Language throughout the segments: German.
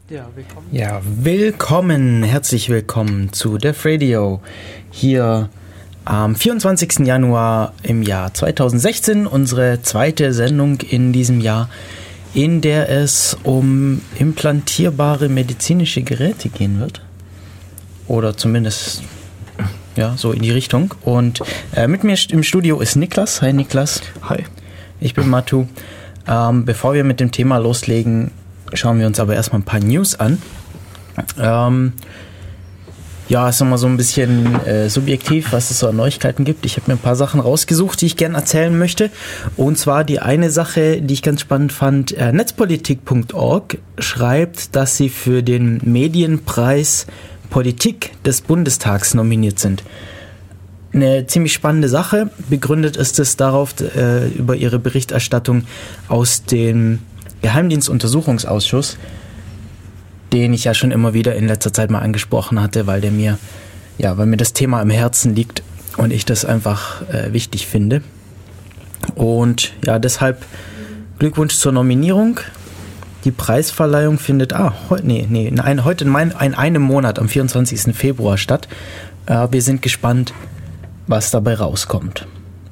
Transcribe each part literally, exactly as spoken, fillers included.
Ja, willkommen. Ja, willkommen, herzlich willkommen zu Def Radio. Hier am vierundzwanzigsten Januar im Jahr zweitausendsechzehn, unsere zweite Sendung in diesem Jahr, in der es um implantierbare medizinische Geräte gehen wird. Oder zumindest, ja, so in die Richtung. Und äh, mit mir im Studio ist Niklas. Hi Niklas. Hi. Ich bin Matu. Ähm, bevor wir mit dem Thema loslegen, schauen wir uns aber erstmal ein paar News an. Ähm, ja, ist nochmal so ein bisschen äh, subjektiv, was es so an Neuigkeiten gibt. Ich habe mir ein paar Sachen rausgesucht, die ich gerne erzählen möchte. Und zwar die eine Sache, die ich ganz spannend fand, äh, netzpolitik punkt org schreibt, dass sie für den Medienpreis Politik des Bundestags nominiert sind. Eine ziemlich spannende Sache. Begründet ist es darauf, äh, über ihre Berichterstattung aus dem Geheimdienstuntersuchungsausschuss, den ich ja schon immer wieder in letzter Zeit mal angesprochen hatte, weil der mir, ja, weil mir das Thema im Herzen liegt und ich das einfach äh, wichtig finde. Und ja, deshalb Glückwunsch zur Nominierung. Die Preisverleihung findet, ah, heute, nee, nee, in heute in, mein, in einem Monat, am vierundzwanzigsten Februar statt. Äh, wir sind gespannt, was dabei rauskommt.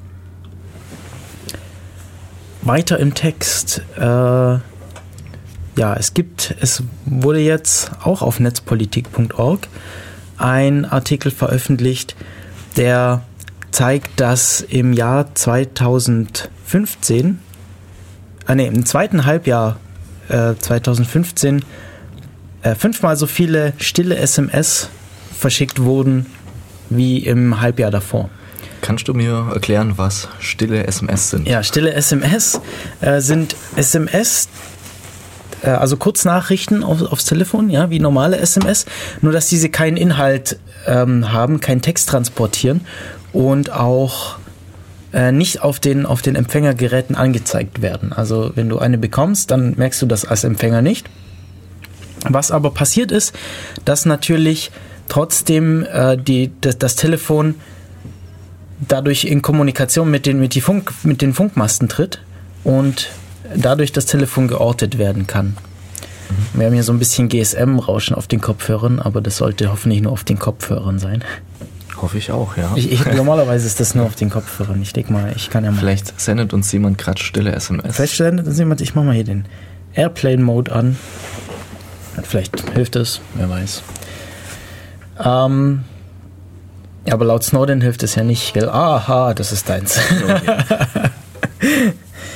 Weiter im Text. Äh, ja, es gibt, es wurde jetzt auch auf netzpolitik punkt org ein Artikel veröffentlicht, der zeigt, dass im Jahr zweitausendfünfzehn, ah nee, im zweiten Halbjahr äh, zweitausendfünfzehn äh, fünfmal so viele stille S M S verschickt wurden wie im Halbjahr davor. Kannst du mir erklären, was stille S M S sind? Ja, stille S M S äh, sind S M S, äh, also Kurznachrichten auf, aufs Telefon, ja, wie normale S M S, nur dass diese keinen Inhalt ähm, haben, keinen Text transportieren und auch äh, nicht auf den, auf den Empfängergeräten angezeigt werden. Also wenn du eine bekommst, dann merkst du das als Empfänger nicht. Was aber passiert ist, dass natürlich trotzdem äh, die, das, das Telefon dadurch in Kommunikation mit den, mit, die Funk, mit den Funkmasten tritt und dadurch das Telefon geortet werden kann. Mhm. Wir haben hier so ein bisschen G S M-Rauschen auf den Kopfhörern, aber das sollte hoffentlich nur auf den Kopfhörern sein. Hoffe ich auch, ja. Ich, ich, normalerweise ist das nur auf den Kopfhörern. Ich denke mal, ich kann ja mal... Vielleicht sendet uns jemand gerade stille S M S. Vielleicht sendet uns jemand, ich mache mal hier den Airplane-Mode an. Vielleicht hilft es, wer weiß. Ähm... Ja, aber laut Snowden hilft es ja nicht, gell? Aha, das ist deins. Okay.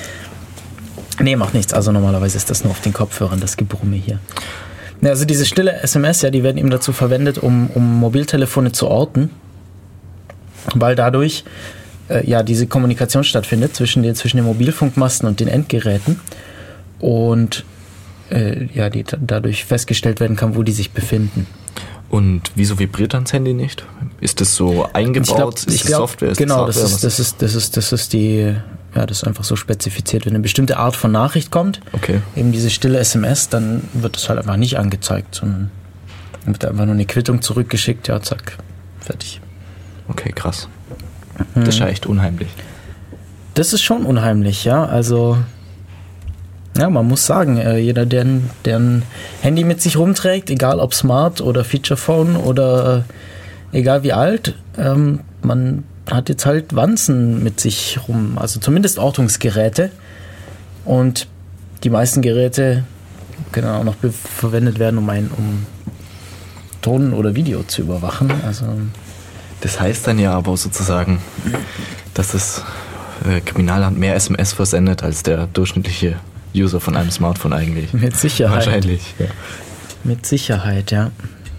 Nee, macht nichts. Also normalerweise ist das nur auf den Kopfhörern, das Gebrumme hier. Ja, also diese stille S M S, ja, die werden eben dazu verwendet, um, um Mobiltelefone zu orten, weil dadurch äh, ja diese Kommunikation stattfindet zwischen den, zwischen den Mobilfunkmasten und den Endgeräten und äh, ja, die dadurch festgestellt werden kann, wo die sich befinden. Und wieso vibriert dann das Handy nicht? Ist das so eingebaut? Ich glaub, ist ich das glaub, Software? Ist genau, das, das, ist, das, ist, das, ist, das ist die, ja, das ist einfach so spezifiziert. Wenn eine bestimmte Art von Nachricht kommt, okay, eben diese stille S M S, dann wird das halt einfach nicht angezeigt, sondern dann wird einfach nur eine Quittung zurückgeschickt, ja, zack, fertig. Okay, krass. Mhm. Das ist ja echt unheimlich. Das ist schon unheimlich, ja, also... Ja, man muss sagen, jeder, der ein, der ein Handy mit sich rumträgt, egal ob Smart oder Featurephone oder äh, egal wie alt, ähm, man hat jetzt halt Wanzen mit sich rum, also zumindest Ortungsgeräte. Und die meisten Geräte können auch noch be- verwendet werden, um, ein, um Ton oder Video zu überwachen. Also das heißt dann ja aber sozusagen, dass das äh, Kriminalamt mehr S M S versendet als der durchschnittliche User von einem Smartphone eigentlich. Mit Sicherheit. Wahrscheinlich. Ja. Mit Sicherheit, ja.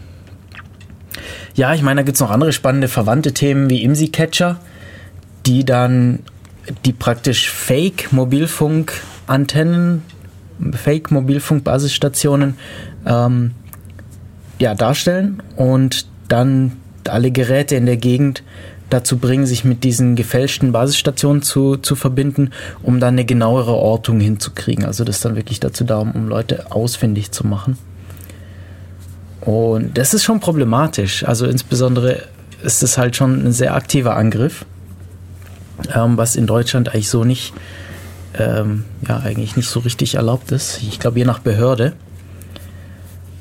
Ja, ich meine, da gibt es noch andere spannende verwandte Themen wie IMSI-Catcher, die dann, die praktisch Fake-Mobilfunk-Antennen, Fake-Mobilfunk-Basisstationen ähm, ja, darstellen und dann alle Geräte in der Gegend dazu bringen, sich mit diesen gefälschten Basisstationen zu, zu verbinden, um dann eine genauere Ortung hinzukriegen. Also das ist dann wirklich dazu da, um, um Leute ausfindig zu machen. Und das ist schon problematisch. Also insbesondere ist es halt schon ein sehr aktiver Angriff, ähm, was in Deutschland eigentlich so nicht, ähm, ja, eigentlich nicht so richtig erlaubt ist. Ich glaube, je nach Behörde.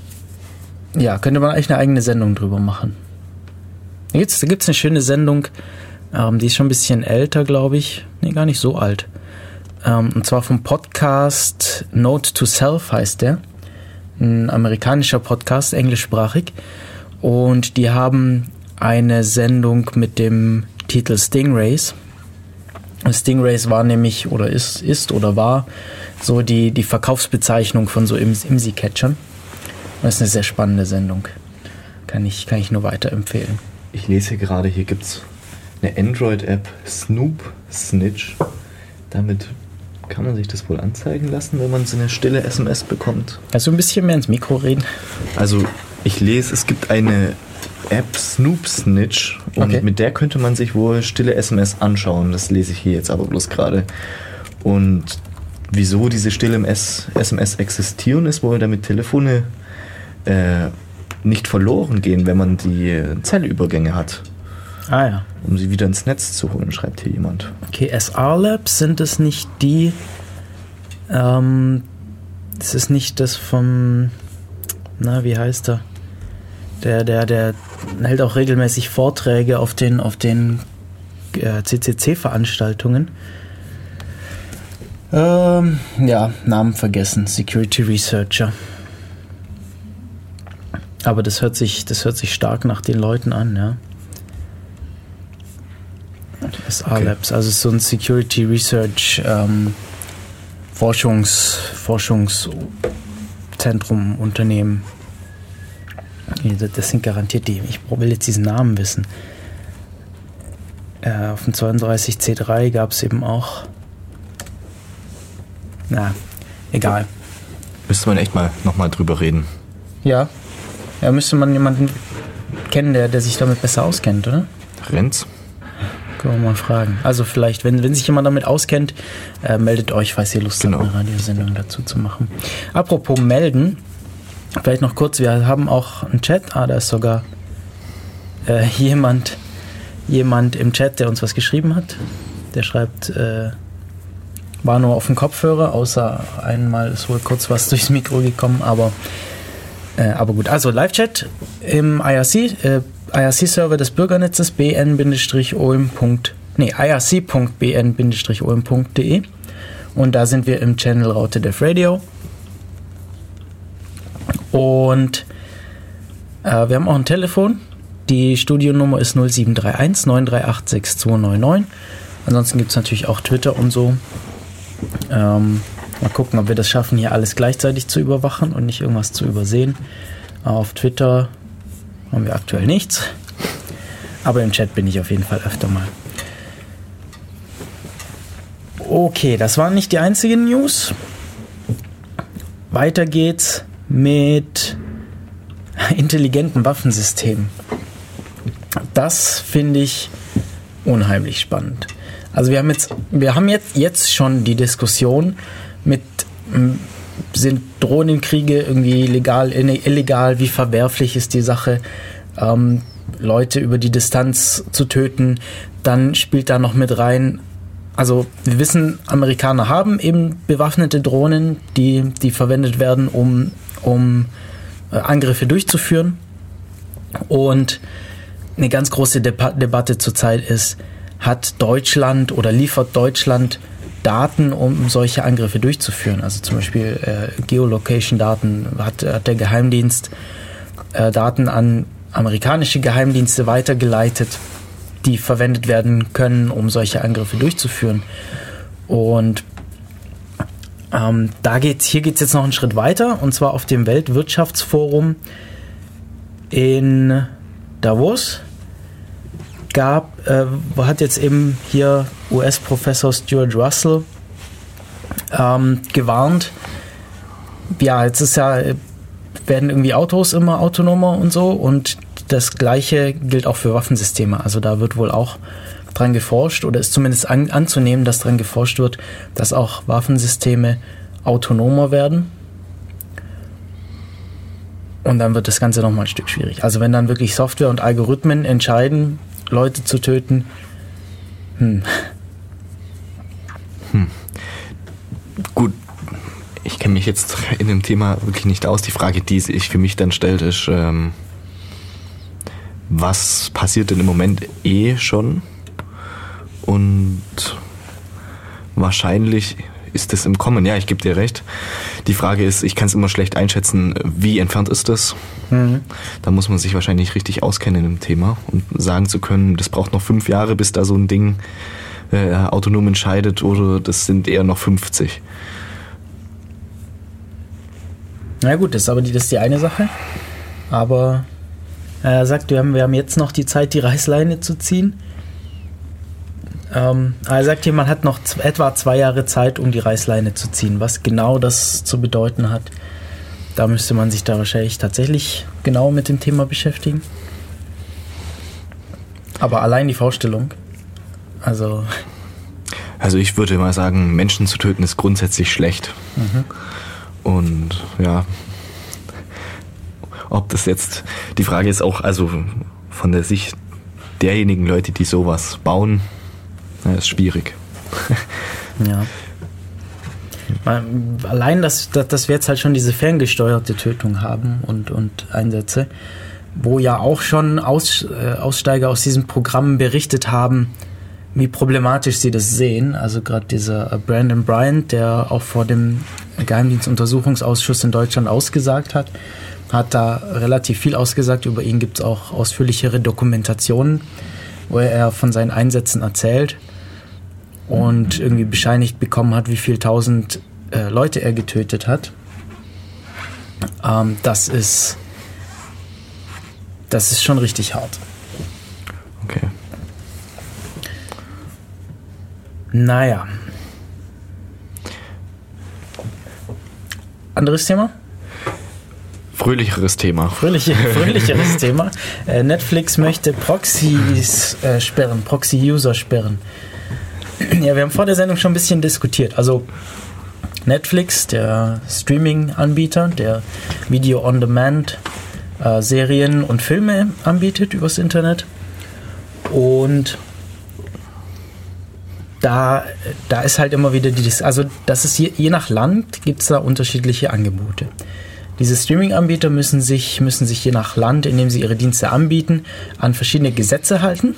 Ja, könnte man eigentlich eine eigene Sendung drüber machen. Da gibt es da gibt's eine schöne Sendung, ähm, die ist schon ein bisschen älter, glaube ich. Nee, gar nicht so alt. Ähm, und zwar vom Podcast Note to Self heißt der. Ein amerikanischer Podcast, englischsprachig. Und die haben eine Sendung mit dem Titel Stingrays. Stingrays war nämlich, oder ist, ist oder war so die, die Verkaufsbezeichnung von so IMSI-Catchern. Das ist eine sehr spannende Sendung. Kann ich, kann ich nur weiterempfehlen. Ich lese hier gerade, hier gibt es eine Android-App, Snoop Snitch. Damit kann man sich das wohl anzeigen lassen, wenn man so eine stille S M S bekommt. Kannst du ein bisschen mehr ins Mikro reden? Also ich lese, es gibt eine App, Snoop Snitch, und okay. mit der könnte man sich wohl stille S M S anschauen. Das lese ich hier jetzt aber bloß gerade. Und wieso diese stille S M S existieren, ist wohl, damit Telefone äh, nicht verloren gehen, wenn man die Zellübergänge hat. Ah ja. Um sie wieder ins Netz zu holen, schreibt hier jemand. Okay, S R Labs, sind es nicht die, ähm, das ist nicht das vom, na, wie heißt er? Der, der, der hält auch regelmäßig Vorträge auf den, auf den äh, C C C-Veranstaltungen. Ähm, ja, Namen vergessen, Security Researcher. Aber das hört sich, das hört sich stark nach den Leuten an, ja. S R Labs, okay. Also so ein Security Research ähm, Forschungs, Forschungszentrum, Unternehmen. Das sind garantiert die. Ich will jetzt diesen Namen wissen. Äh, auf dem zweiunddreißig C drei gab es eben auch. Na, egal. Müsste man echt mal nochmal drüber reden. Ja. Ja, müsste man jemanden kennen, der, der sich damit besser auskennt, oder? Renz? Können wir mal fragen. Also vielleicht, wenn, wenn sich jemand damit auskennt, äh, meldet euch, falls ihr Lust genau. habt, eine Radiosendung dazu zu machen. Apropos melden, vielleicht noch kurz, wir haben auch einen Chat. Ah, da ist sogar äh, jemand, jemand im Chat, der uns was geschrieben hat. Der schreibt, äh, war nur auf dem Kopfhörer, außer einmal ist wohl kurz was durchs Mikro gekommen, aber äh, aber gut. Also Live-Chat im I R C, äh, I R C-Server des Bürgernetzes bn-olm. Nee, I R C Punkt b n olm Punkt d e, und da sind wir im Channel Raute Dev Radio. Und äh, wir haben auch ein Telefon. Die Studionummer ist null sieben drei eins neun drei acht sechs zwei neun neun. Ansonsten gibt es natürlich auch Twitter und so. Ähm, mal gucken, ob wir das schaffen, hier alles gleichzeitig zu überwachen und nicht irgendwas zu übersehen. Auf Twitter haben wir aktuell nichts. Aber im Chat bin ich auf jeden Fall öfter mal. Okay, das waren nicht die einzigen News. Weiter geht's mit intelligenten Waffensystemen. Das finde ich unheimlich spannend. Also wir haben jetzt, wir haben jetzt, jetzt schon die Diskussion mit, sind Drohnenkriege irgendwie legal, illegal, wie verwerflich ist die Sache, ähm, Leute über die Distanz zu töten. Dann spielt da noch mit rein, also wir wissen, Amerikaner haben eben bewaffnete Drohnen, die, die verwendet werden, um, um äh, Angriffe durchzuführen. Und eine ganz große Deba- Debatte zurzeit ist, hat Deutschland oder liefert Deutschland Daten, um solche Angriffe durchzuführen? Also zum Beispiel äh, Geolocation-Daten. Hat, hat der Geheimdienst äh, Daten an amerikanische Geheimdienste weitergeleitet, die verwendet werden können, um solche Angriffe durchzuführen? Und ähm, da geht's, hier geht es jetzt noch einen Schritt weiter, und zwar auf dem Weltwirtschaftsforum in Davos. Gab, äh, hat jetzt eben hier U S-Professor Stuart Russell ähm, gewarnt. Ja, jetzt ist ja, werden irgendwie Autos immer autonomer und so, und das Gleiche gilt auch für Waffensysteme. Also da wird wohl auch dran geforscht, oder ist zumindest an, anzunehmen, dass dran geforscht wird, dass auch Waffensysteme autonomer werden. Und dann wird das Ganze nochmal ein Stück schwierig. Also wenn dann wirklich Software und Algorithmen entscheiden, Leute zu töten. Hm. Hm. Gut, ich kenne mich jetzt in dem Thema wirklich nicht aus. Die Frage, die sich für mich dann stellt, ist, ähm, was passiert denn im Moment eh schon? Und wahrscheinlich ist es im Kommen. Ja, ich gebe dir recht. Die Frage ist, ich kann es immer schlecht einschätzen, wie entfernt ist das? Mhm. Da muss man sich wahrscheinlich richtig auskennen im Thema und sagen zu können, das braucht noch fünf Jahre, bis da so ein Ding äh, autonom entscheidet, oder das sind eher noch fünfzig. Na gut, das ist aber die, das ist die eine Sache. Aber er sagt, wir haben, wir haben jetzt noch die Zeit, die Reißleine zu ziehen. Ähm, er sagt hier, man hat noch z- etwa zwei Jahre Zeit, um die Reißleine zu ziehen. Was genau das zu bedeuten hat, da müsste man sich da wahrscheinlich tatsächlich genau mit dem Thema beschäftigen. Aber allein die Vorstellung, also... Also ich würde mal sagen, Menschen zu töten ist grundsätzlich schlecht. Mhm. Und ja, ob das jetzt, die Frage ist auch, also von der Sicht derjenigen Leute, die sowas bauen, na, ist schwierig. Ja. Allein, dass, dass wir jetzt halt schon diese ferngesteuerte Tötung haben und, und Einsätze, wo ja auch schon Aus, äh, Aussteiger aus diesen Programmen berichtet haben, wie problematisch sie das sehen. Also gerade dieser Brandon Bryant, der auch vor dem Geheimdienstuntersuchungsausschuss in Deutschland ausgesagt hat, hat da relativ viel ausgesagt. Über ihn gibt es auch ausführlichere Dokumentationen, wo er von seinen Einsätzen erzählt und irgendwie bescheinigt bekommen hat, wie viel tausend äh, Leute er getötet hat. Ähm, das ist das ist schon richtig hart. Okay. Naja. Anderes Thema? Fröhlicheres Thema. Fröhliche, fröhlicheres Thema. Äh, Netflix möchte Proxys äh, sperren, Proxy-User sperren. Ja, wir haben vor der Sendung schon ein bisschen diskutiert. Also Netflix, der Streaming-Anbieter, der Video-on-Demand äh, Serien und Filme anbietet übers Internet. Und da, da ist halt immer wieder die, also das ist je, je nach Land gibt es da unterschiedliche Angebote. Diese Streaming-Anbieter müssen sich, müssen sich je nach Land, in dem sie ihre Dienste anbieten, an verschiedene Gesetze halten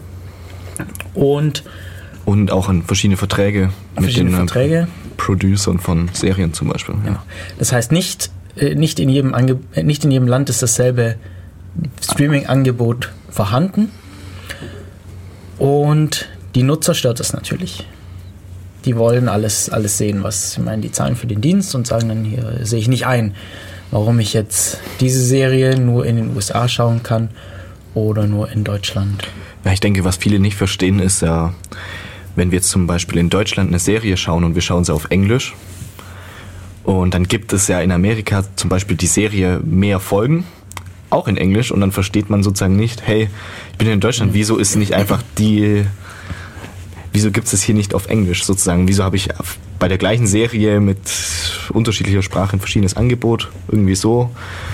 und Und auch an verschiedene Verträge mit den Verträge. Producern von Serien zum Beispiel. Ja. Das heißt, nicht, nicht, in jedem Ange- nicht in jedem Land ist dasselbe Streaming-Angebot vorhanden. Und die Nutzer stört das natürlich. Die wollen alles, alles sehen, was, ich meine, die zahlen für den Dienst und sagen dann, hier sehe ich nicht ein, warum ich jetzt diese Serie nur in den U S A schauen kann oder nur in Deutschland. Ja, ich denke, was viele nicht verstehen, ist ja, wenn wir jetzt zum Beispiel in Deutschland eine Serie schauen und wir schauen sie auf Englisch und dann gibt es ja in Amerika zum Beispiel die Serie mehr Folgen, auch in Englisch, und dann versteht man sozusagen nicht, hey, ich bin in Deutschland, wieso ist nicht einfach die, wieso gibt es das hier nicht auf Englisch sozusagen, wieso habe ich bei der gleichen Serie mit unterschiedlicher Sprache ein verschiedenes Angebot, irgendwie so,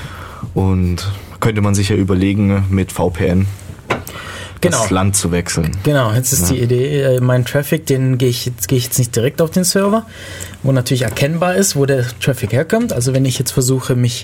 und könnte man sich ja überlegen, mit V P N Genau. das Land zu wechseln. Genau, jetzt ist ja die Idee, äh, mein Traffic, den gehe ich jetzt gehe ich jetzt nicht direkt auf den Server, wo natürlich erkennbar ist, wo der Traffic herkommt. Also wenn ich jetzt versuche, mich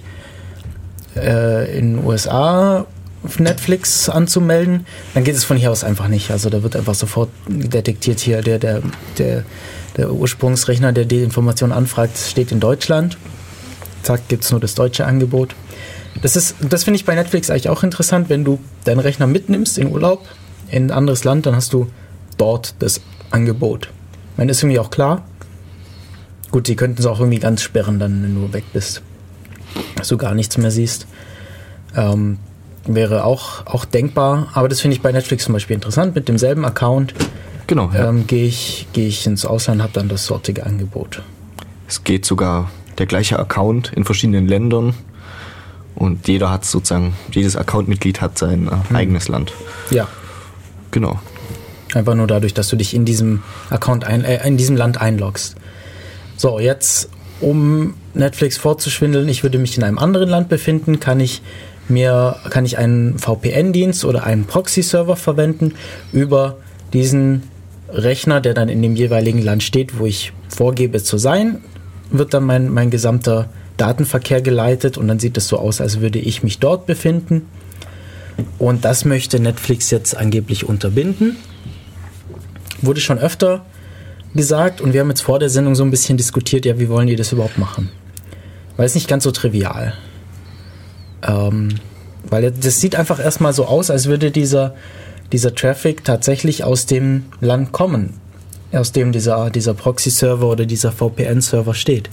äh, in den U S A auf Netflix anzumelden, dann geht es von hier aus einfach nicht. Also da wird einfach sofort detektiert hier, der, der, der, der Ursprungsrechner, der die Information anfragt, steht in Deutschland. Zack, gibt es nur das deutsche Angebot. Das ist, das finde ich bei Netflix eigentlich auch interessant, wenn du deinen Rechner mitnimmst in Urlaub, in ein anderes Land, dann hast du dort das Angebot. Ich meine, das ist irgendwie auch klar. Gut, sie könnten es auch irgendwie ganz sperren, dann, wenn du weg bist, dass du gar nichts mehr siehst. Ähm, wäre auch, auch denkbar, aber das finde ich bei Netflix zum Beispiel interessant. Mit demselben Account Genau, ja. ähm, gehe ich, gehe ich ins Ausland, habe dann das sortige Angebot. Es geht sogar der gleiche Account in verschiedenen Ländern. Und jeder hat sozusagen, jedes Account-Mitglied hat sein äh, hm. eigenes Land. Ja. Genau. Einfach nur dadurch, dass du dich in diesem Account ein, äh, in diesem Land einloggst. So, jetzt, um Netflix vorzuschwindeln, ich würde mich in einem anderen Land befinden, kann ich mir, kann ich einen V P N-Dienst oder einen Proxy-Server verwenden über diesen Rechner, der dann in dem jeweiligen Land steht, wo ich vorgebe zu sein. wird dann mein, mein gesamter Datenverkehr geleitet und dann sieht es so aus, als würde ich mich dort befinden. Und das möchte Netflix jetzt angeblich unterbinden. Wurde schon öfter gesagt und wir haben jetzt vor der Sendung so ein bisschen diskutiert, ja, wie wollen die das überhaupt machen? Weil es nicht ganz so trivial. Ähm, weil das sieht einfach erstmal so aus, als würde dieser, dieser Traffic tatsächlich aus dem Land kommen, aus dem dieser, dieser Proxy-Server oder dieser V P N-Server steht.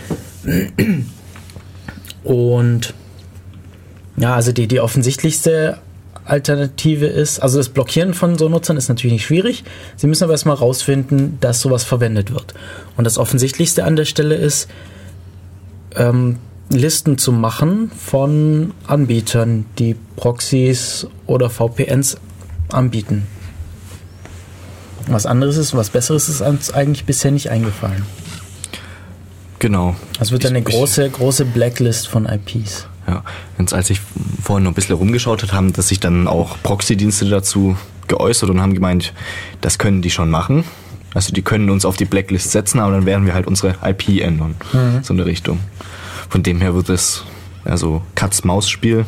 Und ja, also die, die offensichtlichste Alternative ist, also das Blockieren von so Nutzern ist natürlich nicht schwierig. Sie müssen aber erstmal rausfinden, dass sowas verwendet wird. Und das Offensichtlichste an der Stelle ist, ähm, Listen zu machen von Anbietern, die Proxys oder V P Ns anbieten. Was anderes ist, was Besseres ist uns eigentlich bisher nicht eingefallen. Genau. Es wird eine große, große Blacklist von I Ps. Ja, jetzt als ich vorhin noch ein bisschen rumgeschaut habe, haben dass sich dann auch Proxy-Dienste dazu geäußert und haben gemeint, das können die schon machen. Also die können uns auf die Blacklist setzen, aber dann werden wir halt unsere I P ändern. Mhm. So eine Richtung. Von dem her wird es also Katz-Maus-Spiel.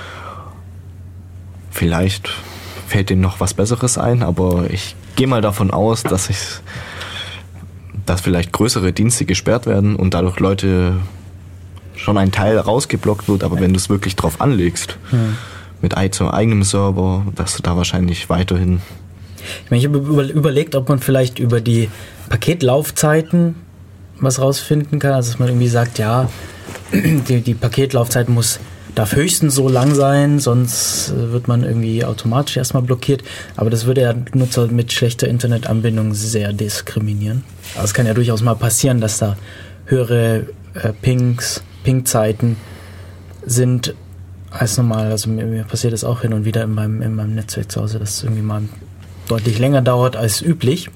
Vielleicht fällt denen noch was Besseres ein, aber ich gehe mal davon aus, dass ich, dass vielleicht größere Dienste gesperrt werden und dadurch Leute schon ein Teil rausgeblockt wird, aber wenn du es wirklich drauf anlegst, hm. mit eigenem Server, dass du da wahrscheinlich weiterhin... Ich meine, ich habe über, überlegt, ob man vielleicht über die Paketlaufzeiten was rausfinden kann, also dass man irgendwie sagt, ja, die, die Paketlaufzeit muss, darf höchstens so lang sein, sonst wird man irgendwie automatisch erstmal blockiert, aber das würde ja Nutzer mit schlechter Internetanbindung sehr diskriminieren. Aber es kann ja durchaus mal passieren, dass da höhere äh, Pings Ping-Zeiten sind als normal. Also mir, mir passiert das auch hin und wieder in meinem, in meinem Netzwerk zu Hause, dass es irgendwie mal deutlich länger dauert als üblich.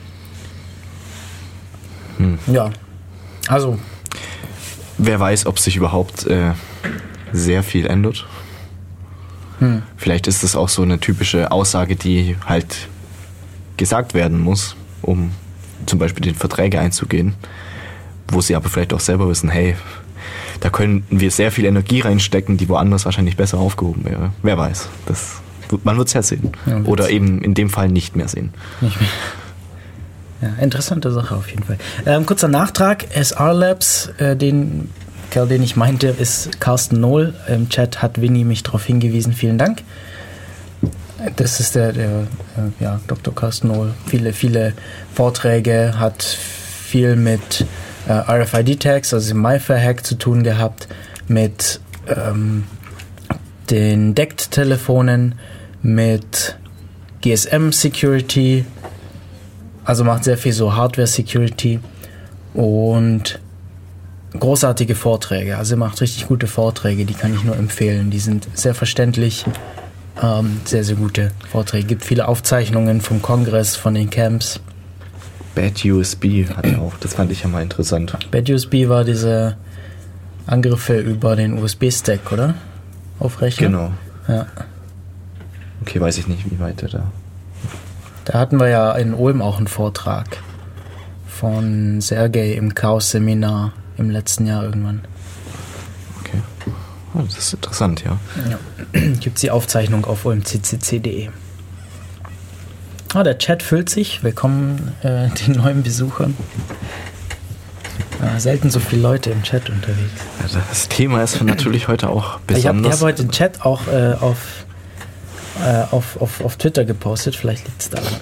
Hm. Ja, also. Wer weiß, ob sich überhaupt äh, sehr viel ändert. Hm. Vielleicht ist das auch so eine typische Aussage, die halt gesagt werden muss, um zum Beispiel die Verträge einzugehen, wo sie aber vielleicht auch selber wissen, hey, da können wir sehr viel Energie reinstecken, die woanders wahrscheinlich besser aufgehoben wäre. Wer weiß. Das, man wird es ja sehen. Ja, oder eben in dem Fall nicht mehr sehen. Nicht mehr. Ja, interessante Sache auf jeden Fall. Ähm, kurzer Nachtrag. S R Labs, äh, den Kerl, den ich meinte, ist Carsten Nohl. Im Chat hat Winnie mich darauf hingewiesen. Vielen Dank. Das ist der, der äh, ja, Doktor Carsten Nohl. Viele, viele Vorträge, hat viel mit R F I D-Tags, also dem MIFARE-Hack zu tun gehabt, mit ähm, den D E C T-Telefonen, mit G S M-Security, also macht sehr viel so Hardware-Security und großartige Vorträge, also macht richtig gute Vorträge, die kann ich nur empfehlen, die sind sehr verständlich, ähm, sehr, sehr gute Vorträge, gibt viele Aufzeichnungen vom Kongress, von den Camps. Bad U S B hat er auch, das fand ich ja mal interessant. Bad U S B war diese Angriffe über den U S B-Stack, oder? Auf Rechner? Genau. Ja. Okay, weiß ich nicht, wie weit er da... Da hatten wir ja in Ulm auch einen Vortrag von Sergej im Chaos-Seminar im letzten Jahr irgendwann. Okay. Oh, das ist interessant, ja. Ja. Gibt es die Aufzeichnung auf ulm c c c punkt d e. Ah, der Chat füllt sich. Willkommen äh, den neuen Besuchern. Ja, selten so viele Leute im Chat unterwegs. Also das Thema ist natürlich heute auch besonders. Ich habe hab heute den Chat auch äh, auf, äh, auf, auf, auf Twitter gepostet. Vielleicht liegt es daran.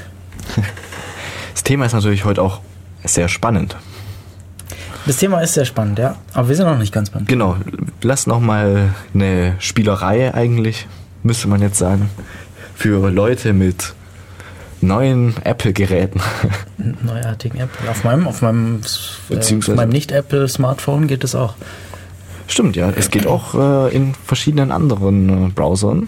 Das Thema ist natürlich heute auch sehr spannend. Das Thema ist sehr spannend, ja. Aber wir sind noch nicht ganz spannend. Genau. Lass noch mal eine Spielerei eigentlich, müsste man jetzt sagen, für Leute mit neuen Apple-Geräten. Neuartigen Apple. Auf meinem, auf meinem, äh, auf meinem Nicht-Apple-Smartphone geht es auch. Stimmt, ja. Es geht auch äh, in verschiedenen anderen äh, Browsern.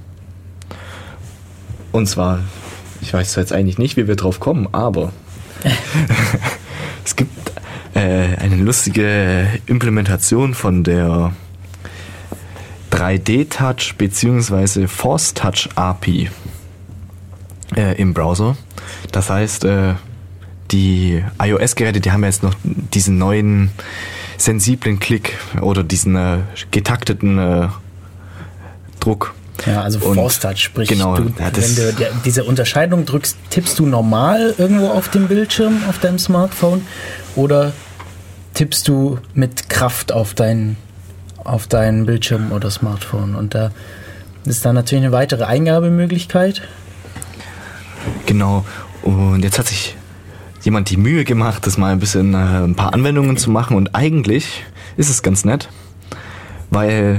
Und zwar, ich weiß zwar jetzt eigentlich nicht, wie wir drauf kommen, aber es gibt äh, eine lustige Implementation von der drei D-Touch bzw. Force-Touch A P I. Äh, im Browser. Das heißt, äh, die iOS-Geräte, die haben jetzt noch diesen neuen sensiblen Klick oder diesen äh, getakteten äh, Druck. Ja, also Force Touch, sprich, genau, du, ja, wenn du die, diese Unterscheidung drückst, tippst du normal irgendwo auf dem Bildschirm, auf deinem Smartphone, oder tippst du mit Kraft auf dein, auf deinen Bildschirm oder Smartphone? Und da ist dann natürlich eine weitere Eingabemöglichkeit. Genau, und jetzt hat sich jemand die Mühe gemacht, das mal ein bisschen äh, ein paar Anwendungen zu machen, und eigentlich ist es ganz nett, weil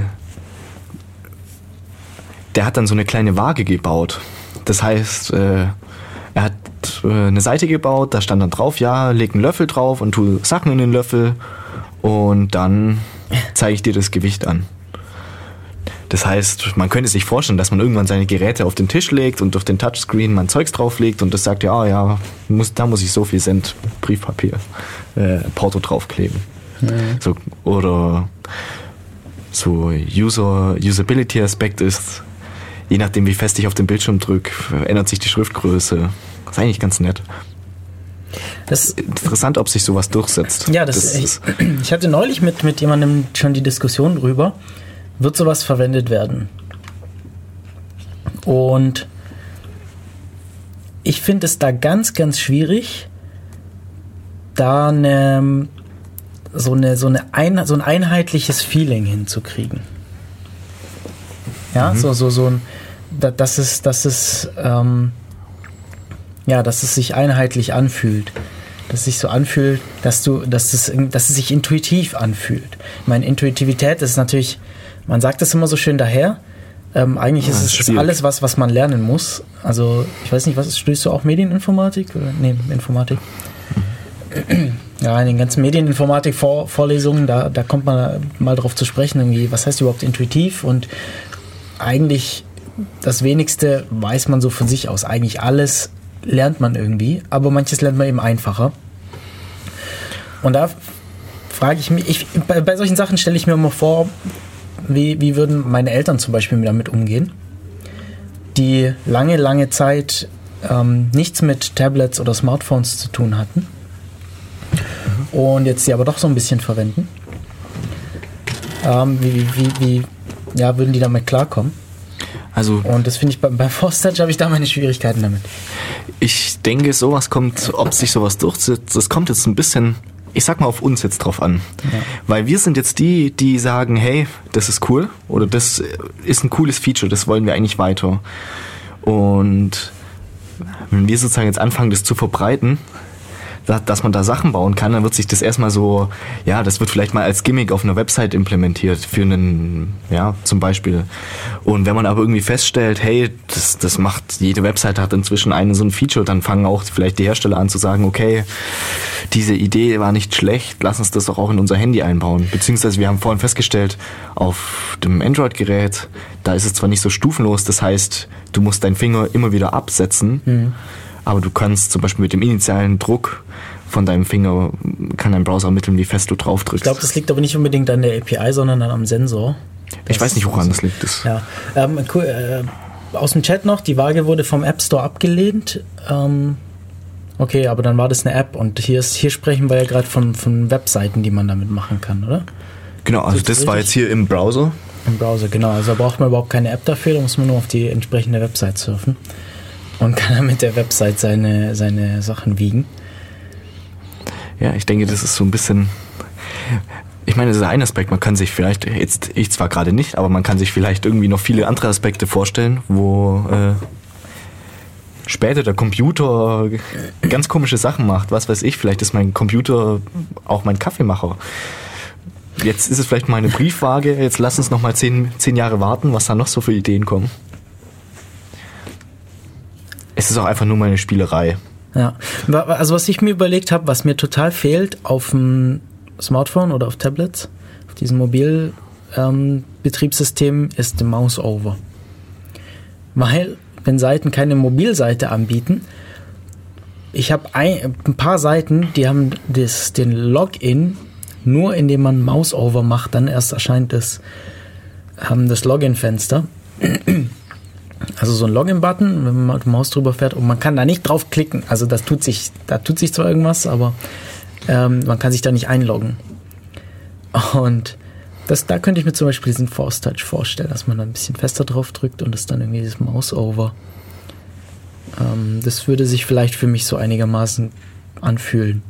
der hat dann so eine kleine Waage gebaut. Das heißt, äh, er hat äh, eine Seite gebaut, da stand dann drauf, ja, leg einen Löffel drauf und tu Sachen in den Löffel und dann zeige ich dir das Gewicht an. Das heißt, man könnte sich vorstellen, dass man irgendwann seine Geräte auf den Tisch legt und durch den Touchscreen man Zeugs drauflegt und das sagt, ja, ja, muss, da muss ich so viel Cent Briefpapier, äh, Porto draufkleben. Mhm. So, oder so User, Usability-Aspekt ist, je nachdem, wie fest ich auf den Bildschirm drücke, ändert sich die Schriftgröße. Das ist eigentlich ganz nett. Das interessant, ob sich sowas durchsetzt. Ja, das, das ist. Ich, ich hatte neulich mit, mit jemandem schon die Diskussion drüber, wird sowas verwendet werden? Und ich finde es da ganz, ganz schwierig, da eine, so, eine, so, eine ein, so ein einheitliches Feeling hinzukriegen. Ja, mhm. so, so, so ein, dass es, dass es, ähm, ja, dass es sich einheitlich anfühlt. Dass es sich so anfühlt, dass du, dass es, dass es sich intuitiv anfühlt. Ich meine, Intuitivität ist natürlich, man sagt das immer so schön daher, ähm, eigentlich ja, ist es ist alles was, was man lernen muss. Also, ich weiß nicht, was ist, studierst du auch Medieninformatik? Oder? Nee, Informatik. Mhm. Ja, in den ganzen Medieninformatik-Vorlesungen, da, da kommt man mal drauf zu sprechen, irgendwie, was heißt überhaupt intuitiv? Und eigentlich das Wenigste weiß man so von sich aus. Eigentlich alles lernt man irgendwie, aber manches lernt man eben einfacher. Und da frage ich mich, ich, bei, bei solchen Sachen stelle ich mir immer vor, wie, wie würden meine Eltern zum Beispiel damit umgehen, die lange, lange Zeit ähm, nichts mit Tablets oder Smartphones zu tun hatten mhm. und jetzt sie aber doch so ein bisschen verwenden. Ähm, wie, wie, wie ja, würden die damit klarkommen? Also, und das finde ich, bei, bei Force Touch habe ich da meine Schwierigkeiten damit. Ich denke, sowas kommt, ob sich sowas durchsetzt, das kommt jetzt ein bisschen, ich sag mal, auf uns jetzt drauf an. Ja. Weil wir sind jetzt die, die sagen, hey, das ist cool oder das ist ein cooles Feature, das wollen wir eigentlich weiter. Und wenn wir sozusagen jetzt anfangen, das zu verbreiten, dass man da Sachen bauen kann, dann wird sich das erstmal so, ja, das wird vielleicht mal als Gimmick auf einer Website implementiert für einen, ja, zum Beispiel. Und wenn man aber irgendwie feststellt, hey, das, das macht, jede Website hat inzwischen einen so ein Feature, dann fangen auch vielleicht die Hersteller an zu sagen, okay, diese Idee war nicht schlecht, lass uns das doch auch in unser Handy einbauen. Beziehungsweise wir haben vorhin festgestellt, auf dem Android-Gerät, da ist es zwar nicht so stufenlos, das heißt, du musst deinen Finger immer wieder absetzen, mhm. aber du kannst zum Beispiel mit dem initialen Druck von deinem Finger, kann dein Browser ermitteln, wie fest du drauf drückst. Ich glaube, das liegt aber nicht unbedingt an der A P I, sondern dann am Sensor. Das ich weiß nicht, woran das liegt. Das ja. ähm, cool, äh, aus dem Chat noch, die Waage wurde vom App Store abgelehnt. Ähm, okay, aber dann war das eine App und hier, ist, hier sprechen wir ja gerade von, von Webseiten, die man damit machen kann, oder? Genau, also das, das war jetzt hier im Browser. Im Browser, genau. Also da braucht man überhaupt keine App dafür, da muss man nur auf die entsprechende Website surfen. Und kann dann mit der Website seine, seine Sachen wiegen. Ja, ich denke, das ist so ein bisschen... Ich meine, das ist ein Aspekt, man kann sich vielleicht, jetzt ich zwar gerade nicht, aber man kann sich vielleicht irgendwie noch viele andere Aspekte vorstellen, wo äh, später der Computer ganz komische Sachen macht. Was weiß ich, vielleicht ist mein Computer auch mein Kaffeemacher. Jetzt ist es vielleicht mal eine Briefwaage, jetzt lass uns noch mal zehn, zehn Jahre warten, was da noch so für Ideen kommen. Es ist auch einfach nur meine Spielerei. Ja, also was ich mir überlegt habe, was mir total fehlt auf dem Smartphone oder auf Tablets, auf diesem Mobilbetriebssystem, ähm, ist der Mouse-Over. Weil, wenn Seiten keine Mobilseite anbieten, ich habe ein, ein paar Seiten, die haben das, den Login nur indem man Mouse-Over macht, dann erst erscheint das, ähm, das Login-Fenster. also so ein Login-Button, wenn man mit der Maus drüber fährt und man kann da nicht draufklicken. Also das tut sich, da tut sich zwar irgendwas, aber ähm, man kann sich da nicht einloggen. Und das, da könnte ich mir zum Beispiel diesen Force Touch vorstellen, dass man da ein bisschen fester drauf drückt und es dann irgendwie dieses Mouse-Over. Ähm, das würde sich vielleicht für mich so einigermaßen anfühlen.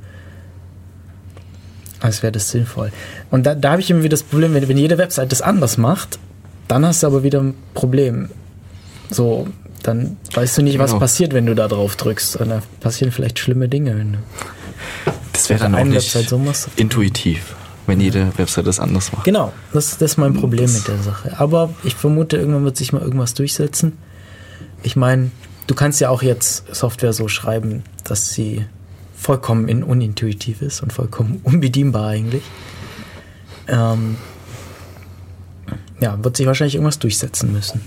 Als wäre das sinnvoll. Und da, da habe ich immer wieder das Problem, wenn, wenn jede Website das anders macht, dann hast du aber wieder ein Problem. So, dann weißt du nicht, genau, was passiert, wenn du da drauf drückst. Und da passieren vielleicht schlimme Dinge. Wenn du das wäre dann auch nicht so intuitiv, wenn jede Website das anders macht. Genau, das, das ist mein Problem das mit der Sache. Aber ich vermute, irgendwann wird sich mal irgendwas durchsetzen. Ich meine, du kannst ja auch jetzt Software so schreiben, dass sie vollkommen in unintuitiv ist und vollkommen unbedienbar eigentlich. Ähm, ja, wird sich wahrscheinlich irgendwas durchsetzen müssen.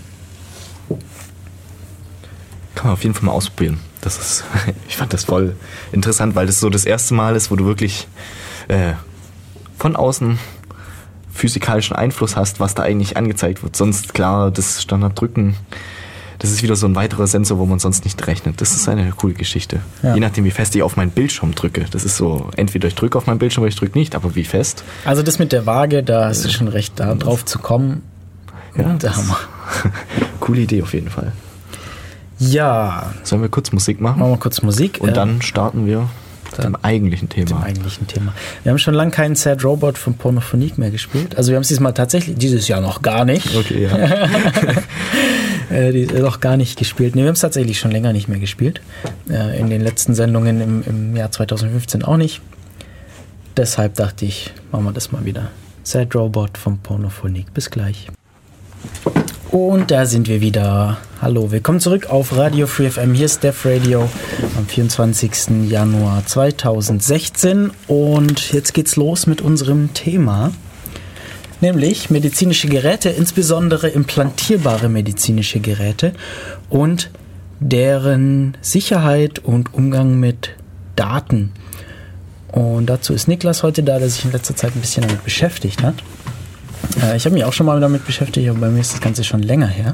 Kann man auf jeden Fall mal ausprobieren. Das ist, ich fand das voll interessant, weil das so das erste Mal ist, wo du wirklich äh, von außen physikalischen Einfluss hast, was da eigentlich angezeigt wird. Sonst, klar, das Standarddrücken, das ist wieder so ein weiterer Sensor, wo man sonst nicht rechnet. Das ist eine coole Geschichte. Ja. Je nachdem, wie fest ich auf meinen Bildschirm drücke. Das ist so, entweder ich drücke auf meinen Bildschirm oder ich drücke nicht, aber wie fest. Also das mit der Waage, da hast du schon recht, da drauf zu kommen. Ja, der Hammer. Coole Idee auf jeden Fall. Ja. Sollen wir kurz Musik machen? Machen wir kurz Musik. Und dann starten wir mit dem eigentlichen Thema. Dem eigentlichen Thema. Wir haben schon lange keinen Sad Robot von Pornophonique mehr gespielt. Also wir haben es diesmal tatsächlich, dieses Jahr noch gar nicht. Okay, ja. Die ist noch gar nicht gespielt. Nee, wir haben es tatsächlich schon länger nicht mehr gespielt. In den letzten Sendungen im, im Jahr zwanzig fünfzehn auch nicht. Deshalb dachte ich, machen wir das mal wieder. Sad Robot von Pornophonique. Bis gleich. Und da sind wir wieder. Hallo, willkommen zurück auf Radio Free F M. Hier ist Def Radio am vierundzwanzigsten Januar zweitausendsechzehn. Und jetzt geht's los mit unserem Thema. Nämlich medizinische Geräte, insbesondere implantierbare medizinische Geräte und deren Sicherheit und Umgang mit Daten. Und dazu ist Niklas heute da, der sich in letzter Zeit ein bisschen damit beschäftigt hat. Äh, ich habe mich auch schon mal damit beschäftigt, aber bei mir ist das Ganze schon länger her.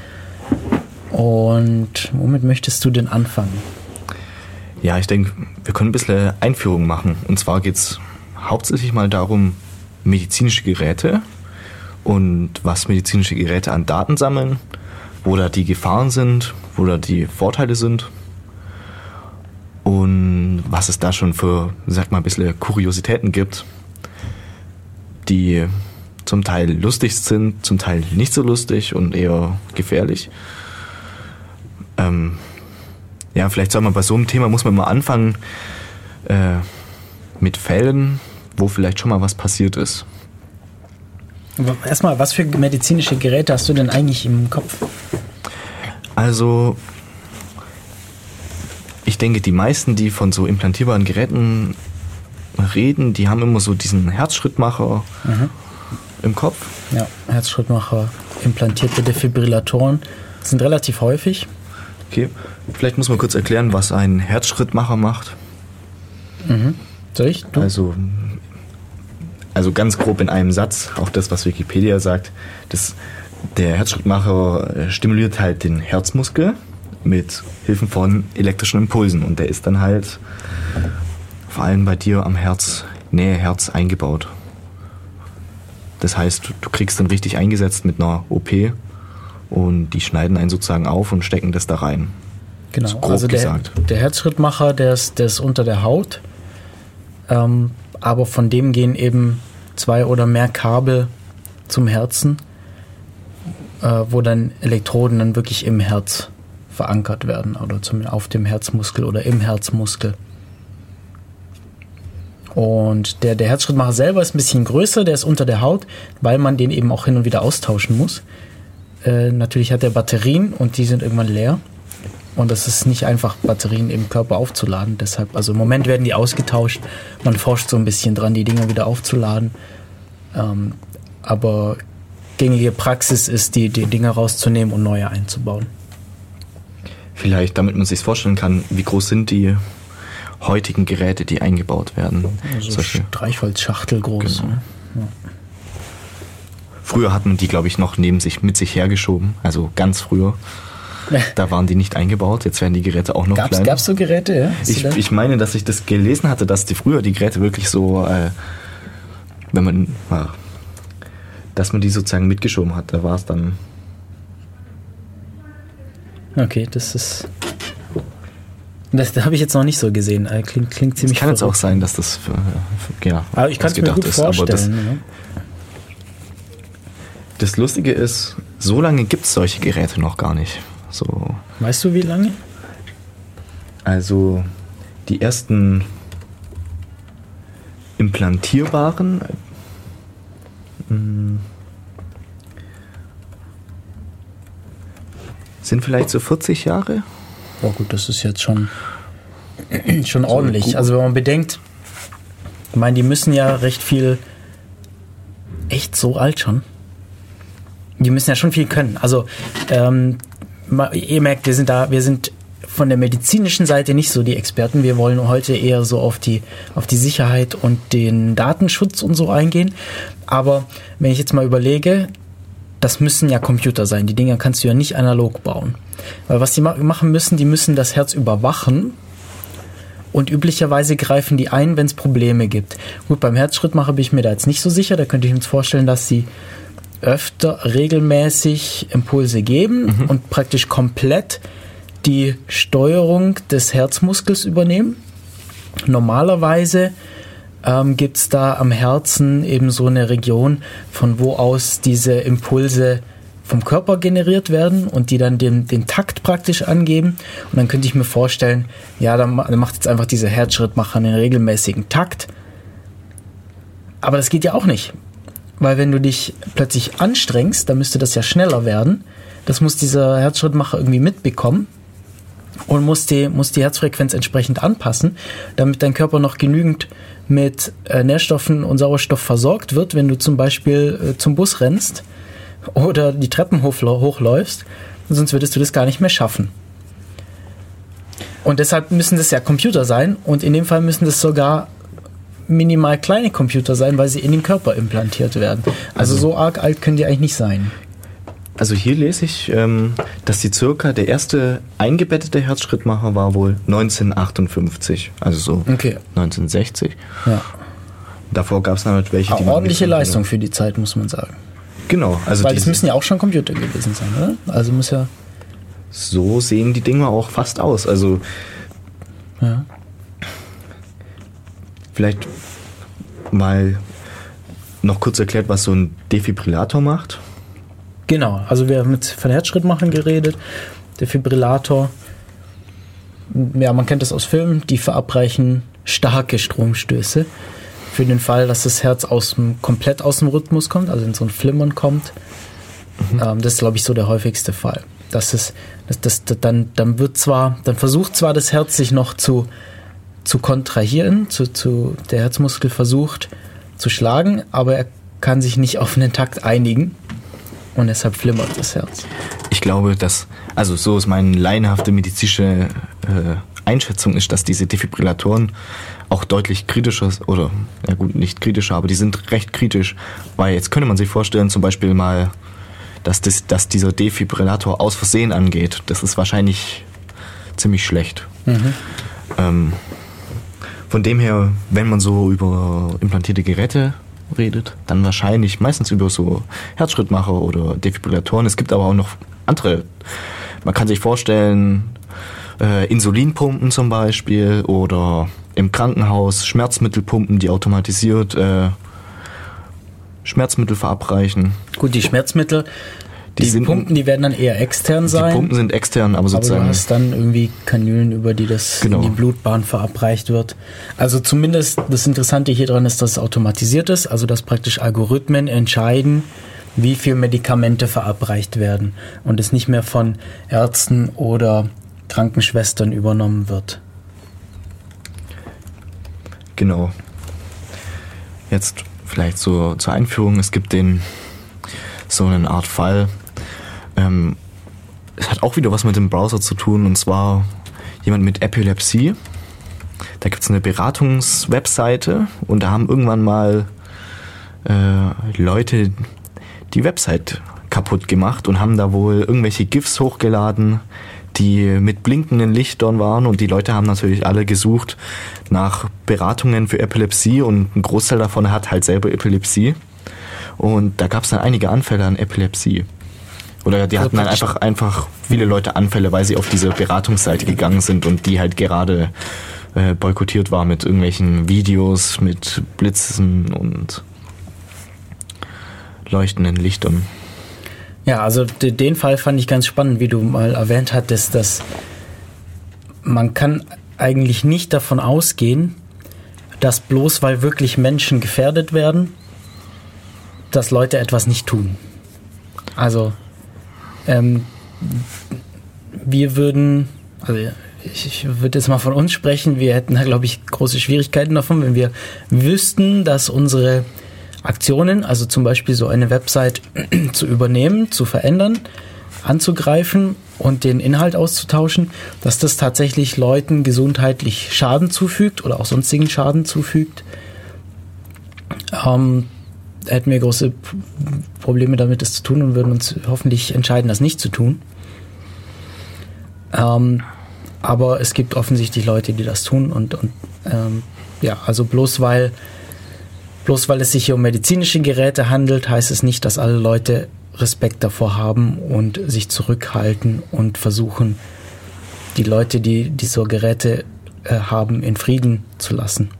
Und womit möchtest du denn anfangen? Ja, ich denke, wir können ein bisschen Einführung machen. Und zwar geht es hauptsächlich mal darum, medizinische Geräte und was medizinische Geräte an Daten sammeln, wo da die Gefahren sind, wo da die Vorteile sind und was es da schon für, sag mal, ein bisschen Kuriositäten gibt, die zum Teil lustig sind, zum Teil nicht so lustig und eher gefährlich. Ähm, ja, vielleicht soll man bei so einem Thema, muss man mal anfangen äh, mit Fällen, wo vielleicht schon mal was passiert ist. Aber erstmal, was für medizinische Geräte hast du denn eigentlich im Kopf? Also, ich denke, die meisten, die von so implantierbaren Geräten reden, die haben immer so diesen Herzschrittmacher mhm. im Kopf. Ja, Herzschrittmacher, implantierte Defibrillatoren sind relativ häufig. Okay, vielleicht muss man kurz erklären, was ein Herzschrittmacher macht. Mhm. Soll ich? Du? Also, also ganz grob in einem Satz, auch das, was Wikipedia sagt, das, der Herzschrittmacher stimuliert halt den Herzmuskel mit Hilfe von elektrischen Impulsen und der ist dann halt vor allem bei dir am Herz, Nähe Herz eingebaut. Das heißt, du kriegst dann richtig eingesetzt mit einer O P und die schneiden einen sozusagen auf und stecken das da rein. Genau, grob also der, gesagt. Der Herzschrittmacher, der ist, der ist unter der Haut, ähm, aber von dem gehen eben zwei oder mehr Kabel zum Herzen, äh, wo dann Elektroden dann wirklich im Herz verankert werden oder zum, auf dem Herzmuskel oder im Herzmuskel. Und der, der Herzschrittmacher selber ist ein bisschen größer, der ist unter der Haut, weil man den eben auch hin und wieder austauschen muss. Äh, natürlich hat er Batterien und die sind irgendwann leer. Und es ist nicht einfach, Batterien im Körper aufzuladen. Deshalb, also im Moment werden die ausgetauscht. Man forscht so ein bisschen dran, die Dinger wieder aufzuladen. Ähm, aber gängige Praxis ist, die, die Dinger rauszunehmen und neue einzubauen. Vielleicht, damit man sich vorstellen kann, wie groß sind die heutigen Geräte, die eingebaut werden? Also solche Streichholzschachtel groß. Genau. Ja. Früher hat man die, glaube ich, noch neben sich, mit sich hergeschoben. Also ganz früher. Da waren die nicht eingebaut, jetzt werden die Geräte auch noch gab's, kleiner. Gab es so Geräte, ja? Ich, ich meine, dass ich das gelesen hatte, dass die früher die Geräte wirklich so, äh, wenn man, ja, dass man die sozusagen mitgeschoben hat, da war es dann... Okay, das ist... Das, das habe ich jetzt noch nicht so gesehen. Klingt, klingt ziemlich Es kann verrückt. jetzt auch sein, dass das für, für, ja, aber ich kann es mir gut ist. vorstellen. Aber das, ja. das Lustige ist, so lange gibt es solche Geräte noch gar nicht. So, weißt du, wie lange? Also die ersten implantierbaren mh, sind vielleicht so vierzig Jahre. Oh gut, das ist jetzt schon, schon ordentlich. So, also wenn man bedenkt, ich meine, die müssen ja recht viel, echt so alt schon. Die müssen ja schon viel können. Also ähm, ihr merkt, wir sind da, wir sind von der medizinischen Seite nicht so die Experten. Wir wollen heute eher so auf die, auf die Sicherheit und den Datenschutz und so eingehen. Aber wenn ich jetzt mal überlege, das müssen ja Computer sein. Die Dinger kannst du ja nicht analog bauen. Weil was die machen müssen, die müssen das Herz überwachen und üblicherweise greifen die ein, wenn es Probleme gibt. Gut, beim Herzschrittmacher bin ich mir da jetzt nicht so sicher. Da könnte ich mir jetzt vorstellen, dass sie öfter regelmäßig Impulse geben mhm. und praktisch komplett die Steuerung des Herzmuskels übernehmen. Normalerweise ähm, gibt es da am Herzen eben so eine Region, von wo aus diese Impulse vom Körper generiert werden und die dann den, den Takt praktisch angeben. Und dann könnte ich mir vorstellen, ja, dann, dann macht jetzt einfach dieser Herzschrittmacher einen regelmäßigen Takt. Aber das geht ja auch nicht. Weil wenn du dich plötzlich anstrengst, dann müsste das ja schneller werden. Das muss dieser Herzschrittmacher irgendwie mitbekommen und muss die, muss die Herzfrequenz entsprechend anpassen, damit dein Körper noch genügend mit äh, Nährstoffen und Sauerstoff versorgt wird, wenn du zum Beispiel äh, zum Bus rennst oder die Treppen hochläufst, sonst würdest du das gar nicht mehr schaffen. Und deshalb müssen das ja Computer sein und in dem Fall müssen das sogar minimal kleine Computer sein, weil sie in den Körper implantiert werden. Also, also so arg alt können die eigentlich nicht sein. Also hier lese ich, ähm, dass die circa der erste eingebettete Herzschrittmacher war wohl neunzehnhundertachtundfünfzig, also so okay. neunzehnhundertsechzig. Ja. Davor gab es natürlich welche, die... Eine ordentliche Leistung für die Zeit, muss man sagen. Genau. Also weil es müssen ja auch schon Computer gewesen sein, oder? Also muss ja... So sehen die Dinger auch fast aus, also... Ja. Vielleicht mal noch kurz erklärt, was so ein Defibrillator macht. Genau, also wir haben mit von Herzschrittmachern geredet. Defibrillator, ja, man kennt das aus Filmen, die verabreichen starke Stromstöße für den Fall, dass das Herz aus dem, komplett aus dem Rhythmus kommt, also in so ein Flimmern kommt. Mhm. Ähm, das ist, glaube ich, so der häufigste Fall. Das ist, das, das, das, dann, dann wird zwar, dann versucht zwar das Herz sich noch zu zu kontrahieren, zu, zu, der Herzmuskel versucht zu schlagen, aber er kann sich nicht auf einen Takt einigen und deshalb flimmert das Herz. Ich glaube, dass, also so ist meine laienhafte medizinische äh, Einschätzung ist, dass diese Defibrillatoren auch deutlich kritischer, oder, ja gut, nicht kritischer, aber die sind recht kritisch, weil jetzt könnte man sich vorstellen, zum Beispiel mal, dass, das, dass dieser Defibrillator aus Versehen angeht. Das ist wahrscheinlich ziemlich schlecht. Mhm. Ähm, Von dem her, wenn man so über implantierte Geräte redet, dann wahrscheinlich meistens über so Herzschrittmacher oder Defibrillatoren. Es gibt aber auch noch andere. Man kann sich vorstellen, äh, Insulinpumpen zum Beispiel oder im Krankenhaus Schmerzmittelpumpen, die automatisiert äh, Schmerzmittel verabreichen. Gut, die Schmerzmittel... Die, die sind, Pumpen, die werden dann eher extern sein. Die Pumpen sind extern, aber sozusagen... Aber du hast dann irgendwie Kanülen, über die das genau. in die Blutbahn verabreicht wird. Also zumindest das Interessante hier dran ist, dass es automatisiert ist, also dass praktisch Algorithmen entscheiden, wie viel Medikamente verabreicht werden und es nicht mehr von Ärzten oder Krankenschwestern übernommen wird. Genau. Jetzt vielleicht so zur Einführung. Es gibt den so eine Art Fall. Ähm, es hat auch wieder was mit dem Browser zu tun, und zwar jemand mit Epilepsie. Da gibt es eine Beratungswebseite und da haben irgendwann mal äh, Leute die Website kaputt gemacht und haben da wohl irgendwelche GIFs hochgeladen, die mit blinkenden Lichtern waren, und die Leute haben natürlich alle gesucht nach Beratungen für Epilepsie, und ein Großteil davon hat halt selber Epilepsie, und da gab es dann einige Anfälle an Epilepsie. Oder die hatten dann einfach, einfach viele Leute Anfälle, weil sie auf diese Beratungsseite gegangen sind und die halt gerade äh, boykottiert war mit irgendwelchen Videos, mit Blitzen und leuchtenden Lichtern. Ja, also den Fall fand ich ganz spannend, wie du mal erwähnt hattest, dass man kann eigentlich nicht davon ausgehen, dass bloß weil wirklich Menschen gefährdet werden, dass Leute etwas nicht tun. Also ähm, wir würden, also ich, ich würde jetzt mal von uns sprechen, wir hätten da, glaube ich, große Schwierigkeiten davon, wenn wir wüssten, dass unsere Aktionen, also zum Beispiel so eine Website zu übernehmen, zu verändern, anzugreifen und den Inhalt auszutauschen, dass das tatsächlich Leuten gesundheitlich Schaden zufügt oder auch sonstigen Schaden zufügt. Ähm, hätten wir große Probleme damit, das zu tun, und würden uns hoffentlich entscheiden, das nicht zu tun. Ähm, aber es gibt offensichtlich Leute, die das tun, und, und ähm, ja, also bloß weil Bloß weil es sich hier um medizinische Geräte handelt, heißt es nicht, dass alle Leute Respekt davor haben und sich zurückhalten und versuchen, die Leute, die diese Geräte äh, haben, in Frieden zu lassen.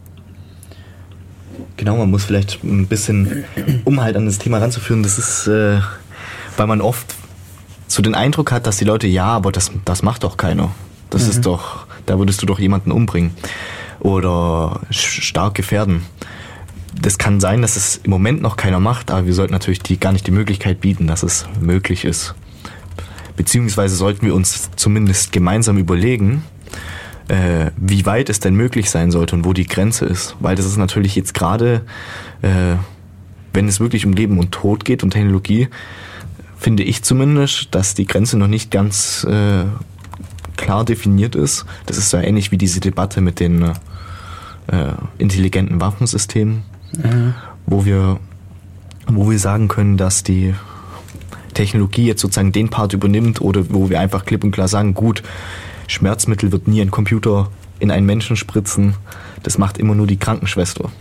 Genau, man muss vielleicht ein bisschen, um halt an das Thema ranzuführen, das ist, äh, weil man oft so den Eindruck hat, dass die Leute, ja, aber das, das macht doch keiner. Das mhm. ist doch, da würdest du doch jemanden umbringen oder stark gefährden. Das kann sein, dass es im Moment noch keiner macht, aber wir sollten natürlich die, gar nicht die Möglichkeit bieten, dass es möglich ist. Beziehungsweise sollten wir uns zumindest gemeinsam überlegen, äh, wie weit es denn möglich sein sollte und wo die Grenze ist. Weil das ist natürlich jetzt gerade, äh, wenn es wirklich um Leben und Tod geht und Technologie, finde ich zumindest, dass die Grenze noch nicht ganz äh, klar definiert ist. Das ist ja ähnlich wie diese Debatte mit den äh, intelligenten Waffensystemen. Mhm. wo wir wo wir sagen können, dass die Technologie jetzt sozusagen den Part übernimmt, oder wo wir einfach klipp und klar sagen, gut, Schmerzmittel wird nie ein Computer in einen Menschen spritzen, das macht immer nur die Krankenschwester.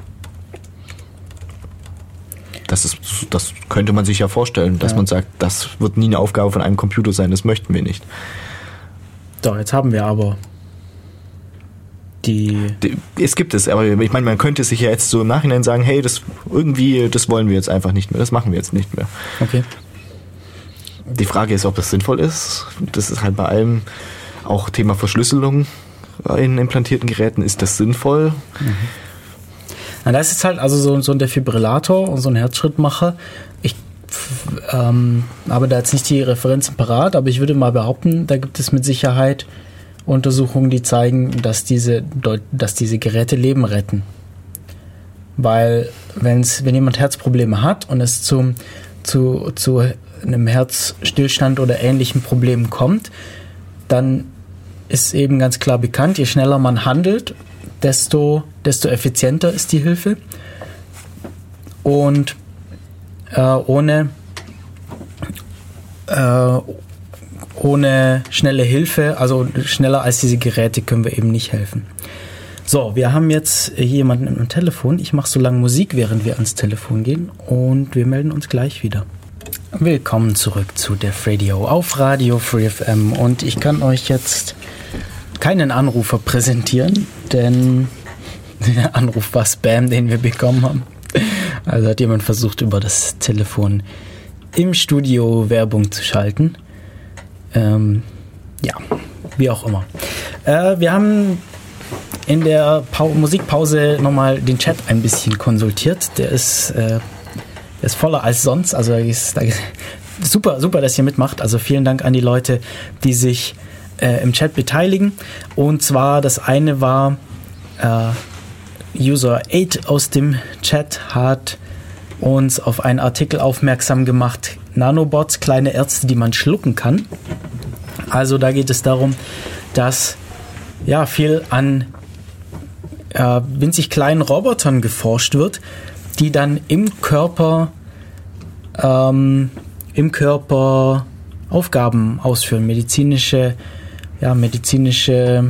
Das ist, das könnte man sich ja vorstellen, dass ja. man sagt, das wird nie eine Aufgabe von einem Computer sein, das möchten wir nicht. So, jetzt haben wir aber Die es gibt es, aber ich meine, man könnte sich ja jetzt so im Nachhinein sagen, hey, das irgendwie, das wollen wir jetzt einfach nicht mehr, das machen wir jetzt nicht mehr. Okay. Die Frage ist, ob das sinnvoll ist. Das ist halt bei allem auch Thema Verschlüsselung in implantierten Geräten. Ist das sinnvoll? Mhm. Na, das ist halt also so, so ein Defibrillator und so ein Herzschrittmacher. Ich ähm, habe da jetzt nicht die Referenzen parat, aber ich würde mal behaupten, da gibt es mit Sicherheit Untersuchungen, die zeigen, dass diese, dass diese Geräte Leben retten. Weil wenn's, wenn jemand Herzprobleme hat und es zum, zu, zu einem Herzstillstand oder ähnlichen Problemen kommt, dann ist eben ganz klar bekannt, je schneller man handelt, desto, desto effizienter ist die Hilfe. Und äh, ohne äh, ohne schnelle Hilfe, also schneller als diese Geräte, können wir eben nicht helfen. So, wir haben jetzt hier jemanden am Telefon. Ich mache so lange Musik, während wir ans Telefon gehen, und wir melden uns gleich wieder. Willkommen zurück zu Def Radio auf Radio Free F M, und ich kann euch jetzt keinen Anrufer präsentieren, denn der Anruf war Spam, den wir bekommen haben. Also hat jemand versucht, über das Telefon im Studio Werbung zu schalten. Ähm, ja, wie auch immer. Äh, wir haben in der Pau- Musikpause nochmal den Chat ein bisschen konsultiert. Der ist, äh, der ist voller als sonst. Also ist, ist super, super, dass ihr mitmacht. Also vielen Dank an die Leute, die sich äh, im Chat beteiligen. Und zwar das eine war äh, User acht aus dem Chat hat uns auf einen Artikel aufmerksam gemacht. Nanobots, kleine Ärzte, die man schlucken kann. Also da geht es darum, dass ja viel an äh, winzig kleinen Robotern geforscht wird, die dann im Körper ähm, im Körper Aufgaben ausführen, medizinische, ja, medizinische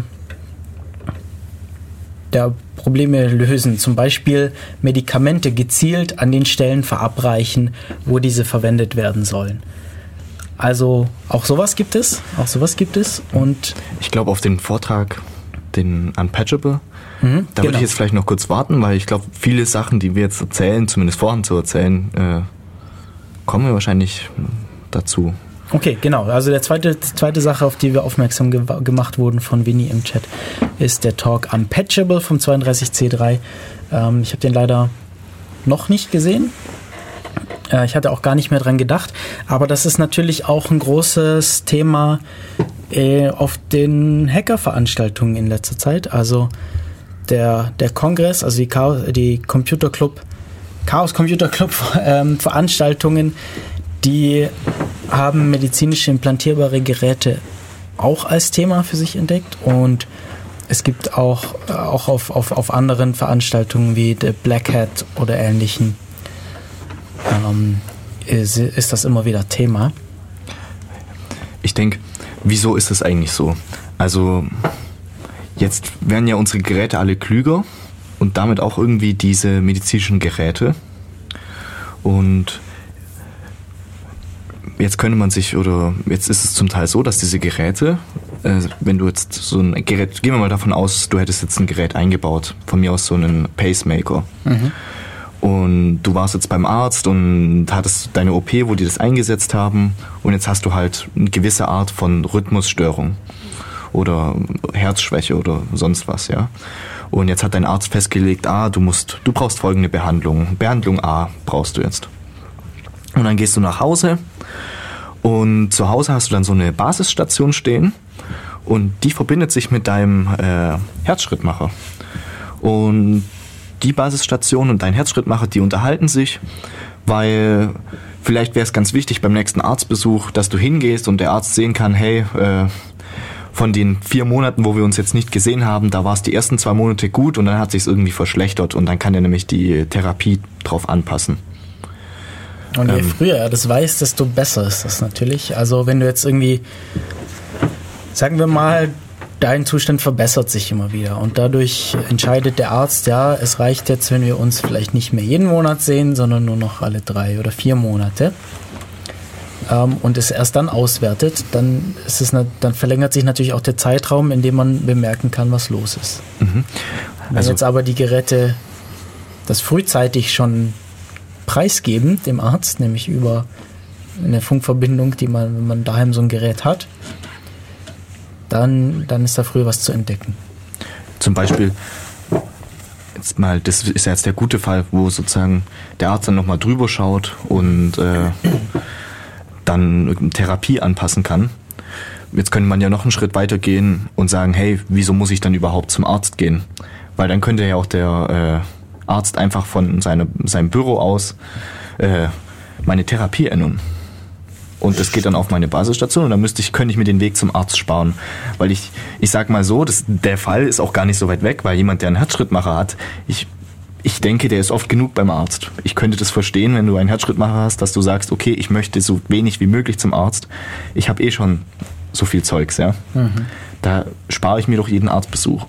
der Probleme lösen. Zum Beispiel Medikamente gezielt an den Stellen verabreichen, wo diese verwendet werden sollen. Also auch sowas gibt es, auch sowas gibt es. Und ich glaube, auf den Vortrag, den Unpatchable, mhm, da genau. würde ich jetzt vielleicht noch kurz warten, weil ich glaube, viele Sachen, die wir jetzt erzählen, zumindest vorhin zu erzählen, äh, kommen wir wahrscheinlich dazu. Okay, genau. Also der zweite, zweite Sache, auf die wir aufmerksam ge- gemacht wurden von Winnie im Chat, ist der Talk Unpatchable vom zweiunddreißig C drei. Ähm, ich habe den leider noch nicht gesehen. Äh, ich hatte auch gar nicht mehr dran gedacht. Aber das ist natürlich auch ein großes Thema äh, auf den Hacker-Veranstaltungen in letzter Zeit. Also der, der Kongress, also die, Chaos, die Computer Club, Chaos Computer Club ähm, Veranstaltungen, die haben medizinische implantierbare Geräte auch als Thema für sich entdeckt. Und es gibt auch, auch auf, auf, auf anderen Veranstaltungen wie der Black Hat oder ähnlichen ähm, ist, ist das immer wieder Thema. Ich denke, wieso ist es eigentlich so? Also jetzt werden ja unsere Geräte alle klüger und damit auch irgendwie diese medizinischen Geräte. Und jetzt könnte man sich, oder jetzt ist es zum Teil so, dass diese Geräte, äh, wenn du jetzt so ein Gerät, gehen wir mal davon aus, du hättest jetzt ein Gerät eingebaut, von mir aus so einen Pacemaker. Mhm. Und du warst jetzt beim Arzt und hattest deine O P, wo die das eingesetzt haben, und jetzt hast du halt eine gewisse Art von Rhythmusstörung oder Herzschwäche oder sonst was, ja. Und jetzt hat dein Arzt festgelegt, ah, du musst, du brauchst folgende Behandlung. Behandlung A brauchst du jetzt. Und dann gehst du nach Hause und zu Hause hast du dann so eine Basisstation stehen und die verbindet sich mit deinem äh, Herzschrittmacher. Und die Basisstation und dein Herzschrittmacher, die unterhalten sich, weil vielleicht wäre es ganz wichtig beim nächsten Arztbesuch, dass du hingehst und der Arzt sehen kann, hey, äh, von den vier Monaten, wo wir uns jetzt nicht gesehen haben, da war es die ersten zwei Monate gut und dann hat es sich irgendwie verschlechtert und dann kann er nämlich die Therapie drauf anpassen. Und je ähm, früher er das weiß, desto besser ist das natürlich. Also wenn du jetzt irgendwie, sagen wir mal, dein Zustand verbessert sich immer wieder und dadurch entscheidet der Arzt, ja, es reicht jetzt, wenn wir uns vielleicht nicht mehr jeden Monat sehen, sondern nur noch alle drei oder vier Monate ähm, und es erst dann auswertet, dann ist es eine, dann verlängert sich natürlich auch der Zeitraum, in dem man bemerken kann, was los ist. Mhm. Wenn also, jetzt aber die Geräte das frühzeitig schon preisgeben dem Arzt, nämlich über eine Funkverbindung, die man, wenn man daheim so ein Gerät hat, dann, dann ist da früher was zu entdecken. Zum Beispiel, jetzt mal, das ist ja jetzt der gute Fall, wo sozusagen der Arzt dann nochmal drüber schaut und äh, dann Therapie anpassen kann. Jetzt könnte man ja noch einen Schritt weiter gehen und sagen, hey, wieso muss ich dann überhaupt zum Arzt gehen? Weil dann könnte ja auch der äh, Arzt einfach von seine, seinem Büro aus äh, meine Therapie ändern. Und das geht dann auf meine Basisstation und dann müsste ich, könnte ich mir den Weg zum Arzt sparen. Weil ich, ich sag mal so, das, der Fall ist auch gar nicht so weit weg, weil jemand, der einen Herzschrittmacher hat, ich, ich denke, der ist oft genug beim Arzt. Ich könnte das verstehen, wenn du einen Herzschrittmacher hast, dass du sagst, okay, ich möchte so wenig wie möglich zum Arzt. Ich habe eh schon so viel Zeugs, ja. Mhm. Da spare ich mir doch jeden Arztbesuch.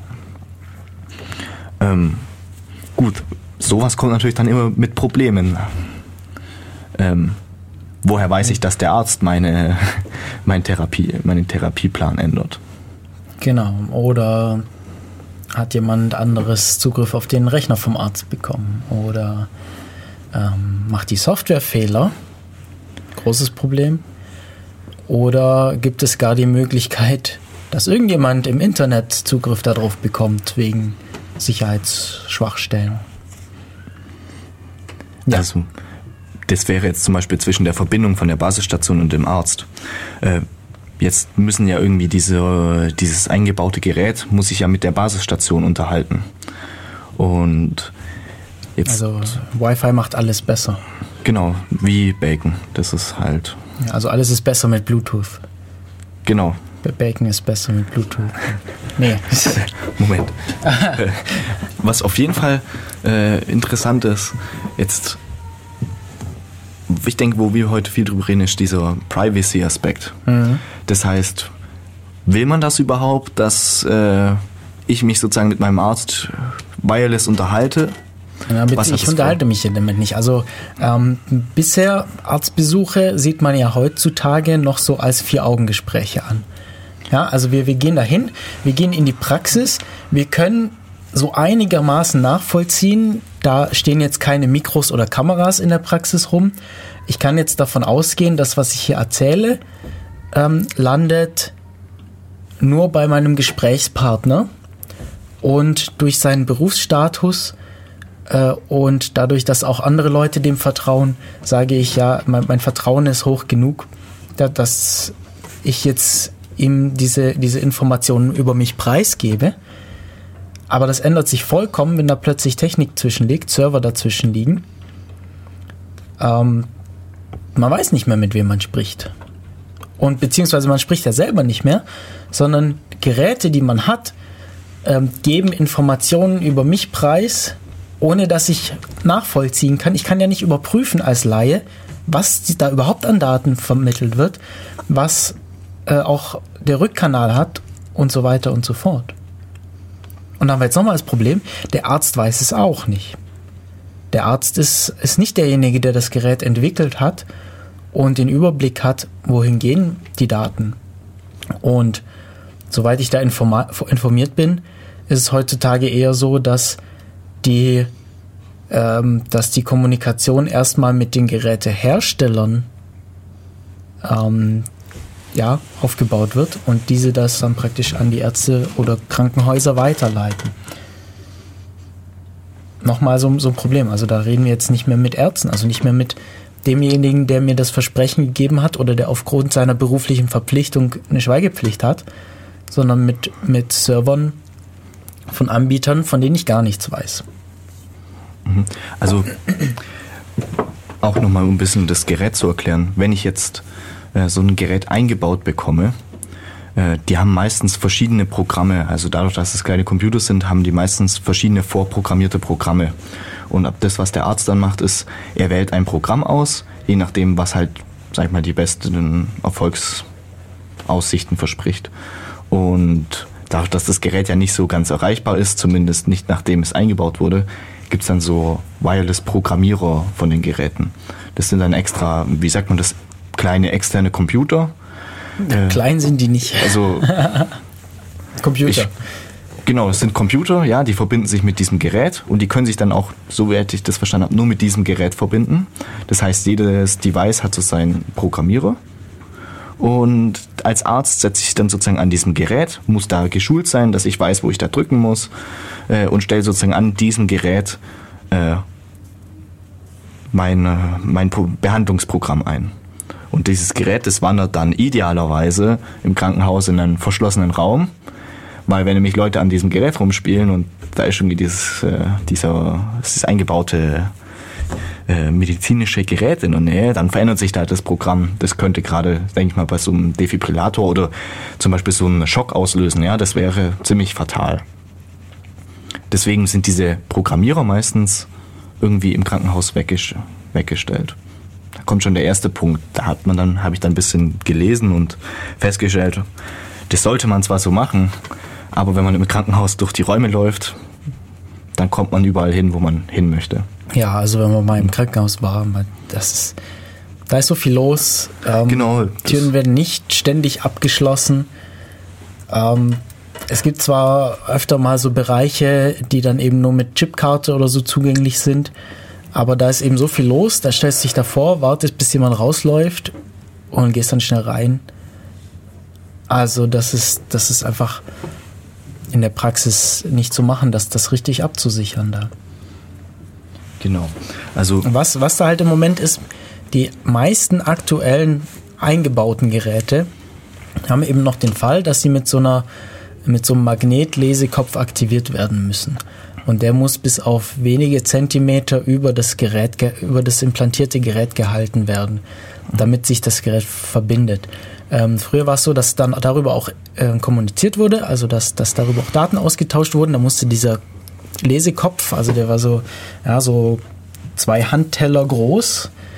Ähm, Gut, sowas kommt natürlich dann immer mit Problemen. Ähm, woher weiß ich, dass der Arzt meine, meine Therapie, meinen Therapieplan ändert? Genau, oder hat jemand anderes Zugriff auf den Rechner vom Arzt bekommen? Oder ähm, macht die Software Fehler? Großes Problem. Oder gibt es gar die Möglichkeit, dass irgendjemand im Internet Zugriff darauf bekommt, wegen Sicherheitsschwachstellen. Ja. Also, das wäre jetzt zum Beispiel zwischen der Verbindung von der Basisstation und dem Arzt. Äh, jetzt müssen ja irgendwie diese, dieses eingebaute Gerät muss sich ja mit der Basisstation unterhalten. Und jetzt. Also, Wi-Fi macht alles besser. Genau, wie Bacon. Das ist halt. Ja, also, alles ist besser mit Bluetooth. Genau. Bacon ist besser mit Bluetooth. Nee. Moment. Was auf jeden Fall äh, interessant ist, jetzt ich denke, wo wir heute viel drüber reden, ist dieser Privacy-Aspekt. Mhm. Das heißt, will man das überhaupt, dass äh, ich mich sozusagen mit meinem Arzt wireless unterhalte? Ja, bitte, ich unterhalte vor? mich ja damit nicht. Also ähm, bisher Arztbesuche sieht man ja heutzutage noch so als Vier-Augen-Gespräche an. Ja, also wir, wir gehen dahin, wir gehen in die Praxis, wir können so einigermaßen nachvollziehen, da stehen jetzt keine Mikros oder Kameras in der Praxis rum. Ich kann jetzt davon ausgehen, dass was ich hier erzähle, ähm, landet nur bei meinem Gesprächspartner und durch seinen Berufsstatus äh, und dadurch, dass auch andere Leute dem vertrauen, sage ich ja, mein, mein Vertrauen ist hoch genug, da, dass ich jetzt ihm diese, diese Informationen über mich preisgebe. Aber das ändert sich vollkommen, wenn da plötzlich Technik zwischenliegt, Server dazwischen liegen. Ähm, man weiß nicht mehr, mit wem man spricht. Und beziehungsweise man spricht ja selber nicht mehr, sondern Geräte, die man hat, ähm, geben Informationen über mich preis, ohne dass ich nachvollziehen kann. Ich kann ja nicht überprüfen als Laie, was da überhaupt an Daten vermittelt wird, was äh, auch der Rückkanal hat und so weiter und so fort. Und dann haben wir jetzt nochmal das Problem, der Arzt weiß es auch nicht. Der Arzt ist, ist nicht derjenige, der das Gerät entwickelt hat und den Überblick hat, wohin gehen die Daten. Und soweit ich da informa- informiert bin, ist es heutzutage eher so, dass die, ähm, dass die Kommunikation erstmal mit den Geräteherstellern ähm, ja, aufgebaut wird und diese das dann praktisch an die Ärzte oder Krankenhäuser weiterleiten. Nochmal so, so ein Problem. Also da reden wir jetzt nicht mehr mit Ärzten, also nicht mehr mit demjenigen, der mir das Versprechen gegeben hat oder der aufgrund seiner beruflichen Verpflichtung eine Schweigepflicht hat, sondern mit, mit Servern von Anbietern, von denen ich gar nichts weiß. Also auch nochmal um ein bisschen das Gerät zu erklären. Wenn ich jetzt so ein Gerät eingebaut bekomme, äh, die haben meistens verschiedene Programme. Also dadurch, dass es kleine Computer sind, haben die meistens verschiedene vorprogrammierte Programme. Und ab das, was der Arzt dann macht, ist, er wählt ein Programm aus, je nachdem, was halt, sag ich mal, die besten Erfolgsaussichten verspricht. Und dadurch, dass das Gerät ja nicht so ganz erreichbar ist, zumindest nicht nachdem es eingebaut wurde, gibt es dann so Wireless-Programmierer von den Geräten. Das sind dann extra, wie sagt man das, kleine externe Computer. Äh, Klein sind die nicht. Also Computer. Ich, genau, es sind Computer, ja, die verbinden sich mit diesem Gerät und die können sich dann auch, so wie ich das verstanden habe, nur mit diesem Gerät verbinden. Das heißt, jedes Device hat so seinen Programmierer und als Arzt setze ich dann sozusagen an diesem Gerät, muss da geschult sein, dass ich weiß, wo ich da drücken muss äh, und stelle sozusagen an diesem Gerät äh, mein, äh, mein Behandlungsprogramm ein. Und dieses Gerät, das wandert dann idealerweise im Krankenhaus in einen verschlossenen Raum, weil wenn nämlich Leute an diesem Gerät rumspielen und da ist irgendwie dieses, äh, dieser, dieses eingebaute äh, medizinische Gerät in der Nähe, dann verändert sich da halt das Programm. Das könnte gerade, denke ich mal, bei so einem Defibrillator oder zum Beispiel so einen Schock auslösen. Ja, das wäre ziemlich fatal. Deswegen sind diese Programmierer meistens irgendwie im Krankenhaus weggest- weggestellt. Da kommt schon der erste Punkt. Da hat man dann, habe ich dann ein bisschen gelesen und festgestellt, das sollte man zwar so machen, aber wenn man im Krankenhaus durch die Räume läuft, dann kommt man überall hin, wo man hin möchte. Ja, also wenn man mal im Krankenhaus war, das ist, da ist so viel los. Ähm, genau. Türen werden nicht ständig abgeschlossen. Ähm, es gibt zwar öfter mal so Bereiche, die dann eben nur mit Chipkarte oder so zugänglich sind, aber da ist eben so viel los, da stellst du dich davor, wartest, bis jemand rausläuft und gehst dann schnell rein. Also das ist, das ist einfach in der Praxis nicht zu machen, das, das richtig abzusichern da. Genau. Also was, was da halt im Moment ist, die meisten aktuellen eingebauten Geräte haben eben noch den Fall, dass sie mit so einer, mit so einem Magnetlesekopf aktiviert werden müssen. Und der muss bis auf wenige Zentimeter über das Gerät, über das implantierte Gerät gehalten werden, damit sich das Gerät verbindet. Ähm, früher war es so, dass dann darüber auch äh, kommuniziert wurde, also dass, dass darüber auch Daten ausgetauscht wurden. Da musste dieser Lesekopf, also der war so, ja, so zwei Handteller groß,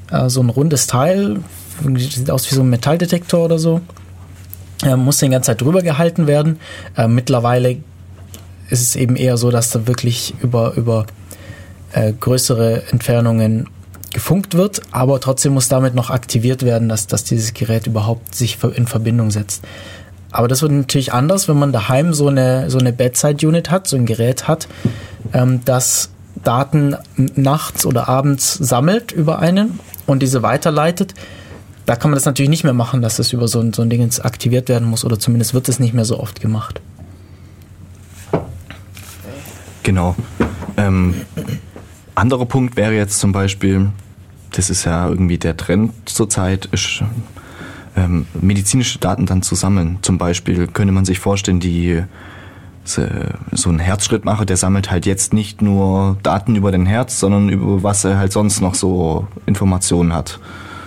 äh, so ein rundes Teil, sieht aus wie so ein Metalldetektor oder so, äh, muss die ganze Zeit drüber gehalten werden. Äh, mittlerweile ist es eben eher so, dass da wirklich über, über äh, größere Entfernungen gefunkt wird, aber trotzdem muss damit noch aktiviert werden, dass, dass dieses Gerät überhaupt sich in Verbindung setzt. Aber das wird natürlich anders, wenn man daheim so eine, so eine Bedside-Unit hat, so ein Gerät hat, ähm, das Daten nachts oder abends sammelt über einen und diese weiterleitet. Da kann man das natürlich nicht mehr machen, dass das über so ein, so ein Ding aktiviert werden muss, oder zumindest wird es nicht mehr so oft gemacht. Genau. Ähm, anderer Punkt wäre jetzt zum Beispiel, das ist ja irgendwie der Trend zurzeit, ist, ähm, medizinische Daten dann zu sammeln. Zum Beispiel könnte man sich vorstellen, die so ein Herzschrittmacher, der sammelt halt jetzt nicht nur Daten über den Herz, sondern über was er halt sonst noch so Informationen hat.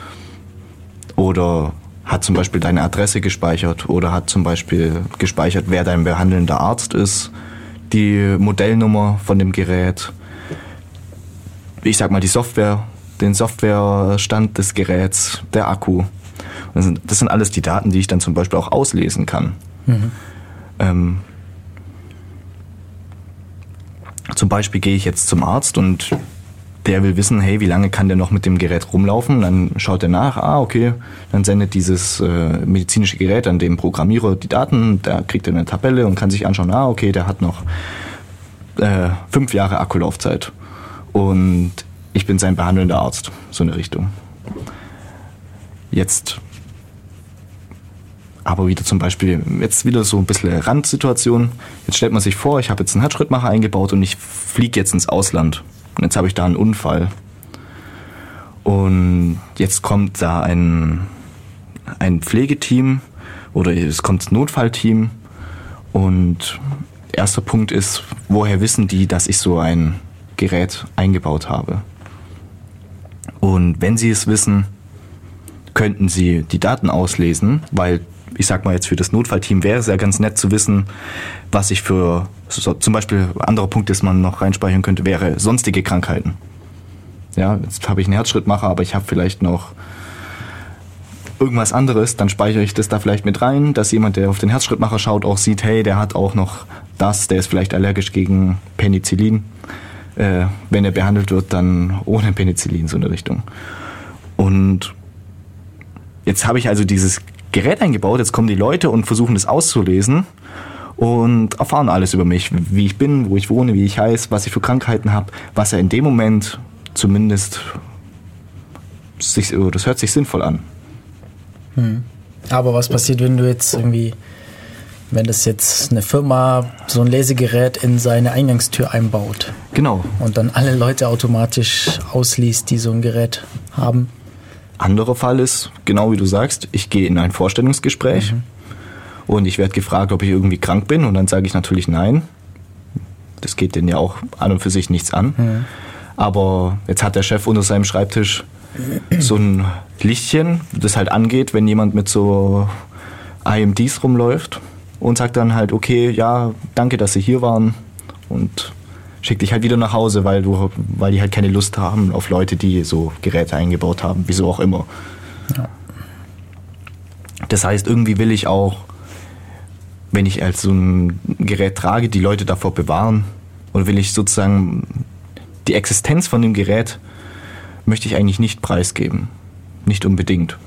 Oder hat zum Beispiel deine Adresse gespeichert oder hat zum Beispiel gespeichert, wer dein behandelnder Arzt ist, die Modellnummer von dem Gerät, ich sag mal die Software, den Softwarestand des Geräts, der Akku. Das sind, das sind alles die Daten, die ich dann zum Beispiel auch auslesen kann. Mhm. Ähm, Zum Beispiel gehe ich jetzt zum Arzt und der will wissen, hey, wie lange kann der noch mit dem Gerät rumlaufen? Dann schaut er nach, ah, okay, dann sendet dieses äh, medizinische Gerät an den Programmierer die Daten, da kriegt er eine Tabelle und kann sich anschauen, ah, okay, der hat noch äh, fünf Jahre Akkulaufzeit und ich bin sein behandelnder Arzt, so eine Richtung. Jetzt aber wieder zum Beispiel, jetzt wieder so ein bisschen Randsituation. Jetzt stellt man sich vor, ich habe jetzt einen Herzschrittmacher eingebaut und ich fliege jetzt ins Ausland. Und jetzt habe ich da einen Unfall. Und jetzt kommt da ein, ein Pflegeteam oder es kommt ein Notfallteam. Und erster Punkt ist, woher wissen die, dass ich so ein Gerät eingebaut habe? Und wenn sie es wissen, könnten sie die Daten auslesen, weil ich sag mal jetzt für das Notfallteam wäre es ja ganz nett zu wissen, was ich für, so, zum Beispiel anderer Punkt, das man noch reinspeichern könnte, wäre sonstige Krankheiten. Ja, jetzt habe ich einen Herzschrittmacher, aber ich habe vielleicht noch irgendwas anderes, dann speichere ich das da vielleicht mit rein, dass jemand, der auf den Herzschrittmacher schaut, auch sieht, hey, der hat auch noch das, der ist vielleicht allergisch gegen Penicillin. Äh, wenn er behandelt wird, dann ohne Penicillin, so eine Richtung. Und jetzt habe ich also dieses Gerät eingebaut, jetzt kommen die Leute und versuchen das auszulesen und erfahren alles über mich, wie ich bin, wo ich wohne, wie ich heiße, was ich für Krankheiten habe, was er in dem Moment zumindest, sich, das hört sich sinnvoll an. Hm. Aber was passiert, wenn du jetzt irgendwie, wenn das jetzt eine Firma so ein Lesegerät in seine Eingangstür einbaut? Genau. Und dann alle Leute automatisch ausliest, die so ein Gerät haben? Anderer Fall ist, genau wie du sagst, ich gehe in ein Vorstellungsgespräch mhm. und ich werde gefragt, ob ich irgendwie krank bin und dann sage ich natürlich nein. Das geht denen ja auch an und für sich nichts an. Mhm. Aber jetzt hat der Chef unter seinem Schreibtisch so ein Lichtchen, das halt angeht, wenn jemand mit so I M Ds rumläuft und sagt dann halt, okay, ja, danke, dass Sie hier waren und schickt dich halt wieder nach Hause, weil du, weil die halt keine Lust haben auf Leute, die so Geräte eingebaut haben, wieso auch immer. Ja. Das heißt, irgendwie will ich auch, wenn ich als so ein Gerät trage, die Leute davor bewahren und will ich sozusagen die Existenz von dem Gerät möchte ich eigentlich nicht preisgeben. Nicht unbedingt.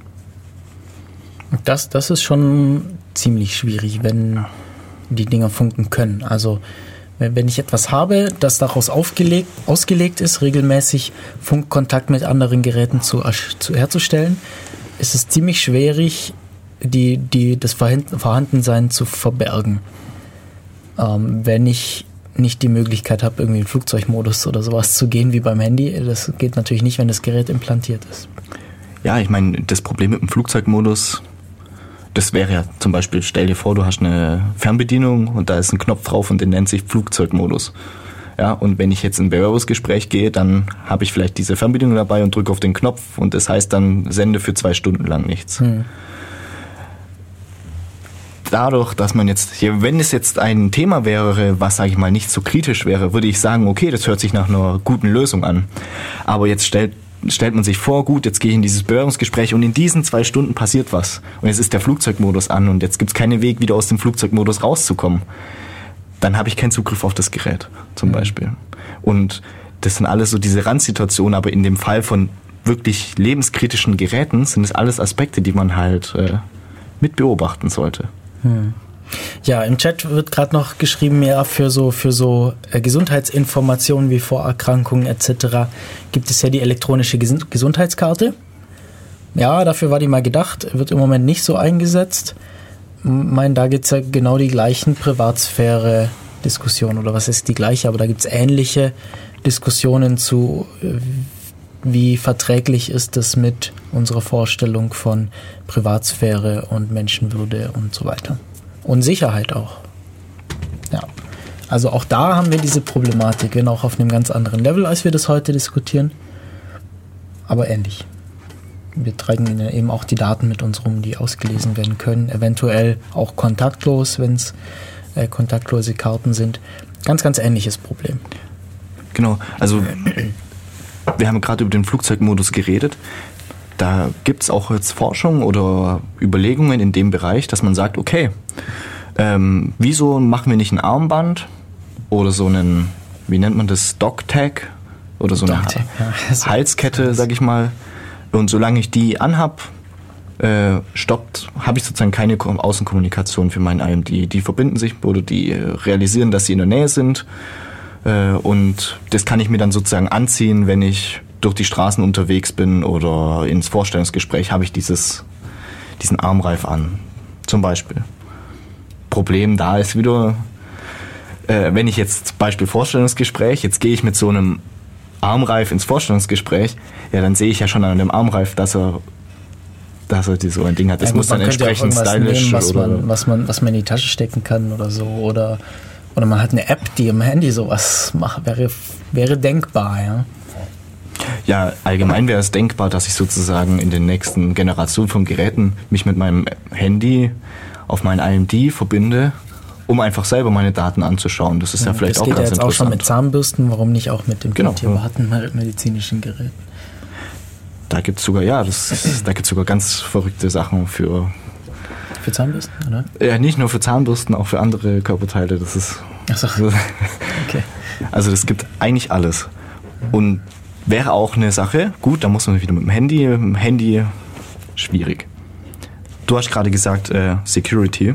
Das, das ist schon ziemlich schwierig, wenn die Dinger funken können. Also wenn ich etwas habe, das daraus aufgelegt, ausgelegt ist, regelmäßig Funkkontakt mit anderen Geräten zu, zu herzustellen, ist es ziemlich schwierig, die, die, das Vorhandensein zu verbergen. Ähm, wenn ich nicht die Möglichkeit habe, irgendwie in Flugzeugmodus oder sowas zu gehen wie beim Handy, das geht natürlich nicht, wenn das Gerät implantiert ist. Ja, ich meine, das Problem mit dem Flugzeugmodus, das wäre ja zum Beispiel, stell dir vor, du hast eine Fernbedienung und da ist ein Knopf drauf und der nennt sich Flugzeugmodus. Ja, und wenn ich jetzt in ein Bewerbungsgespräch gehe, dann habe ich vielleicht diese Fernbedienung dabei und drücke auf den Knopf und das heißt dann, sende für zwei Stunden lang nichts. Hm. Dadurch, dass man jetzt, wenn es jetzt ein Thema wäre, was, sage ich mal, nicht so kritisch wäre, würde ich sagen, okay, das hört sich nach einer guten Lösung an. Aber jetzt stellt stellt man sich vor, gut, jetzt gehe ich in dieses Bewerbungsgespräch und in diesen zwei Stunden passiert was. Und jetzt ist der Flugzeugmodus an und jetzt gibt es keinen Weg, wieder aus dem Flugzeugmodus rauszukommen. Dann habe ich keinen Zugriff auf das Gerät, zum mhm. Beispiel. Und das sind alles so diese Randsituationen, aber in dem Fall von wirklich lebenskritischen Geräten sind es alles Aspekte, die man halt äh, mit beobachten sollte. Mhm. Ja, im Chat wird gerade noch geschrieben, ja, für so für so äh, Gesundheitsinformationen wie Vorerkrankungen et cetera gibt es ja die elektronische Ges- Gesundheitskarte. Ja, dafür war die mal gedacht, wird im Moment nicht so eingesetzt. Ich meine, da gibt es ja genau die gleichen Privatsphäre-Diskussionen, oder was ist die gleiche, aber da gibt es ähnliche Diskussionen zu, äh, wie verträglich ist es mit unserer Vorstellung von Privatsphäre und Menschenwürde und so weiter. Und Sicherheit auch. Ja. Also auch da haben wir diese Problematik, wenn auch auf einem ganz anderen Level, als wir das heute diskutieren. Aber ähnlich. Wir tragen eben auch die Daten mit uns rum, die ausgelesen werden können. Eventuell auch kontaktlos, wenn es äh, kontaktlose Karten sind. Ganz, ganz ähnliches Problem. Genau. Also wir haben gerade über den Flugzeugmodus geredet. Da gibt es auch jetzt Forschung oder Überlegungen in dem Bereich, dass man sagt, okay, ähm, wieso machen wir nicht ein Armband oder so einen, wie nennt man das, Dog-Tag oder so eine Dog-Tag, ja. Halskette, sag ich mal. Und solange ich die anhab, äh, stoppt, habe ich sozusagen keine Außenkommunikation für meinen I M D. Die verbinden sich oder die realisieren, dass sie in der Nähe sind. Äh, und das kann ich mir dann sozusagen anziehen, wenn ich durch die Straßen unterwegs bin oder ins Vorstellungsgespräch, habe ich dieses, diesen Armreif an, zum Beispiel. Problem da ist wieder, äh, wenn ich jetzt, Beispiel Vorstellungsgespräch, jetzt gehe ich mit so einem Armreif ins Vorstellungsgespräch, ja, dann sehe ich ja schon an dem Armreif, dass er, dass er so ein Ding hat. Das ja, gut, muss dann entsprechend stylisch nehmen, was oder man, was man, was man in die Tasche stecken kann oder so, oder, oder man hat eine App, die im Handy sowas macht, wäre, wäre denkbar, ja. Ja, allgemein wäre es denkbar, dass ich sozusagen in den nächsten Generationen von Geräten mich mit meinem Handy auf mein I M D verbinde, um einfach selber meine Daten anzuschauen. Das ist ja, ja vielleicht auch ganz interessant. Das geht ja jetzt auch schon mit Zahnbürsten, warum nicht auch mit dem genau. privaten medizinischen Gerät? Da gibt es sogar, ja, das, da gibt es sogar ganz verrückte Sachen für... Für Zahnbürsten, oder? Ja, nicht nur für Zahnbürsten, auch für andere Körperteile. Das ist... Ach so. Okay. Also das gibt eigentlich alles. Und wäre auch eine Sache, gut, da muss man wieder mit dem Handy, mit dem Handy, schwierig. Du hast gerade gesagt, äh, Security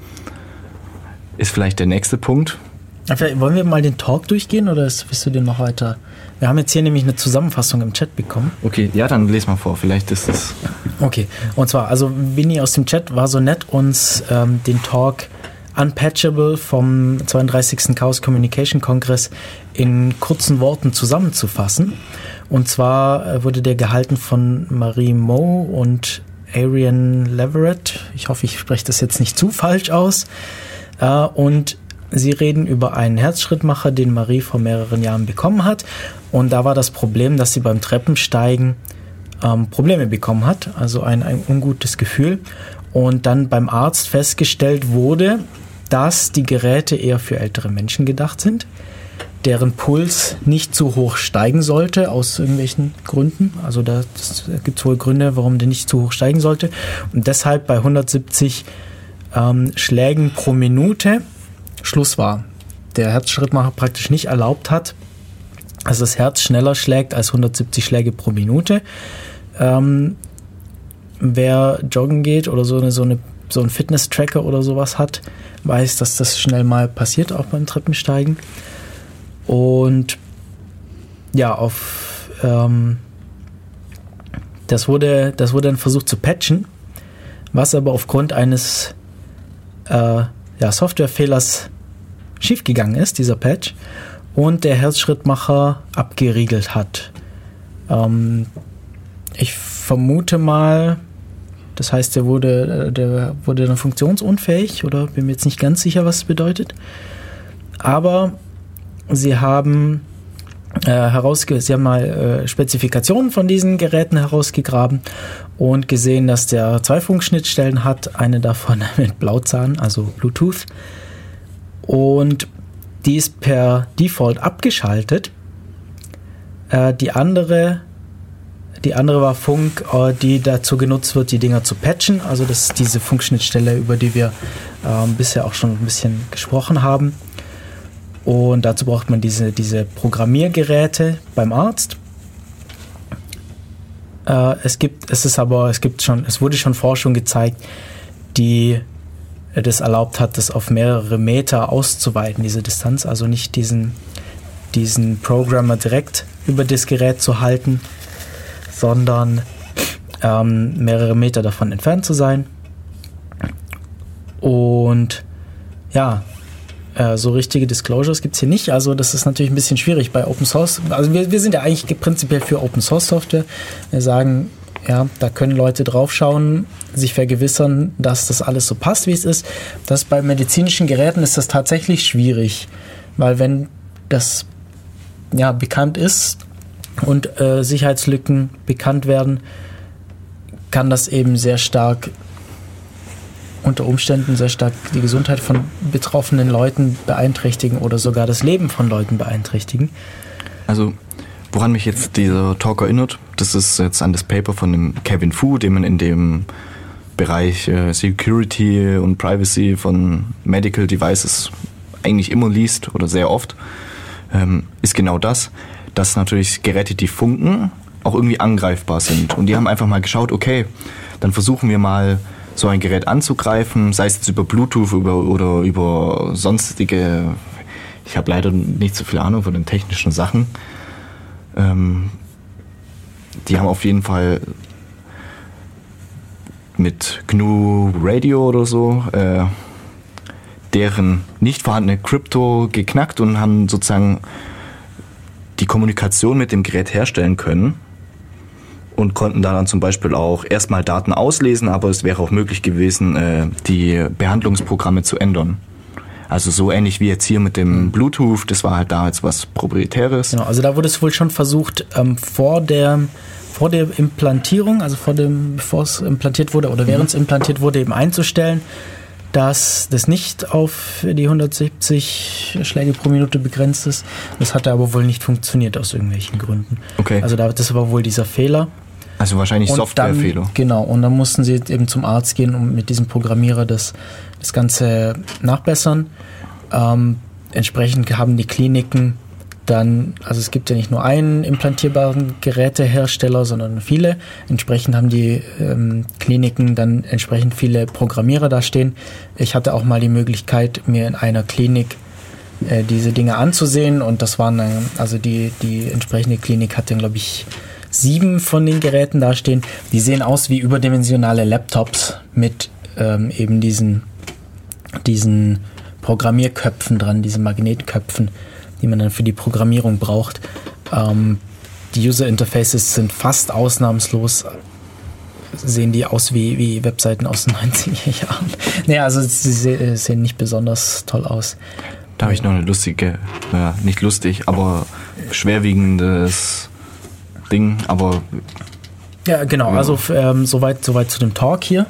ist vielleicht der nächste Punkt. Vielleicht wollen wir mal den Talk durchgehen oder willst du den noch weiter? Wir haben jetzt hier nämlich eine Zusammenfassung im Chat bekommen. Okay, ja, dann les mal vor, vielleicht ist es... Okay, und zwar, also Winnie aus dem Chat war so nett, uns ähm, den Talk Unpatchable vom zweiunddreißigsten Chaos Communication Kongress in kurzen Worten zusammenzufassen. Und zwar wurde der gehalten von Marie Moe und Arian Leverett. Ich hoffe, ich spreche das jetzt nicht zu falsch aus. Und sie reden über einen Herzschrittmacher, den Marie vor mehreren Jahren bekommen hat. Und da war das Problem, dass sie beim Treppensteigen ähm, Probleme bekommen hat, also ein, ein ungutes Gefühl. Und dann beim Arzt festgestellt wurde, dass die Geräte eher für ältere Menschen gedacht sind, deren Puls nicht zu hoch steigen sollte, aus irgendwelchen Gründen. Also da gibt es wohl Gründe, warum der nicht zu hoch steigen sollte. Und deshalb bei hundertsiebzig ähm, Schlägen pro Minute Schluss war. Der Herzschrittmacher praktisch nicht erlaubt hat, dass das Herz schneller schlägt als hundertsiebzig Schläge pro Minute. Ähm, wer joggen geht oder so eine, so eine so ein Fitness-Tracker oder sowas hat, weiß, dass das schnell mal passiert, auch beim Treppensteigen. Und ja, auf ähm, das wurde, das wurde dann versucht zu patchen, was aber aufgrund eines äh, ja, Softwarefehlers schiefgegangen ist, dieser Patch, und der Herzschrittmacher abgeriegelt hat. Ähm, ich vermute mal, das heißt, der wurde, der wurde dann funktionsunfähig, oder bin mir jetzt nicht ganz sicher, was es bedeutet. Aber sie haben, äh, herausge- sie haben mal äh, Spezifikationen von diesen Geräten herausgegraben und gesehen, dass der zwei Funkschnittstellen hat, eine davon mit Blauzahn, also Bluetooth. Und die ist per Default abgeschaltet. Äh, die andere die andere war Funk, äh, die dazu genutzt wird, die Dinger zu patchen. Also das ist diese Funkschnittstelle, über die wir äh, bisher auch schon ein bisschen gesprochen haben. Und dazu braucht man diese, diese Programmiergeräte beim Arzt. Äh, es gibt, es ist aber, es gibt schon, es wurde schon Forschung gezeigt, die das erlaubt hat, das auf mehrere Meter auszuweiten, diese Distanz, also nicht diesen, diesen Programmer direkt über das Gerät zu halten, sondern ähm, mehrere Meter davon entfernt zu sein. Und ja, äh, so richtige Disclosures gibt es hier nicht, also das ist natürlich ein bisschen schwierig bei Open Source. Also wir, wir sind ja eigentlich prinzipiell für Open Source Software. Wir sagen, ja, da können Leute draufschauen, sich vergewissern, dass das alles so passt, wie es ist. Das bei medizinischen Geräten ist das tatsächlich schwierig, weil wenn das ja bekannt ist und äh, Sicherheitslücken bekannt werden, kann das eben sehr stark unter Umständen sehr stark die Gesundheit von betroffenen Leuten beeinträchtigen oder sogar das Leben von Leuten beeinträchtigen. Also woran mich jetzt dieser Talk erinnert, das ist jetzt an das Paper von dem Kevin Fu, den man in dem Bereich äh, Security und Privacy von Medical Devices eigentlich immer liest oder sehr oft, ähm, ist genau das, dass natürlich Geräte, die funken, auch irgendwie angreifbar sind. Und die haben einfach mal geschaut, okay, dann versuchen wir mal so ein Gerät anzugreifen, sei es jetzt über Bluetooth über, oder über sonstige, ich habe leider nicht so viel Ahnung von den technischen Sachen. Ähm, die haben auf jeden Fall mit G N U Radio oder so äh, deren nicht vorhandene Krypto geknackt und haben sozusagen die Kommunikation mit dem Gerät herstellen können und konnten dann zum Beispiel auch erstmal Daten auslesen, aber es wäre auch möglich gewesen, äh, die Behandlungsprogramme zu ändern. Also so ähnlich wie jetzt hier mit dem Bluetooth, das war halt da jetzt was Proprietäres. Genau, also da wurde es wohl schon versucht, ähm, vor der vor der Implantierung, also vor dem, bevor es implantiert wurde oder während es implantiert wurde, eben einzustellen, dass das nicht auf die hundertsiebzig Schläge pro Minute begrenzt ist. Das hatte aber wohl nicht funktioniert aus irgendwelchen Gründen. Okay. Also da, das war wohl dieser Fehler. Also wahrscheinlich Softwarefehler. Genau, und dann mussten sie eben zum Arzt gehen und mit diesem Programmierer das, das Ganze nachbessern. Ähm, entsprechend haben die Kliniken dann, also es gibt ja nicht nur einen implantierbaren Gerätehersteller, sondern viele. Entsprechend haben die ähm, Kliniken dann entsprechend viele Programmierer da stehen. Ich hatte auch mal die Möglichkeit, mir in einer Klinik äh, diese Dinge anzusehen und das waren, äh, also die, die entsprechende Klinik hatte, glaube ich, sieben von den Geräten da stehen. Die sehen aus wie überdimensionale Laptops mit ähm, eben diesen, diesen Programmierköpfen dran, diesen Magnetköpfen, die man dann für die Programmierung braucht. Ähm, die User Interfaces sind fast ausnahmslos, sehen die aus wie, wie Webseiten aus den neunziger Jahren. Naja, also sie sehen nicht besonders toll aus. Da habe ich noch eine lustige, ja, nicht lustig, aber schwerwiegendes Ding, aber... Ja, genau, ja. Also ähm, soweit, soweit zu dem Talk hier.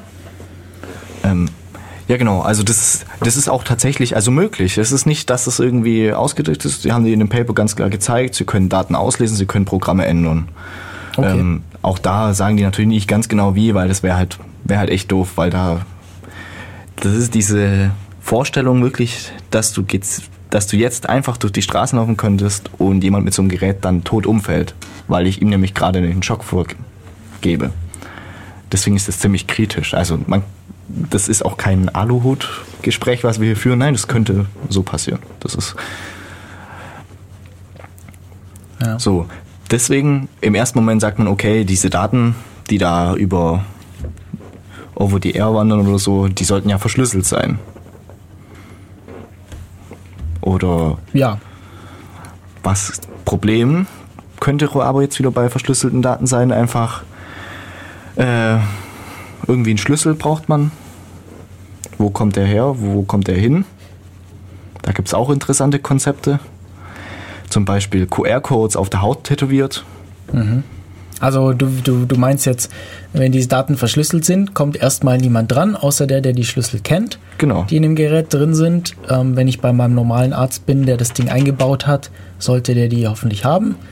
Ähm, Ja, genau. Also das, das ist auch tatsächlich also möglich. Es ist nicht, dass es irgendwie ausgedrückt ist. Die haben die in dem Paper ganz klar gezeigt. Sie können Daten auslesen, sie können Programme ändern. Okay. Ähm, auch da sagen die natürlich nicht ganz genau wie, weil das wäre halt, wäre halt echt doof, weil da das ist diese Vorstellung wirklich, dass du jetzt, dass du jetzt einfach durch die Straßen laufen könntest und jemand mit so einem Gerät dann tot umfällt, weil ich ihm nämlich gerade einen Schock vorgebe. Deswegen ist das ziemlich kritisch. Also man Das ist auch kein Aluhut-Gespräch, was wir hier führen. Nein, das könnte so passieren. Das ist ja. So. Deswegen im ersten Moment sagt man, okay, diese Daten, die da über over the air wandern oder so, die sollten ja verschlüsselt sein. Oder ja. Was Problem könnte aber jetzt wieder bei verschlüsselten Daten sein, einfach äh, irgendwie einen Schlüssel braucht man. Wo kommt der her? Wo kommt der hin? Da gibt es auch interessante Konzepte. Zum Beispiel Q R-Codes auf der Haut tätowiert. Mhm. Also du, du, du meinst jetzt, wenn diese Daten verschlüsselt sind, kommt erstmal niemand dran, außer der, der die Schlüssel kennt, genau, die in dem Gerät drin sind. Ähm, wenn ich bei meinem normalen Arzt bin, der das Ding eingebaut hat, sollte der die hoffentlich haben.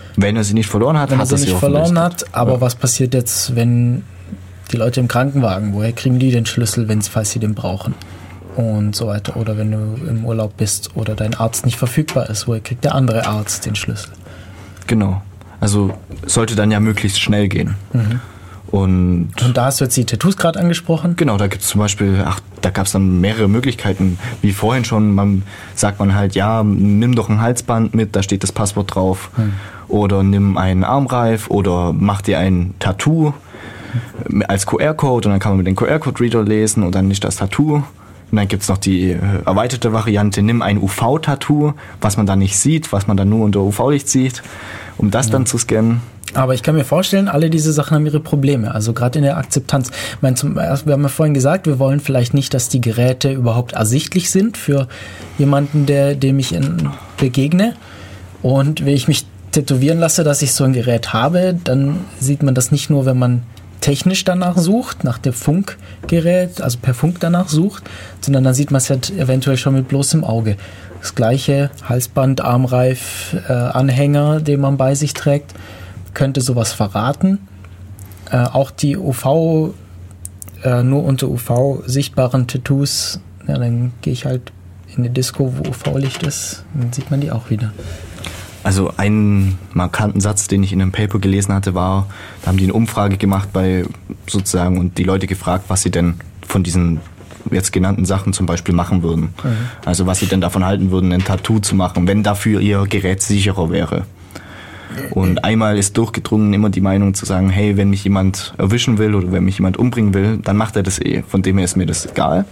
Wenn er sie nicht verloren hat, wenn er hat sie er sie nicht hoffentlich. verloren hat. Aber Ja. was passiert jetzt, wenn die Leute im Krankenwagen, woher kriegen die den Schlüssel, wenn, falls sie den brauchen? Und so weiter. Oder wenn du im Urlaub bist oder dein Arzt nicht verfügbar ist, woher kriegt der andere Arzt den Schlüssel? Genau. Also sollte dann ja möglichst schnell gehen. Mhm. Und Und da hast du jetzt die Tattoos gerade angesprochen. genau, da gibt es zum Beispiel, ach, da gab es dann mehrere Möglichkeiten. Wie vorhin schon, man sagt man halt, ja, nimm doch ein Halsband mit, da steht das Passwort drauf. Hm. Oder nimm einen Armreif oder mach dir ein Tattoo hm. als Q R-Code und dann kann man mit dem Q R-Code-Reader lesen und dann nicht das Tattoo. Und dann gibt es noch die äh, erweiterte Variante, nimm ein U V-Tattoo, was man dann nicht sieht, was man dann nur unter U V-Licht sieht, um das ja. dann zu scannen. Aber ich kann mir vorstellen, alle diese Sachen haben ihre Probleme, also gerade in der Akzeptanz. Ich meine, zum, wir haben ja vorhin gesagt, wir wollen vielleicht nicht, dass die Geräte überhaupt ersichtlich sind für jemanden, der, dem ich in, begegne. Und wenn ich mich tätowieren lasse, dass ich so ein Gerät habe, dann sieht man das nicht nur, wenn man technisch danach sucht, nach dem Funkgerät, also per Funk danach sucht, sondern dann sieht man es ja eventuell schon mit bloßem Auge. Das gleiche Halsband, Armreif, äh, Anhänger, den man bei sich trägt, könnte sowas verraten. Äh, auch die U V, äh, nur unter U V sichtbaren Tattoos, ja, dann gehe ich halt in eine Disco, wo U V-Licht ist, dann sieht man die auch wieder. Also einen markanten Satz, den ich in einem Paper gelesen hatte, war, da haben die eine Umfrage gemacht bei sozusagen und die Leute gefragt, was sie denn von diesen jetzt genannten Sachen zum Beispiel machen würden. Mhm. Also was sie denn davon halten würden, ein Tattoo zu machen, wenn dafür ihr Gerät sicherer wäre. Und einmal ist durchgedrungen immer die Meinung zu sagen, hey, wenn mich jemand erwischen will oder wenn mich jemand umbringen will, dann macht er das eh. Von dem her ist mir das egal.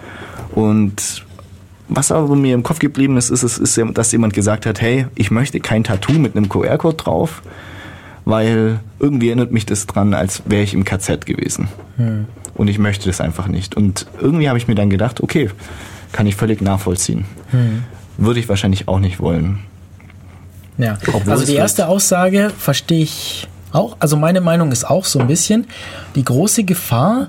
Und was aber mir im Kopf geblieben ist, ist, ist, ist, dass jemand gesagt hat, hey, ich möchte kein Tattoo mit einem Q R-Code drauf, weil irgendwie erinnert mich das dran, als wäre ich im K Z gewesen. Hm. Und ich möchte das einfach nicht. Und irgendwie habe ich mir dann gedacht, okay, kann ich völlig nachvollziehen. Hm. Würde ich wahrscheinlich auch nicht wollen. Ja, obwohl also die erste Aussage verstehe ich auch. Also meine Meinung ist auch so ein bisschen, die große Gefahr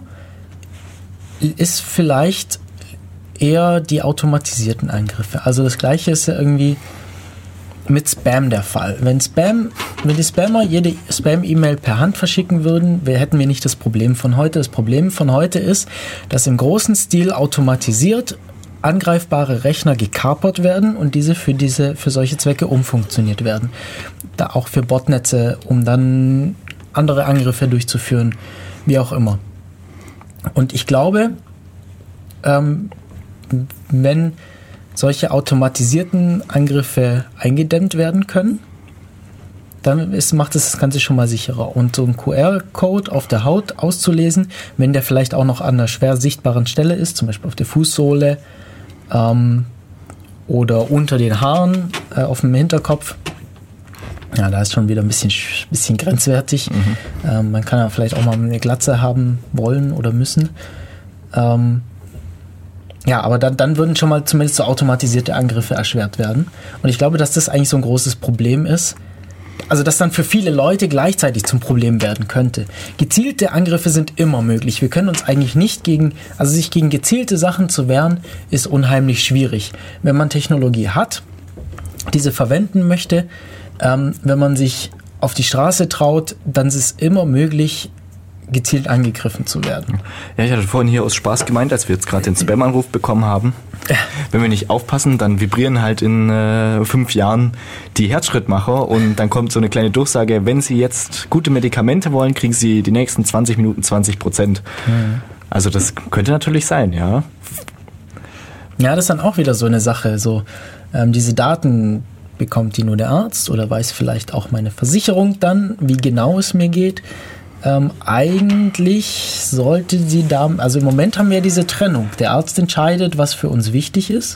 ist vielleicht eher die automatisierten Angriffe. Also das Gleiche ist ja irgendwie mit Spam der Fall. Wenn Spam, wenn die Spammer jede Spam-E-Mail per Hand verschicken würden, wir, hätten wir nicht das Problem von heute. Das Problem von heute ist, dass im großen Stil automatisiert angreifbare Rechner gekapert werden und diese für diese für solche Zwecke umfunktioniert werden. Da auch für Botnetze, um dann andere Angriffe durchzuführen, wie auch immer. Und ich glaube, ähm, wenn solche automatisierten Angriffe eingedämmt werden können, dann ist, macht es das Ganze schon mal sicherer. Und so ein Q R-Code auf der Haut auszulesen, wenn der vielleicht auch noch an einer schwer sichtbaren Stelle ist, zum Beispiel auf der Fußsohle ähm, oder unter den Haaren äh, auf dem Hinterkopf, ja, da ist schon wieder ein bisschen, bisschen grenzwertig. Mhm. Ähm, man kann ja vielleicht auch mal eine Glatze haben wollen oder müssen. Ähm, Ja, aber dann, dann würden schon mal zumindest so automatisierte Angriffe erschwert werden. Und ich glaube, dass das eigentlich so ein großes Problem ist. Also, dass dann für viele Leute gleichzeitig zum Problem werden könnte. Gezielte Angriffe sind immer möglich. Wir können uns eigentlich nicht gegen, also sich gegen gezielte Sachen zu wehren, ist unheimlich schwierig. Wenn man Technologie hat, diese verwenden möchte, ähm, wenn man sich auf die Straße traut, dann ist es immer möglich, gezielt angegriffen zu werden. Ja, ich hatte vorhin hier aus Spaß gemeint, als wir jetzt gerade den Spam-Anruf bekommen haben. Ja. Wenn wir nicht aufpassen, dann vibrieren halt in äh, fünf Jahren die Herzschrittmacher und dann kommt so eine kleine Durchsage, wenn Sie jetzt gute Medikamente wollen, kriegen Sie die nächsten zwanzig Minuten zwanzig Prozent. Mhm. Also das könnte natürlich sein, ja. Ja, das ist dann auch wieder so eine Sache. So ähm, diese Daten bekommt die nur der Arzt oder weiß vielleicht auch meine Versicherung dann, wie genau es mir geht. Ähm, eigentlich sollte sie da, also im Moment haben wir ja diese Trennung. Der Arzt entscheidet, was für uns wichtig ist.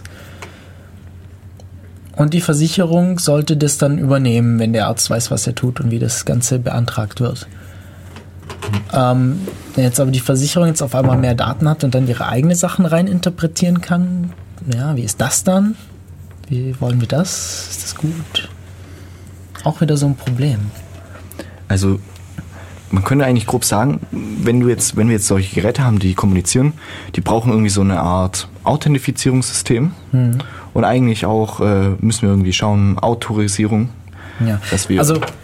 Und die Versicherung sollte das dann übernehmen, wenn der Arzt weiß, was er tut und wie das Ganze beantragt wird. Mhm. Ähm, wenn jetzt aber die Versicherung jetzt auf einmal mehr Daten hat und dann ihre eigenen Sachen rein interpretieren kann, ja, wie ist das dann? Wie wollen wir das? Ist das gut? Auch wieder so ein Problem. Also man könnte eigentlich grob sagen, wenn du jetzt, wenn wir jetzt solche Geräte haben, die kommunizieren, die brauchen irgendwie so eine Art Authentifizierungssystem. Mhm. Und eigentlich auch äh, müssen wir irgendwie schauen, Autorisierung. Ja. Dass wir also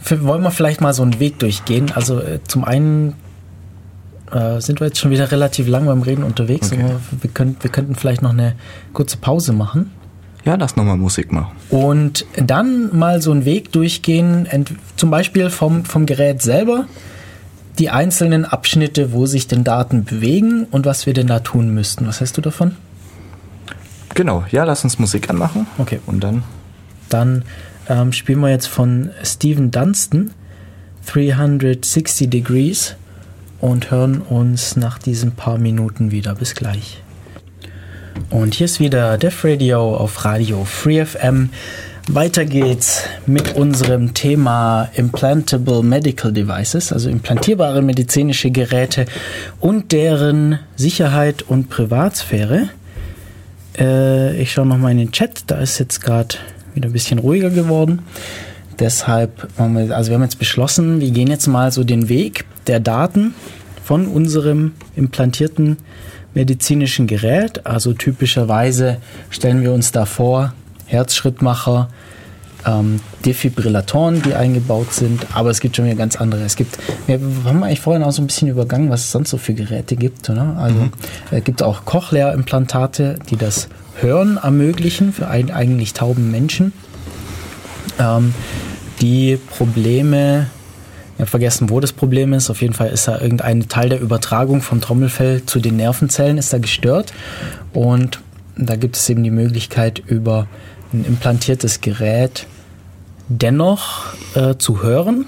wollen wir vielleicht mal so einen Weg durchgehen. Also äh, zum einen äh, sind wir jetzt schon wieder relativ lang beim Reden unterwegs. Okay. Aber wir, könnt, wir könnten vielleicht noch eine kurze Pause machen. Ja, lass nochmal Musik machen. Und dann mal so einen Weg durchgehen, ent- zum Beispiel vom, vom Gerät selber, die einzelnen Abschnitte, wo sich denn Daten bewegen und was wir denn da tun müssten. Was hältst du davon? Genau, ja, lass uns Musik anmachen. Okay. Und dann? Dann ähm, spielen wir jetzt von Stephen Dunstan dreihundertsechzig Degrees und hören uns nach diesen paar Minuten wieder. Bis gleich. Und hier ist wieder Def Radio auf Radio Free F M. Weiter geht's mit unserem Thema Implantable Medical Devices, also implantierbare medizinische Geräte und deren Sicherheit und Privatsphäre. Äh, ich schaue nochmal in den Chat, da ist jetzt gerade wieder ein bisschen ruhiger geworden. Deshalb, haben wir, also wir haben jetzt beschlossen, wir gehen jetzt mal so den Weg der Daten von unserem implantierten medizinischen Gerät. Also typischerweise stellen wir uns da vor, Herzschrittmacher, ähm, Defibrillatoren, die eingebaut sind, aber es gibt schon wieder ganz andere. Es gibt, wir haben eigentlich vorhin auch so ein bisschen übergangen, was es sonst so für Geräte gibt. Oder? Also mhm. es gibt auch Cochlea-Implantate, die das Hören ermöglichen für ein, eigentlich tauben Menschen. Ähm, die Probleme, ich habe vergessen, wo das Problem ist. Auf jeden Fall ist da irgendein Teil der Übertragung vom Trommelfell zu den Nervenzellen ist da gestört. Und da gibt es eben die Möglichkeit, über ein implantiertes Gerät dennoch äh, zu hören.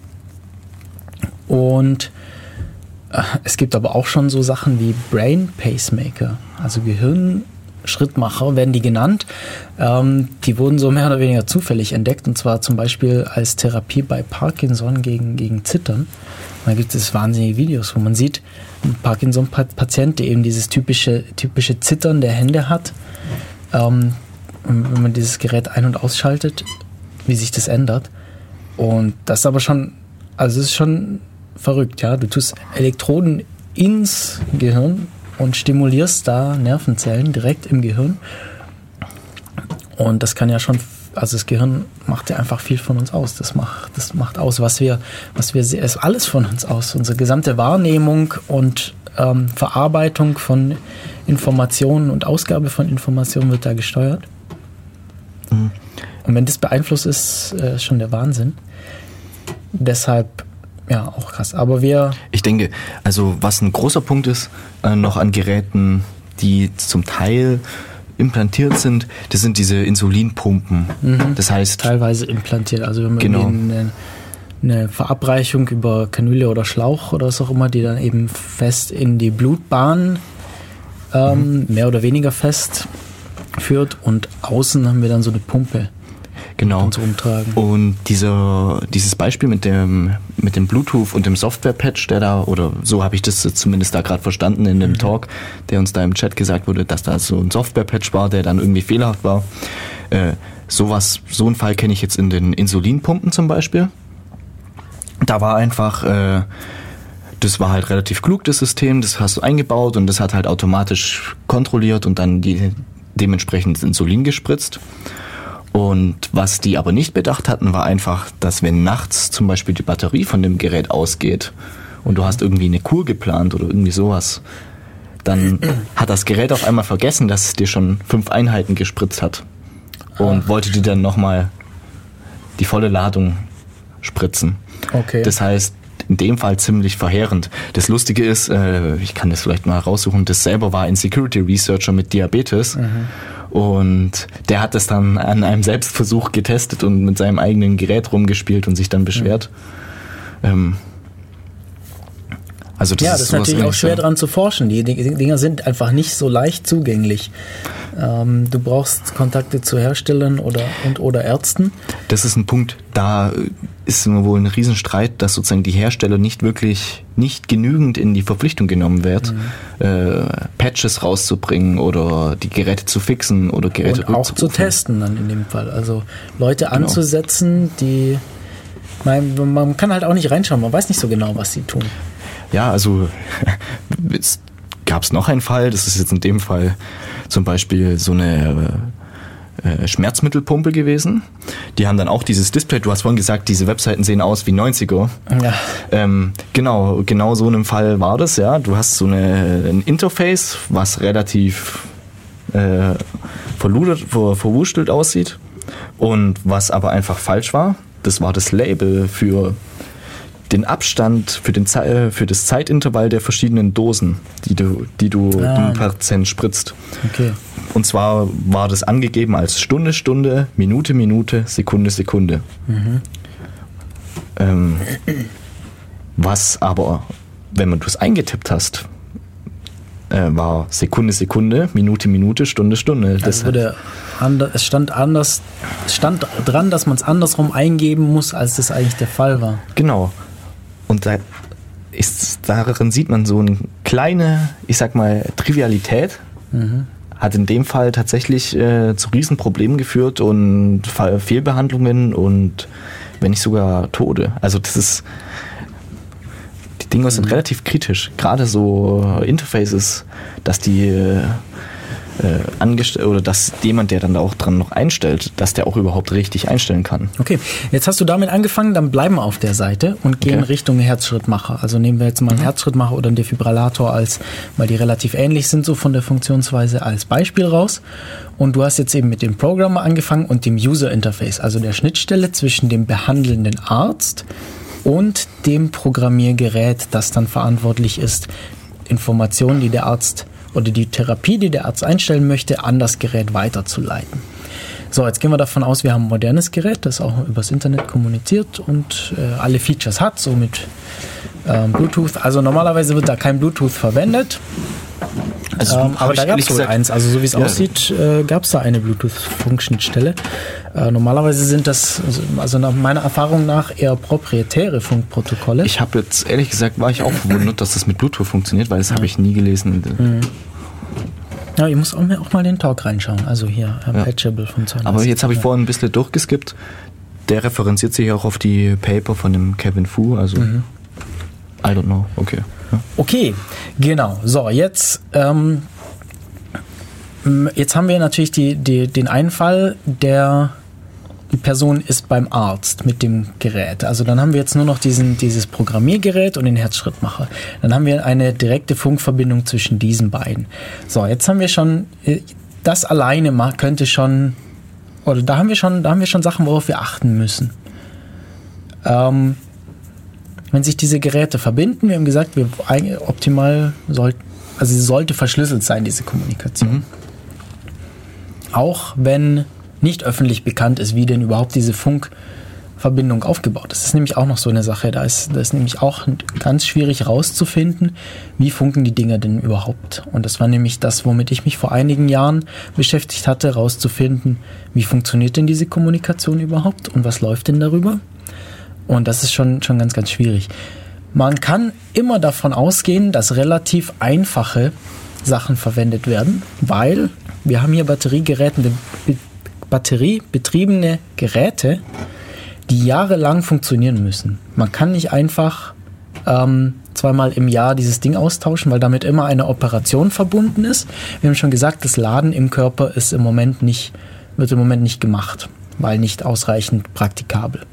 Und äh, es gibt aber auch schon so Sachen wie Brain Pacemaker, also Gehirnschrittmacher werden die genannt. Ähm, die wurden so mehr oder weniger zufällig entdeckt, und zwar zum Beispiel als Therapie bei Parkinson gegen, gegen Zittern. Und da gibt es wahnsinnige Videos, wo man sieht, ein Parkinson-Patient, der eben dieses typische, typische Zittern der Hände hat. Ähm, wenn man dieses Gerät ein- und ausschaltet, wie sich das ändert. Und das ist aber schon, also es ist schon verrückt, ja. Du tust Elektroden ins Gehirn und stimulierst da Nervenzellen direkt im Gehirn. Und das kann ja schon, also das Gehirn macht ja einfach viel von uns aus. Das macht, das macht aus, was wir, was wir sehen, ist alles von uns aus. Unsere gesamte Wahrnehmung und ähm, Verarbeitung von Informationen und Ausgabe von Informationen wird da gesteuert. Mhm. Und wenn das beeinflusst ist, äh, ist schon der Wahnsinn. Deshalb, ja, auch krass. Aber wir... Ich denke, also was ein großer Punkt ist, äh, noch an Geräten, die zum Teil implantiert sind, das sind diese Insulinpumpen. Mhm. Das heißt... Teilweise implantiert. Also wenn man genau. eine, eine Verabreichung über Kanüle oder Schlauch oder was auch immer, die dann eben fest in die Blutbahn ähm, mhm. mehr oder weniger fest führt, und außen haben wir dann so eine Pumpe. Genau. Uns umtragen. Und dieser, dieses Beispiel mit dem, mit dem Bluetooth und dem Software-Patch, der da, oder so habe ich das zumindest da gerade verstanden in dem mhm. Talk, der uns da im Chat gesagt wurde, dass da so ein Software-Patch war, der dann irgendwie fehlerhaft war. Äh, sowas, so einen Fall kenne ich jetzt in den Insulinpumpen zum Beispiel. Da war einfach, äh, das war halt relativ klug, das System, das hast du eingebaut und das hat halt automatisch kontrolliert und dann die, dementsprechend Insulin gespritzt. Und was die aber nicht bedacht hatten, war einfach, dass wenn nachts zum Beispiel die Batterie von dem Gerät ausgeht und du hast irgendwie eine Kur geplant oder irgendwie sowas, dann hat das Gerät auf einmal vergessen, dass es dir schon fünf Einheiten gespritzt hat und Ach. wollte dir dann nochmal die volle Ladung spritzen. Okay. Das heißt, in dem Fall ziemlich verheerend. Das Lustige ist, äh, ich kann das vielleicht mal raussuchen, das selber war ein Security Researcher mit Diabetes. Mhm. Und der hat das dann an einem Selbstversuch getestet und mit seinem eigenen Gerät rumgespielt und sich dann beschwert. Mhm. Ähm, also das ja, ist das ist natürlich auch schwer dran zu forschen. Die Dinger sind einfach nicht so leicht zugänglich. Ähm, du brauchst Kontakte zu Herstellern oder und oder Ärzten. Das ist ein Punkt, da ist wohl ein Riesenstreit, dass sozusagen die Hersteller nicht wirklich, nicht genügend in die Verpflichtung genommen wird, mhm. äh, Patches rauszubringen oder die Geräte zu fixen oder Geräte und auch zu testen dann in dem Fall. Also Leute genau. anzusetzen, die man, man kann halt auch nicht reinschauen, man weiß nicht so genau, was sie tun. Ja, also es gab es noch einen Fall, das ist jetzt in dem Fall zum Beispiel so eine äh, Schmerzmittelpumpe gewesen. Die haben dann auch dieses Display, du hast vorhin gesagt, diese Webseiten sehen aus wie neunziger. Ja. Ähm, genau, genau so in einem Fall war das, ja. Du hast so eine, ein Interface, was relativ äh, verludert, ver, verwurstelt aussieht und was aber einfach falsch war. Das war das Label für den Abstand, für, den Ze- für das Zeitintervall der verschiedenen Dosen, die du, die du ah. dem Patient spritzt. Okay. Und zwar war das angegeben als Stunde, Stunde, Minute, Minute, Sekunde, Sekunde. Mhm. Ähm, was aber, wenn man das eingetippt hast, äh, war Sekunde, Sekunde, Minute, Minute, Stunde, Stunde. Das also wurde ander, es stand anders, es stand dran, dass man es andersrum eingeben muss, als das eigentlich der Fall war. Genau. Und da ist, darin sieht man so eine kleine, ich sag mal, Trivialität. Mhm. Hat in dem Fall tatsächlich äh, zu Riesenproblemen geführt und Fehlbehandlungen und wenn nicht sogar Tode. Also das ist, die Dinger sind mhm. relativ kritisch. Gerade so Interfaces, dass die äh, angestellt oder dass jemand, der dann da auch dran noch einstellt, dass der auch überhaupt richtig einstellen kann. Okay, jetzt hast du damit angefangen, dann bleiben wir auf der Seite und gehen okay. Richtung Herzschrittmacher. Also nehmen wir jetzt mal einen mhm. Herzschrittmacher oder einen Defibrillator als, weil die relativ ähnlich sind so von der Funktionsweise, als Beispiel raus. Und du hast jetzt eben mit dem Programmer angefangen und dem User Interface, also der Schnittstelle zwischen dem behandelnden Arzt und dem Programmiergerät, das dann verantwortlich ist, Informationen, die der Arzt oder die Therapie, die der Arzt einstellen möchte, an das Gerät weiterzuleiten. So, jetzt gehen wir davon aus, wir haben ein modernes Gerät, das auch übers Internet kommuniziert und äh, alle Features hat, so mit ähm, Bluetooth. Also normalerweise wird da kein Bluetooth verwendet. Also, ähm, aber da gab es wohl eins. Also so wie es ja. aussieht, äh, gab es da eine Bluetooth-Funkschnittstelle. Äh, normalerweise sind das, also nach meiner Erfahrung nach, eher proprietäre Funkprotokolle. Ich habe jetzt, ehrlich gesagt, war ich auch verwundert, dass das mit Bluetooth funktioniert, weil das ja. habe ich nie gelesen. Mhm. Ja, ich muss auch, mir auch mal den Talk reinschauen. Also hier, äh, ja. Patchable von Zahnarzt. Aber jetzt habe ich vorhin ein bisschen durchgeskippt. Der referenziert sich auch auf die Paper von dem Kevin Fu, also mhm. I don't know, okay. Ja. Okay, genau. So, jetzt, ähm, jetzt haben wir natürlich die, die, den einen Fall, der die Person ist beim Arzt mit dem Gerät. Also dann haben wir jetzt nur noch diesen, dieses Programmiergerät und den Herzschrittmacher. Dann haben wir eine direkte Funkverbindung zwischen diesen beiden. So, jetzt haben wir schon, das alleine könnte schon, oder da haben wir schon, da haben wir schon Sachen, worauf wir achten müssen. Ähm, wenn sich diese Geräte verbinden, wir haben gesagt, wir optimal sollten, also sie sollte verschlüsselt sein, diese Kommunikation. Mhm. Auch wenn nicht öffentlich bekannt ist, wie denn überhaupt diese Funkverbindung aufgebaut ist. Das ist nämlich auch noch so eine Sache. Da ist, da ist nämlich auch ganz schwierig rauszufinden, wie funken die Dinger denn überhaupt. Und das war nämlich das, womit ich mich vor einigen Jahren beschäftigt hatte, rauszufinden, wie funktioniert denn diese Kommunikation überhaupt und was läuft denn darüber. Und das ist schon, schon ganz, ganz schwierig. Man kann immer davon ausgehen, dass relativ einfache Sachen verwendet werden, weil wir haben hier Batteriegeräte, batteriebetriebene Geräte, die jahrelang funktionieren müssen. Man kann nicht einfach ähm, zweimal im Jahr dieses Ding austauschen, weil damit immer eine Operation verbunden ist. Wir haben schon gesagt, das Laden im Körper ist im Moment nicht, wird im Moment nicht gemacht, weil nicht ausreichend praktikabel.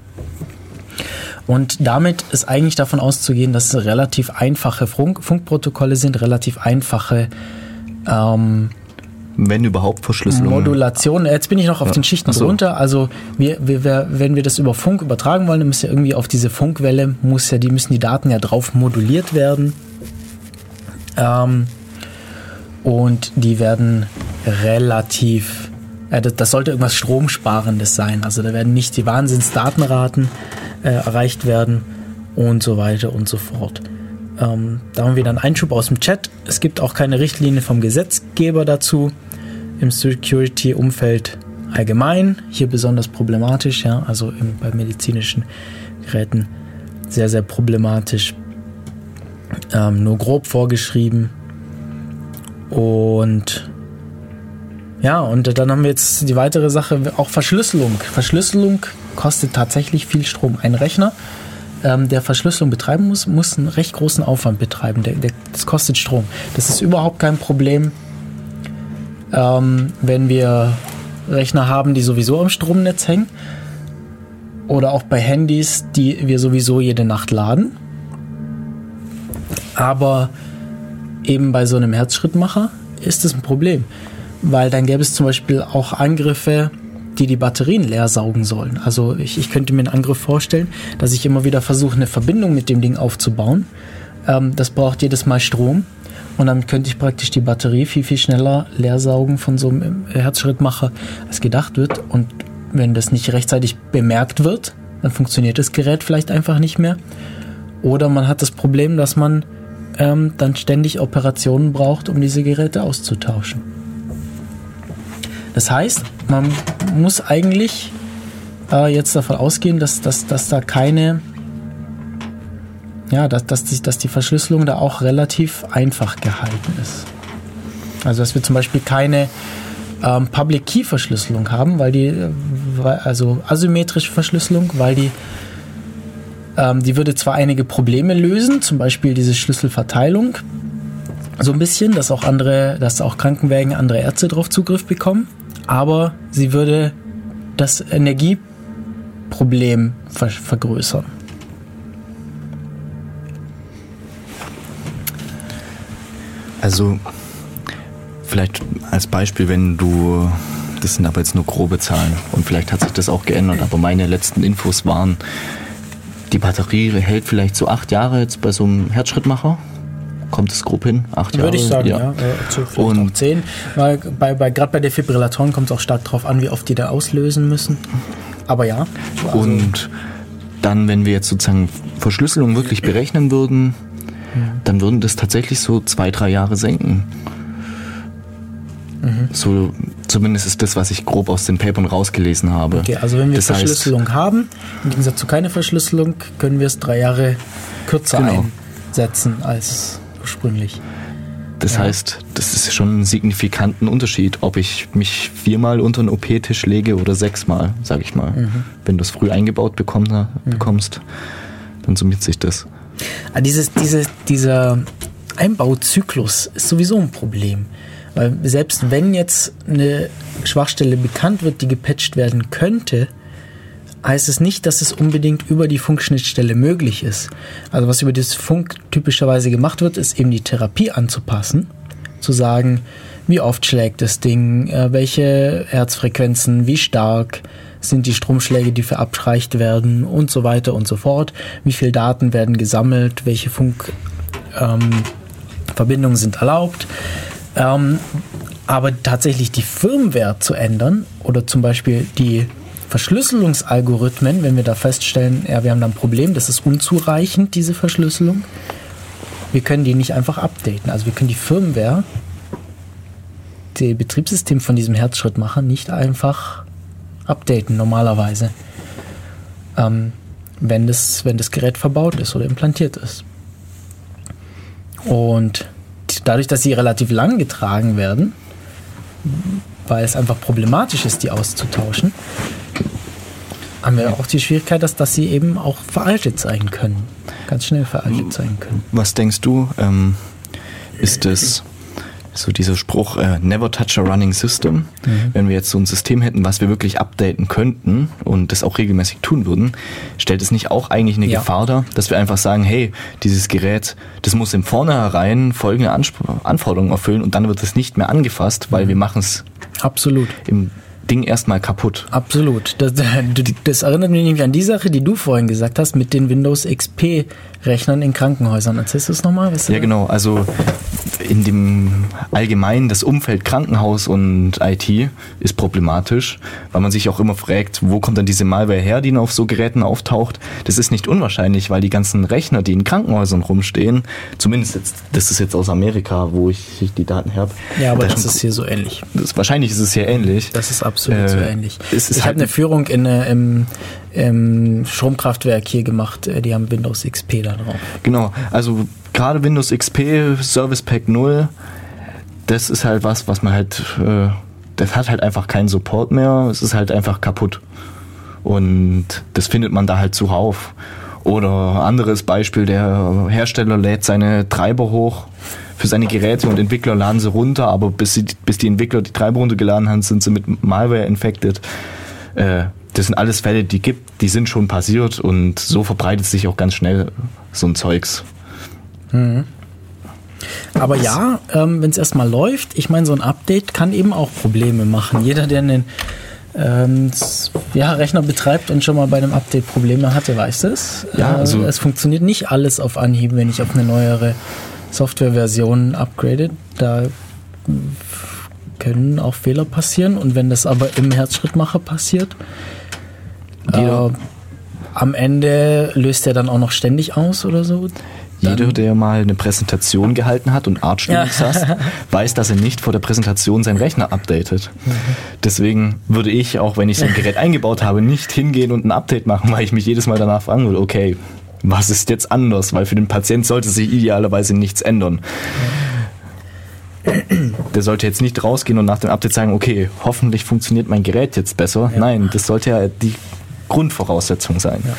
Und damit ist eigentlich davon auszugehen, dass es relativ einfache Funk- Funkprotokolle sind, relativ einfache ähm, wenn überhaupt Verschlüsselung. Modulation. Jetzt bin ich noch auf ja. den Schichten so. drunter. Also wir, wir, wenn wir das über Funk übertragen wollen, dann muss ja irgendwie auf diese Funkwelle, muss ja, die müssen die Daten ja drauf moduliert werden. Ähm, und die werden relativ, äh, das, das sollte irgendwas Stromsparendes sein. Also da werden nicht die Wahnsinnsdatenraten äh, erreicht werden und so weiter und so fort. Ähm, da haben wir dann Einschub aus dem Chat. Es gibt auch keine Richtlinie vom Gesetzgeber dazu. Im Security-Umfeld allgemein, hier besonders problematisch, ja, also im, bei medizinischen Geräten sehr, sehr problematisch. Ähm, nur grob vorgeschrieben. Und ja, und dann haben wir jetzt die weitere Sache, auch Verschlüsselung. Verschlüsselung kostet tatsächlich viel Strom. Ein Rechner, ähm, der Verschlüsselung betreiben muss, muss einen recht großen Aufwand betreiben. Der, der, das kostet Strom. Das ist überhaupt kein Problem, ähm, wenn wir Rechner haben, die sowieso am Stromnetz hängen. Oder auch bei Handys, die wir sowieso jede Nacht laden. Aber eben bei so einem Herzschrittmacher ist es ein Problem. Weil dann gäbe es zum Beispiel auch Angriffe, die die Batterien leer saugen sollen. Also ich, ich könnte mir einen Angriff vorstellen, dass ich immer wieder versuche, eine Verbindung mit dem Ding aufzubauen. Ähm, das braucht jedes Mal Strom. Und dann könnte ich praktisch die Batterie viel, viel schneller leer saugen von so einem Herzschrittmacher, als gedacht wird. Und wenn das nicht rechtzeitig bemerkt wird, dann funktioniert das Gerät vielleicht einfach nicht mehr. Oder man hat das Problem, dass man ähm, dann ständig Operationen braucht, um diese Geräte auszutauschen. Das heißt, man muss eigentlich äh, jetzt davon ausgehen, dass, dass, dass da keine, ja, dass, dass, die, dass die Verschlüsselung da auch relativ einfach gehalten ist. Also dass wir zum Beispiel keine ähm, Public-Key-Verschlüsselung haben, weil die, weil, also asymmetrische Verschlüsselung, weil die, ähm, die würde zwar einige Probleme lösen, zum Beispiel diese Schlüsselverteilung, so ein bisschen, dass auch andere, dass auch Krankenwägen, andere Ärzte drauf Zugriff bekommen, aber sie würde das Energieproblem ver- vergrößern. Also vielleicht als Beispiel, wenn du, das sind aber jetzt nur grobe Zahlen und vielleicht hat sich das auch geändert, aber meine letzten Infos waren, die Batterie hält vielleicht so acht Jahre jetzt bei so einem Herzschrittmacher. Kommt es grob hin? Acht Jahre? Würde ich sagen, ja. ja vielleicht und auch zehn. Weil bei, bei, gerade bei Defibrillatoren kommt es auch stark darauf an, wie oft die da auslösen müssen. Aber ja. Also und dann, wenn wir jetzt sozusagen Verschlüsselung wirklich berechnen würden, mhm. dann würden das tatsächlich so zwei, drei Jahre senken. Mhm. So, zumindest ist das, was ich grob aus den Papern rausgelesen habe. Okay, also wenn wir das Verschlüsselung heißt, haben, im Gegensatz zu keine Verschlüsselung, können wir es drei Jahre kürzer genau. einsetzen als ursprünglich. Das ja. heißt, das ist schon einen signifikanten Unterschied, ob ich mich viermal unter einen O P-Tisch lege oder sechsmal, sage ich mal. Mhm. Wenn du es früh eingebaut bekomm, mhm. bekommst, dann summiert sich das. Aber dieses, dieses, dieser Einbauzyklus ist sowieso ein Problem. Weil selbst wenn jetzt eine Schwachstelle bekannt wird, die gepatcht werden könnte, heißt es nicht, dass es unbedingt über die Funkschnittstelle möglich ist. Also was über das Funk typischerweise gemacht wird, ist eben die Therapie anzupassen. Zu sagen, wie oft schlägt das Ding, welche Herzfrequenzen, wie stark sind die Stromschläge, die verabreicht werden und so weiter und so fort. Wie viele Daten werden gesammelt, welche Funkverbindungen ähm, sind erlaubt. Ähm, aber tatsächlich die Firmware zu ändern oder zum Beispiel die Verschlüsselungsalgorithmen, wenn wir da feststellen, ja, wir haben da ein Problem, das ist unzureichend, diese Verschlüsselung, wir können die nicht einfach updaten. Also wir können die Firmware, das Betriebssystem von diesem Herzschrittmacher nicht einfach updaten, normalerweise, ähm, wenn, das, wenn das Gerät verbaut ist oder implantiert ist. Und dadurch, dass sie relativ lang getragen werden, weil es einfach problematisch ist, die auszutauschen, haben wir auch die Schwierigkeit, dass, dass sie eben auch veraltet sein können. Ganz schnell veraltet sein können. Was denkst du, ähm, ist es so dieser Spruch, äh, never touch a running system? Mhm. Wenn wir jetzt so ein System hätten, was wir wirklich updaten könnten und das auch regelmäßig tun würden, stellt es nicht auch eigentlich eine ja. Gefahr dar, dass wir einfach sagen, hey, dieses Gerät, das muss im Vornherein folgende Ansp- Anforderungen erfüllen und dann wird es nicht mehr angefasst, weil mhm. wir machen es absolut im Ding erstmal kaputt. Absolut. Das, das erinnert mich nämlich an die Sache, die du vorhin gesagt hast, mit den Windows X P-Rechnern in Krankenhäusern. Erzählst du es nochmal? Weißt du ja, genau. Also in dem allgemeinen, das Umfeld Krankenhaus und I T ist problematisch, weil man sich auch immer fragt, wo kommt dann diese Malware her, die auf so Geräten auftaucht. Das ist nicht unwahrscheinlich, weil die ganzen Rechner, die in Krankenhäusern rumstehen, zumindest jetzt, das ist jetzt aus Amerika, wo ich die Daten habe. Ja, aber da das ist hier so ähnlich. Das, wahrscheinlich ist es hier ähnlich. Das ist absolut äh, so ähnlich. Ich halt habe eine Führung in, äh, im, im Stromkraftwerk hier gemacht, die haben Windows X P da drauf. Genau, also gerade Windows X P, Service Pack null, das ist halt was, was man halt, äh, das hat halt einfach keinen Support mehr, es ist halt einfach kaputt. Und das findet man da halt zuhauf. Oder anderes Beispiel, der Hersteller lädt seine Treiber hoch für seine Geräte und Entwickler laden sie runter, aber bis, sie, bis die Entwickler die Treiber runtergeladen haben, sind sie mit Malware infected. Äh, das sind alles Fälle, die gibt, die sind schon passiert und so verbreitet sich auch ganz schnell so ein Zeugs. Mhm. Aber ja, ähm, wenn es erstmal läuft, ich meine, so ein Update kann eben auch Probleme machen. Jeder, der einen ähm, ja, Rechner betreibt und schon mal bei einem Update Probleme hatte, weiß es. Ja, also äh, es funktioniert nicht alles auf Anhieb, wenn ich auf eine neuere Softwareversion upgrade. Da können auch Fehler passieren und wenn das aber im Herzschrittmacher passiert, äh, am Ende löst er dann auch noch ständig aus oder so. Jeder, der mal eine Präsentation gehalten hat und Arch Linux ja. hast, weiß, dass er nicht vor der Präsentation seinen Rechner updatet. Mhm. Deswegen würde ich, auch wenn ich so ein Gerät eingebaut habe, nicht hingehen und ein Update machen, weil ich mich jedes Mal danach fragen würde, okay, was ist jetzt anders? Weil für den Patient sollte sich idealerweise nichts ändern. Der sollte jetzt nicht rausgehen und nach dem Update sagen, okay, hoffentlich funktioniert mein Gerät jetzt besser. Ja. Nein, das sollte ja die Grundvoraussetzung sein. Ja.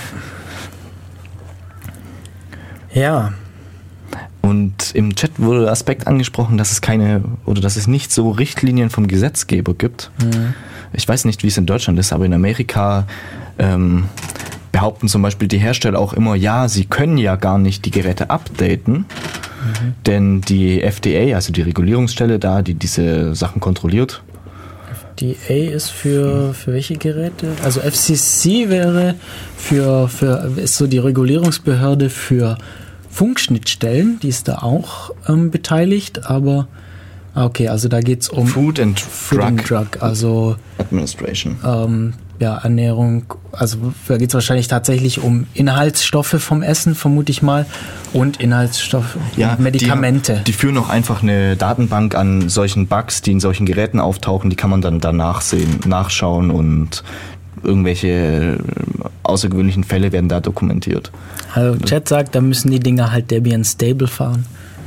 Ja. Und im Chat wurde der Aspekt angesprochen, dass es keine oder dass es nicht so Richtlinien vom Gesetzgeber gibt. Mhm. Ich weiß nicht, wie es in Deutschland ist, aber in Amerika ähm, behaupten zum Beispiel die Hersteller auch immer, ja, sie können ja gar nicht die Geräte updaten, mhm. denn die F D A, also die Regulierungsstelle da, die diese Sachen kontrolliert. F D A ist für, für welche Geräte? Also F C C wäre für, für ist so die Regulierungsbehörde für Funkschnittstellen, die ist da auch ähm, beteiligt, aber okay, also da geht es um Food and Food Drug, and Drug also Administration. Ähm, ja, Ernährung, also da geht es wahrscheinlich tatsächlich um Inhaltsstoffe vom Essen, vermute ich mal, und Inhaltsstoffe, ja, und Medikamente. Die, die führen auch einfach eine Datenbank an solchen Bugs, die in solchen Geräten auftauchen, die kann man dann danach sehen, nachschauen und irgendwelche außergewöhnlichen Fälle werden da dokumentiert. Also Chat sagt, da müssen die Dinger halt Debian Stable fahren.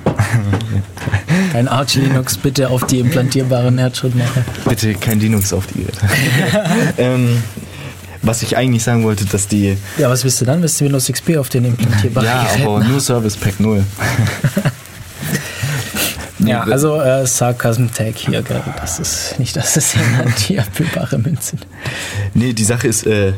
Kein Arch Linux, bitte auf die implantierbaren Herzschrittmacher. Bitte kein Linux auf die Geräte. ähm, was ich eigentlich sagen wollte, dass die... Ja, was willst du dann? Willst du Windows X P auf den implantierbaren Ja, Geräten? aber nur Service Pack null. Ja, also äh, Sarcasm Tag hier gerade, das ist nicht, dass das implantierbare Münzen sind. Nee, die Sache ist... Äh,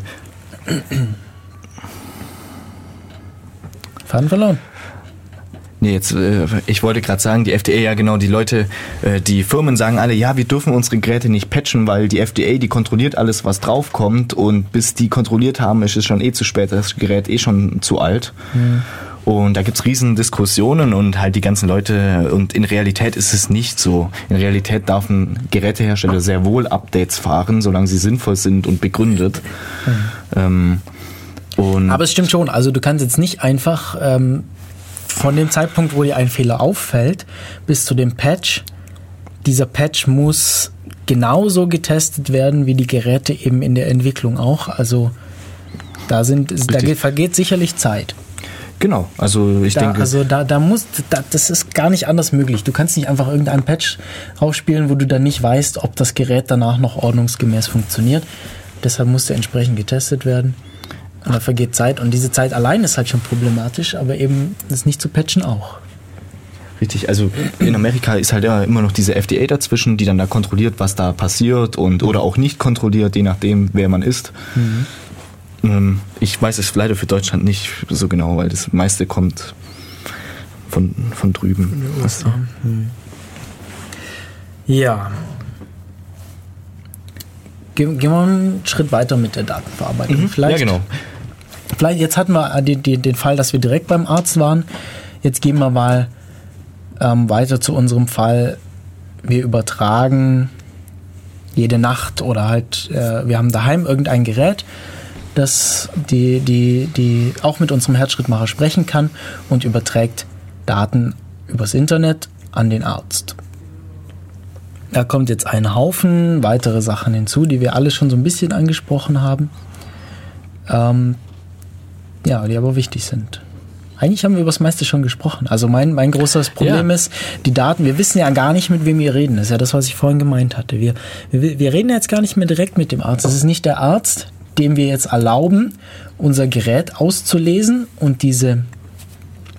Faden verloren. Nee, jetzt, äh, ich wollte gerade sagen, die F D A, ja genau, die Leute, äh, die Firmen sagen alle, ja, wir dürfen unsere Geräte nicht patchen, weil die F D A, die kontrolliert alles, was draufkommt und bis die kontrolliert haben, ist es schon eh zu spät, das Gerät eh schon zu alt. Mhm. Und da gibt's riesen Diskussionen und halt die ganzen Leute, und in Realität ist es nicht so. In Realität dürfen Gerätehersteller sehr wohl Updates fahren, solange sie sinnvoll sind und begründet. Mhm. Ähm, und Aber es stimmt schon, also du kannst jetzt nicht einfach... Ähm, von dem Zeitpunkt, wo dir ein Fehler auffällt, bis zu dem Patch, dieser Patch muss genauso getestet werden, wie die Geräte eben in der Entwicklung auch. Also da sind, da geht, vergeht sicherlich Zeit. Genau, also ich da, denke... Also da, da muss, da, das ist gar nicht anders möglich. Du kannst nicht einfach irgendeinen Patch rausspielen, wo du dann nicht weißt, ob das Gerät danach noch ordnungsgemäß funktioniert. Deshalb muss der entsprechend getestet werden. Und da vergeht Zeit und diese Zeit allein ist halt schon problematisch, aber eben das nicht zu patchen auch. Richtig, also in Amerika ist halt ja immer noch diese F D A dazwischen, die dann da kontrolliert, was da passiert und oder auch nicht kontrolliert, je nachdem, wer man ist. Mhm. Ich weiß es leider für Deutschland nicht so genau, weil das meiste kommt von, von drüben. Ja. Mhm. Ja. Gehen wir einen Schritt weiter mit der Datenverarbeitung. Mhm. Vielleicht, ja, genau. Vielleicht, jetzt hatten wir den, den, den Fall, dass wir direkt beim Arzt waren. Jetzt gehen wir mal ähm, weiter zu unserem Fall. Wir übertragen jede Nacht oder halt, äh, wir haben daheim irgendein Gerät, das die, die, die auch mit unserem Herzschrittmacher sprechen kann und überträgt Daten übers Internet an den Arzt. Da kommt jetzt ein Haufen weitere Sachen hinzu, die wir alle schon so ein bisschen angesprochen haben. Ähm, ja, die aber wichtig sind. Eigentlich haben wir über das meiste schon gesprochen. Also mein, mein großes Problem ja. ist, die Daten, wir wissen ja gar nicht, mit wem wir reden. Das ist ja das, was ich vorhin gemeint hatte. Wir, wir, wir reden jetzt gar nicht mehr direkt mit dem Arzt. Das ist nicht der Arzt, dem wir jetzt erlauben, unser Gerät auszulesen und diese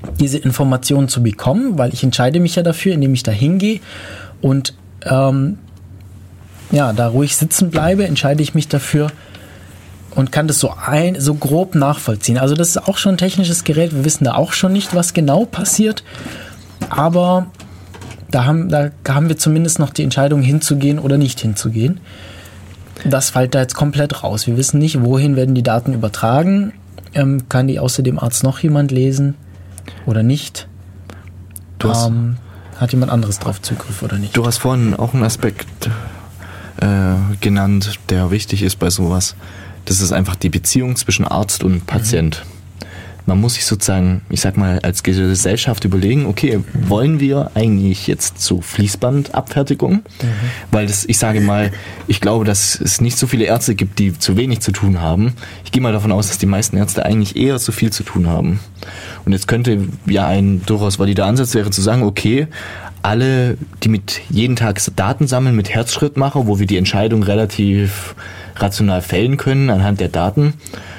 diese Informationen zu bekommen, weil ich entscheide mich ja dafür, indem ich da hingehe und ähm, ja, da ruhig sitzen bleibe, entscheide ich mich dafür und kann das so ein, so grob nachvollziehen. Also das ist auch schon ein technisches Gerät, wir wissen da auch schon nicht, was genau passiert, aber da haben, da haben wir zumindest noch die Entscheidung hinzugehen oder nicht hinzugehen. Das fällt da jetzt komplett raus. Wir wissen nicht, wohin werden die Daten übertragen. Ähm, kann die außer dem Arzt noch jemand lesen oder nicht? Du hast, ähm, hat jemand anderes drauf Zugriff oder nicht? Du hast vorhin auch einen Aspekt äh, genannt, der wichtig ist bei sowas. Das ist einfach die Beziehung zwischen Arzt und Patient. Mhm. Man muss sich sozusagen, ich sag mal, als Gesellschaft überlegen, okay, wollen wir eigentlich jetzt so Fließbandabfertigung? Mhm. Weil das, ich sage mal, ich glaube, dass es nicht so viele Ärzte gibt, die zu wenig zu tun haben. Ich gehe mal davon aus, dass die meisten Ärzte eigentlich eher zu viel zu tun haben. Und jetzt könnte ja ein durchaus valider Ansatz wäre zu sagen, okay, alle, die mit jeden Tag Daten sammeln, mit Herzschrittmacher, wo wir die Entscheidung relativ rational fällen können anhand der Daten,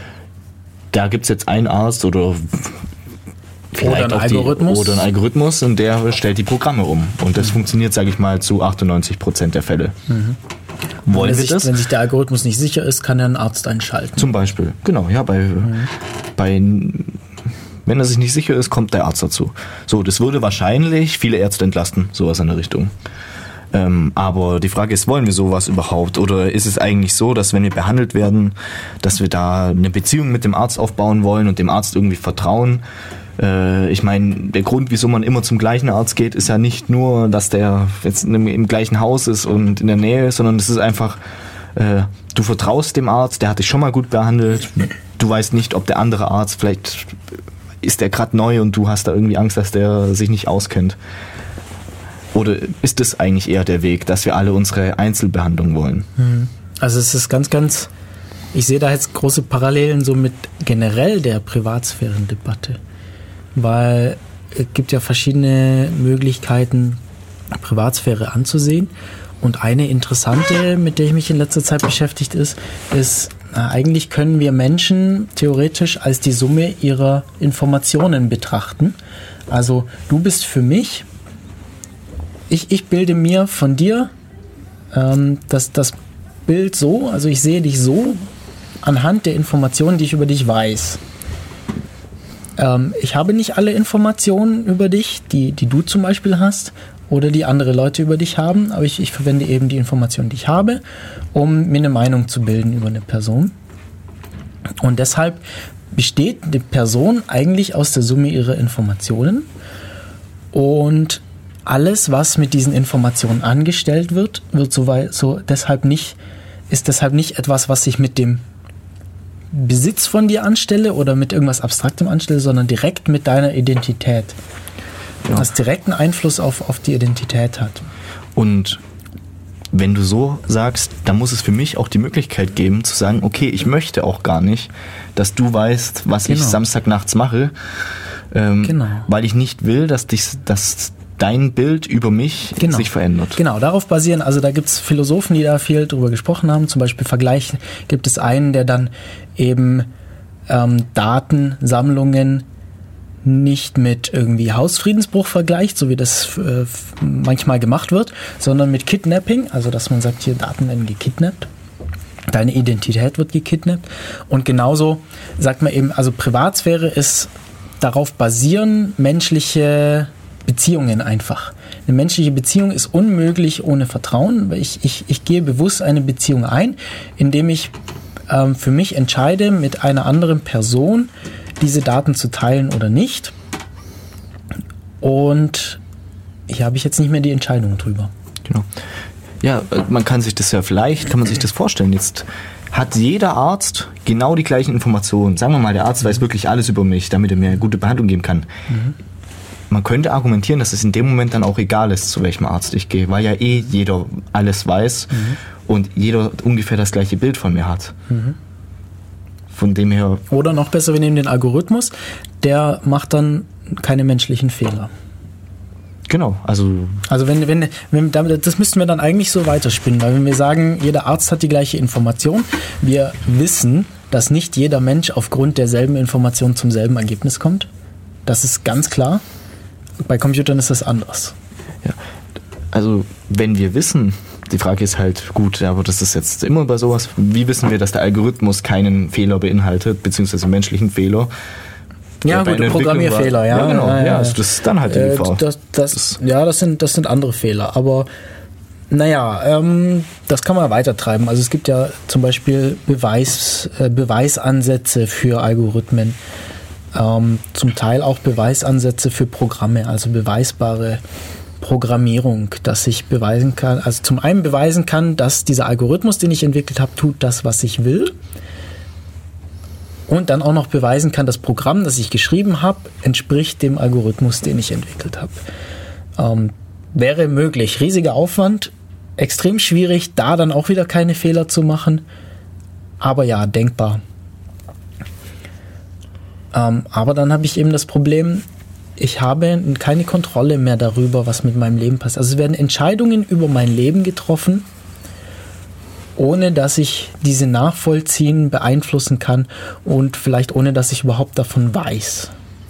da gibt es jetzt einen Arzt oder vielleicht oder auch die, oder einen Algorithmus und der stellt die Programme um. Und das mhm. funktioniert, sage ich mal, zu achtundneunzig Prozent der Fälle. Mhm. Wollen wenn, wir sich, das? Wenn sich der Algorithmus nicht sicher ist, kann er einen Arzt einschalten. Zum Beispiel, genau. Ja, bei, mhm. bei, wenn er sich nicht sicher ist, kommt der Arzt dazu. So, das würde wahrscheinlich viele Ärzte entlasten, sowas in der Richtung. Ähm, aber die Frage ist, wollen wir sowas überhaupt? Oder ist es eigentlich so, dass wenn wir behandelt werden, dass wir da eine Beziehung mit dem Arzt aufbauen wollen und dem Arzt irgendwie vertrauen? Äh, ich meine, der Grund, wieso man immer zum gleichen Arzt geht, ist ja nicht nur, dass der jetzt im, im gleichen Haus ist und in der Nähe, sondern es ist einfach, äh, du vertraust dem Arzt, der hat dich schon mal gut behandelt, du weißt nicht, ob der andere Arzt, vielleicht ist der gerade neu und du hast da irgendwie Angst, dass der sich nicht auskennt. Oder ist das eigentlich eher der Weg, dass wir alle unsere Einzelbehandlung wollen? Also es ist ganz, ganz, ich sehe da jetzt große Parallelen so mit generell der Privatsphärendebatte, weil es gibt ja verschiedene Möglichkeiten, Privatsphäre anzusehen. Und eine interessante, mit der ich mich in letzter Zeit beschäftigt ist, ist, na, eigentlich können wir Menschen theoretisch als die Summe ihrer Informationen betrachten. Also du bist für mich, Ich, ich bilde mir von dir ähm, das, das Bild so, also ich sehe dich so anhand der Informationen, die ich über dich weiß. Ähm, ich habe nicht alle Informationen über dich, die, die du zum Beispiel hast oder die andere Leute über dich haben, aber ich, ich verwende eben die Informationen, die ich habe, um mir eine Meinung zu bilden über eine Person. Und deshalb besteht die Person eigentlich aus der Summe ihrer Informationen und alles, was mit diesen Informationen angestellt wird, wird so, so deshalb nicht, ist deshalb nicht etwas, was ich mit dem Besitz von dir anstelle oder mit irgendwas Abstraktem anstelle, sondern direkt mit deiner Identität. Ja. Was direkten Einfluss auf, auf die Identität hat. Und wenn du so sagst, dann muss es für mich auch die Möglichkeit geben, zu sagen, okay, ich möchte auch gar nicht, dass du weißt, was genau. ich Samstagnachts mache, ähm, genau. weil ich nicht will, dass dich, dass dein Bild über mich genau. sich verändert. Genau, darauf basieren, also da gibt es Philosophen, die da viel drüber gesprochen haben, zum Beispiel Vergleich gibt es einen, der dann eben ähm, Datensammlungen nicht mit irgendwie Hausfriedensbruch vergleicht, so wie das äh, manchmal gemacht wird, sondern mit Kidnapping, also dass man sagt, hier Daten werden gekidnappt, deine Identität wird gekidnappt und genauso sagt man eben, also Privatsphäre ist darauf basieren menschliche Beziehungen einfach. Eine menschliche Beziehung ist unmöglich ohne Vertrauen. Ich, ich, ich gehe bewusst eine Beziehung ein, indem ich ähm, für mich entscheide, mit einer anderen Person diese Daten zu teilen oder nicht. Und hier habe ich jetzt nicht mehr die Entscheidung drüber. Genau. Ja, man kann sich das ja vielleicht, kann man sich das vorstellen. Jetzt hat jeder Arzt genau die gleichen Informationen. Sagen wir mal, der Arzt mhm. weiß wirklich alles über mich, damit er mir eine gute Behandlung geben kann. Mhm. Man könnte argumentieren, dass es in dem Moment dann auch egal ist, zu welchem Arzt ich gehe, weil ja eh jeder alles weiß mhm. und jeder ungefähr das gleiche Bild von mir hat. Mhm. Von dem her... Oder noch besser, wir nehmen den Algorithmus, der macht dann keine menschlichen Fehler. Genau, also... Also wenn, wenn, wenn das müssten wir dann eigentlich so weiterspinnen, weil wenn wir sagen, jeder Arzt hat die gleiche Information, wir wissen, dass nicht jeder Mensch aufgrund derselben Information zum selben Ergebnis kommt. Das ist ganz klar. Bei Computern ist das anders. Ja, also wenn wir wissen, die Frage ist halt, gut, aber das ist jetzt immer bei sowas, wie wissen wir, dass der Algorithmus keinen Fehler beinhaltet, beziehungsweise menschlichen Fehler? Ja, gut, Programmierfehler, war, ja. Ja, genau. Ja, ja, ja, also das ist dann halt die äh, Gefahr. Das, das, das, ja, das sind, das sind andere Fehler, aber naja, ähm, das kann man weitertreiben. Also es gibt ja zum Beispiel Beweis, äh, Beweisansätze für Algorithmen, ähm, zum Teil auch Beweisansätze für Programme, also beweisbare Programmierung, dass ich beweisen kann, also zum einen beweisen kann, dass dieser Algorithmus, den ich entwickelt habe, tut das, was ich will. Und dann auch noch beweisen kann, das Programm, das ich geschrieben habe, entspricht dem Algorithmus, den ich entwickelt habe. Ähm, wäre möglich. Riesiger Aufwand, extrem schwierig, da dann auch wieder keine Fehler zu machen. Aber ja, denkbar. Ähm, aber dann habe ich eben das Problem, ich habe keine Kontrolle mehr darüber, was mit meinem Leben passiert. Also es werden Entscheidungen über mein Leben getroffen, ohne dass ich diese nachvollziehen, beeinflussen kann und vielleicht ohne, dass ich überhaupt davon weiß.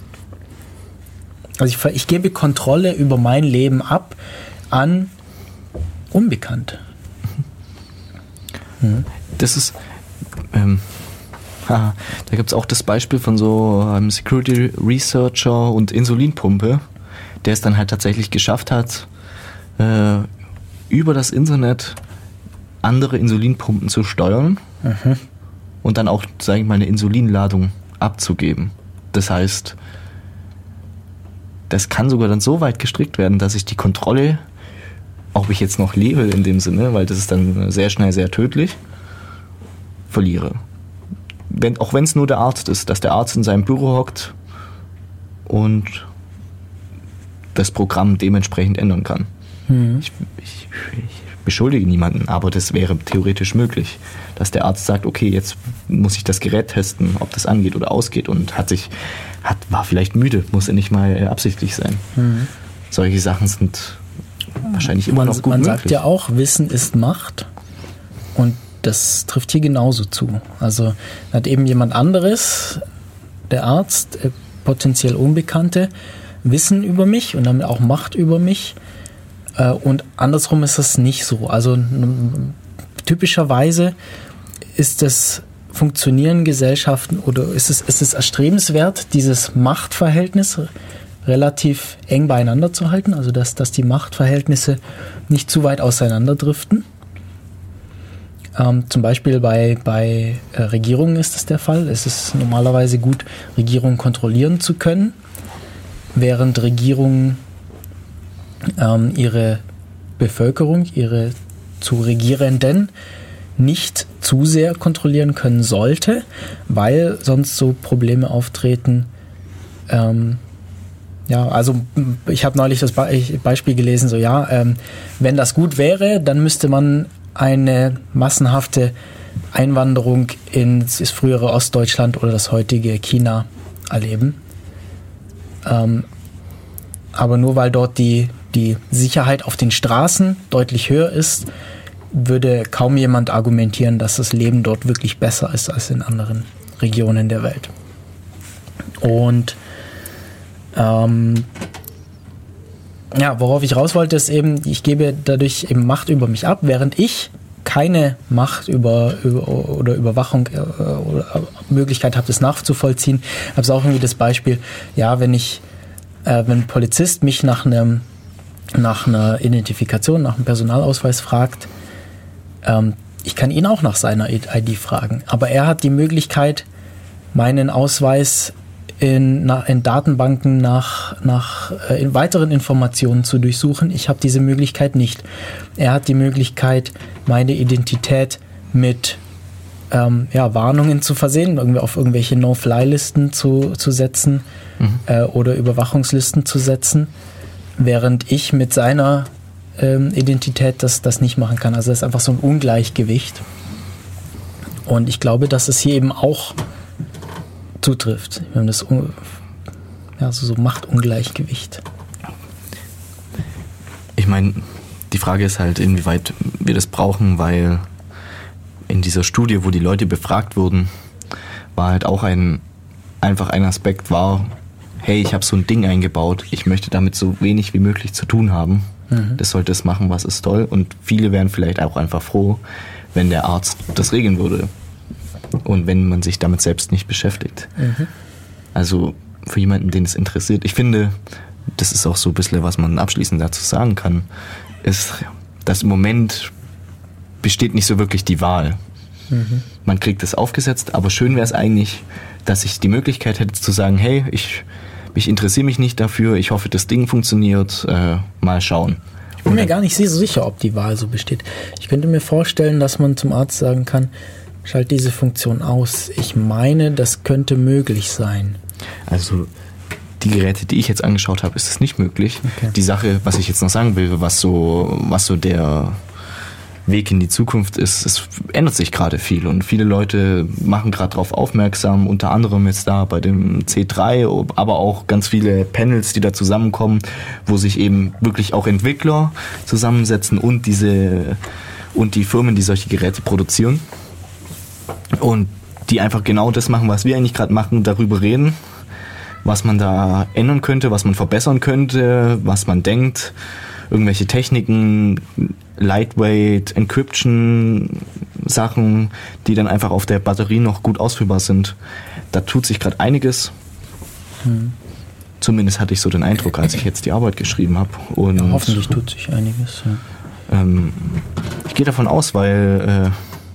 Also ich, ich gebe Kontrolle über mein Leben ab an Unbekannt. Mhm. Das ist, ähm, haha, da gibt es auch das Beispiel von so einem Security Researcher und Insulinpumpe, der es dann halt tatsächlich geschafft hat, äh, über das Internet andere Insulinpumpen zu steuern mhm. und dann auch, sage ich mal, eine Insulinladung abzugeben. Das heißt, das kann sogar dann so weit gestrickt werden, dass ich die Kontrolle, ob ich jetzt noch lebe in dem Sinne, weil das ist dann sehr schnell sehr tödlich, verliere. Wenn, auch wenn es nur der Arzt ist, dass der Arzt in seinem Büro hockt und das Programm dementsprechend ändern kann. Mhm. Ich, ich, ich beschuldige niemanden, aber das wäre theoretisch möglich, dass der Arzt sagt, okay, jetzt muss ich das Gerät testen, ob das angeht oder ausgeht und hat sich, hat, war vielleicht müde, muss ja nicht mal absichtlich sein. Mhm. Solche Sachen sind wahrscheinlich immer man, noch gut man möglich. Man sagt ja auch, Wissen ist Macht und das trifft hier genauso zu. Also hat eben jemand anderes, der Arzt, äh, potenziell Unbekannte, Wissen über mich und damit auch Macht über mich. Und andersrum ist das nicht so. Also typischerweise ist das Funktionieren Gesellschaften oder ist es, ist es erstrebenswert, dieses Machtverhältnis relativ eng beieinander zu halten, also dass, dass die Machtverhältnisse nicht zu weit auseinanderdriften. Ähm, zum Beispiel bei, bei äh, Regierungen ist das der Fall. Es ist normalerweise gut, Regierungen kontrollieren zu können, während Regierungen ähm, ihre Bevölkerung, ihre zu Regierenden nicht zu sehr kontrollieren können sollte, weil sonst so Probleme auftreten. Ähm, ja, also ich habe neulich das Be- Beispiel gelesen, so ja, ähm, wenn das gut wäre, dann müsste man eine massenhafte Einwanderung ins frühere Ostdeutschland oder das heutige China erleben. Ähm, aber nur weil dort die, die Sicherheit auf den Straßen deutlich höher ist, würde kaum jemand argumentieren, dass das Leben dort wirklich besser ist als in anderen Regionen der Welt. Und ähm, ja, worauf ich raus wollte, ist eben, ich gebe dadurch eben Macht über mich ab, während ich keine Macht über, über oder Überwachung äh, oder Möglichkeit habe, das nachzuvollziehen. Ich habe auch irgendwie das Beispiel, ja, wenn ich, äh, wenn ein Polizist mich nach einem nach einer Identifikation, nach einem Personalausweis fragt, ähm, ich kann ihn auch nach seiner I D fragen, aber er hat die Möglichkeit, meinen Ausweis in, na, in Datenbanken nach, nach äh, in weiteren Informationen zu durchsuchen. Ich habe diese Möglichkeit nicht. Er hat die Möglichkeit, meine Identität mit ähm, ja, Warnungen zu versehen, irgendwie auf irgendwelche No-Fly-Listen zu, zu setzen mhm. äh, oder Überwachungslisten zu setzen, während ich mit seiner ähm, Identität das, das nicht machen kann. Also das ist einfach so ein Ungleichgewicht. Und ich glaube, dass es hier eben auch zutrifft. Wir haben das ja, so, so Machtungleichgewicht. Ich meine, die Frage ist halt, inwieweit wir das brauchen, weil in dieser Studie, wo die Leute befragt wurden, war halt auch ein einfach ein Aspekt war, hey, ich habe so ein Ding eingebaut, ich möchte damit so wenig wie möglich zu tun haben. Mhm. Das sollte es machen, was ist toll. Und viele wären vielleicht auch einfach froh, wenn der Arzt das regeln würde. Und wenn man sich damit selbst nicht beschäftigt. Mhm. Also für jemanden, den es interessiert. Ich finde, das ist auch so ein bisschen, was man abschließend dazu sagen kann, ist, dass im Moment besteht nicht so wirklich die Wahl. Mhm. Man kriegt es aufgesetzt, aber schön wäre es eigentlich, dass ich die Möglichkeit hätte zu sagen, hey, ich, ich interessiere mich nicht dafür, ich hoffe, das Ding funktioniert, äh, mal schauen. Ich bin mir gar nicht so sicher, ob die Wahl so besteht. Ich könnte mir vorstellen, dass man zum Arzt sagen kann, schalt diese Funktion aus. Ich meine, das könnte möglich sein. Also die Geräte, die ich jetzt angeschaut habe, ist es nicht möglich. Okay. Die Sache, was ich jetzt noch sagen will, was so, was so der Weg in die Zukunft ist, es ändert sich gerade viel und viele Leute machen gerade darauf aufmerksam, unter anderem jetzt da bei dem C drei, aber auch ganz viele Panels, die da zusammenkommen, wo sich eben wirklich auch Entwickler zusammensetzen und diese und die Firmen, die solche Geräte produzieren und die einfach genau das machen, was wir eigentlich gerade machen, darüber reden, was man da ändern könnte, was man verbessern könnte, was man denkt, irgendwelche Techniken, Lightweight, Encryption, Sachen, die dann einfach auf der Batterie noch gut ausführbar sind. Da tut sich gerade einiges. Hm. Zumindest hatte ich so den Eindruck, als ich jetzt die Arbeit geschrieben habe. Und ja, hoffentlich tut sich einiges. Ja. Ähm, ich gehe davon aus, weil äh,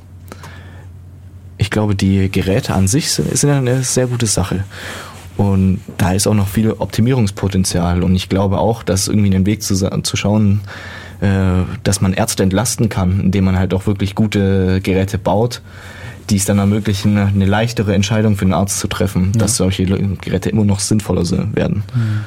ich glaube, die Geräte an sich sind, sind eine sehr gute Sache. Und da ist auch noch viel Optimierungspotenzial. Und ich glaube auch, dass irgendwie einen Weg zu, zu schauen, äh, dass man Ärzte entlasten kann, indem man halt auch wirklich gute Geräte baut, die es dann ermöglichen, eine leichtere Entscheidung für den Arzt zu treffen, ja. Dass solche Geräte immer noch sinnvoller werden. Mhm.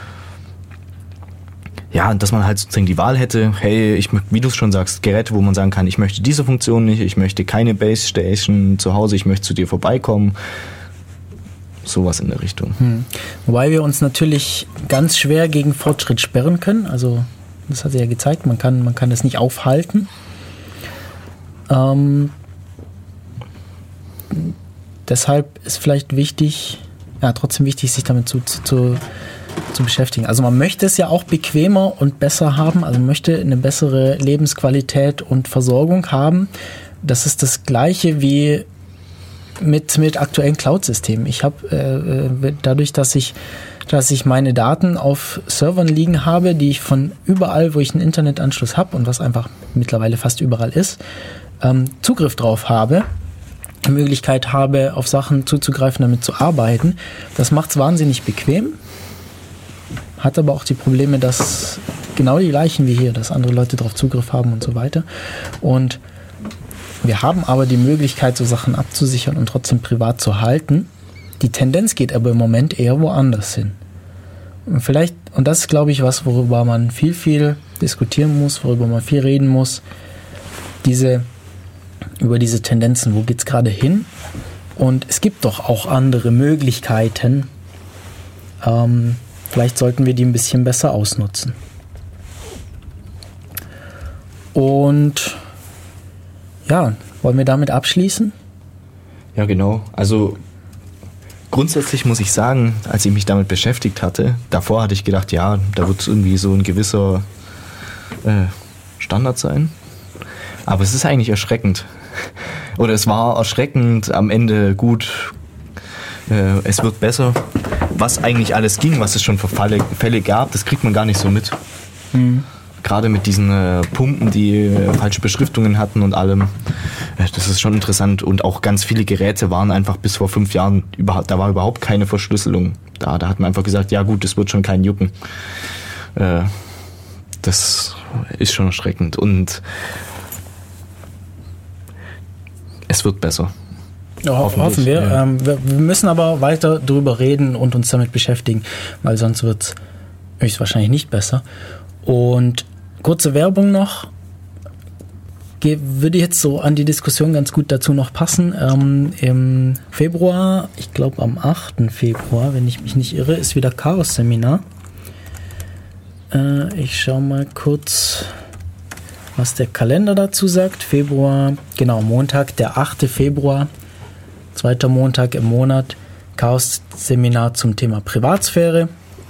Ja, dass man halt sozusagen die Wahl hätte, hey, ich, wie du es schon sagst, Geräte, wo man sagen kann, ich möchte diese Funktion nicht, ich möchte keine Base Station zu Hause, ich möchte zu dir vorbeikommen. Sowas in der Richtung. Hm. Wobei wir uns natürlich ganz schwer gegen Fortschritt sperren können. Also das hat sich ja gezeigt, man kann, man kann das nicht aufhalten. Ähm, deshalb ist vielleicht wichtig, ja trotzdem wichtig, sich damit zu, zu, zu beschäftigen. Also man möchte es ja auch bequemer und besser haben, also man möchte eine bessere Lebensqualität und Versorgung haben. Das ist das Gleiche wie mit, mit aktuellen Cloud-Systemen. Ich habe äh, dadurch, dass ich, dass ich meine Daten auf Servern liegen habe, die ich von überall, wo ich einen Internetanschluss habe und was einfach mittlerweile fast überall ist, ähm, Zugriff drauf habe, die Möglichkeit habe, auf Sachen zuzugreifen, damit zu arbeiten. Das macht es wahnsinnig bequem, hat aber auch die Probleme, dass genau die gleichen wie hier, dass andere Leute darauf Zugriff haben und so weiter. Und wir haben aber die Möglichkeit, so Sachen abzusichern und trotzdem privat zu halten. Die Tendenz geht aber im Moment eher woanders hin. Und vielleicht, und das ist, glaube ich, was, worüber man viel, viel diskutieren muss, worüber man viel reden muss, diese, über diese Tendenzen, wo geht es gerade hin? Und es gibt doch auch andere Möglichkeiten. Ähm, vielleicht sollten wir die ein bisschen besser ausnutzen. Und ja, wollen wir damit abschließen? Ja, genau. Also grundsätzlich muss ich sagen, als ich mich damit beschäftigt hatte, davor hatte ich gedacht, ja, da wird irgendwie so ein gewisser äh, Standard sein. Aber es ist eigentlich erschreckend. Oder es war erschreckend, am Ende gut, äh, es wird besser. Was eigentlich alles ging, was es schon für Fälle, Fälle gab, das kriegt man gar nicht so mit. Mhm. Gerade mit diesen äh, Pumpen, die äh, falsche Beschriftungen hatten und allem. Äh, das ist schon interessant. Und auch ganz viele Geräte waren einfach bis vor fünf Jahren, überhaupt, da war überhaupt keine Verschlüsselung da. Da hat man einfach gesagt, ja gut, das wird schon keinen jucken. Äh, das ist schon erschreckend. Und es wird besser. Ja, hoffen wir. Ja. Ähm, wir. Wir müssen aber weiter drüber reden und uns damit beschäftigen, weil sonst wird es höchstwahrscheinlich nicht besser. Und kurze Werbung noch, würde jetzt so an die Diskussion ganz gut dazu noch passen. Ähm, im Februar, ich glaube am achten Februar, wenn ich mich nicht irre, ist wieder Chaos-Seminar. Äh, ich schaue mal kurz, was der Kalender dazu sagt. Februar, genau, Montag, der achte Februar, zweiter Montag im Monat, Chaos-Seminar zum Thema Privatsphäre.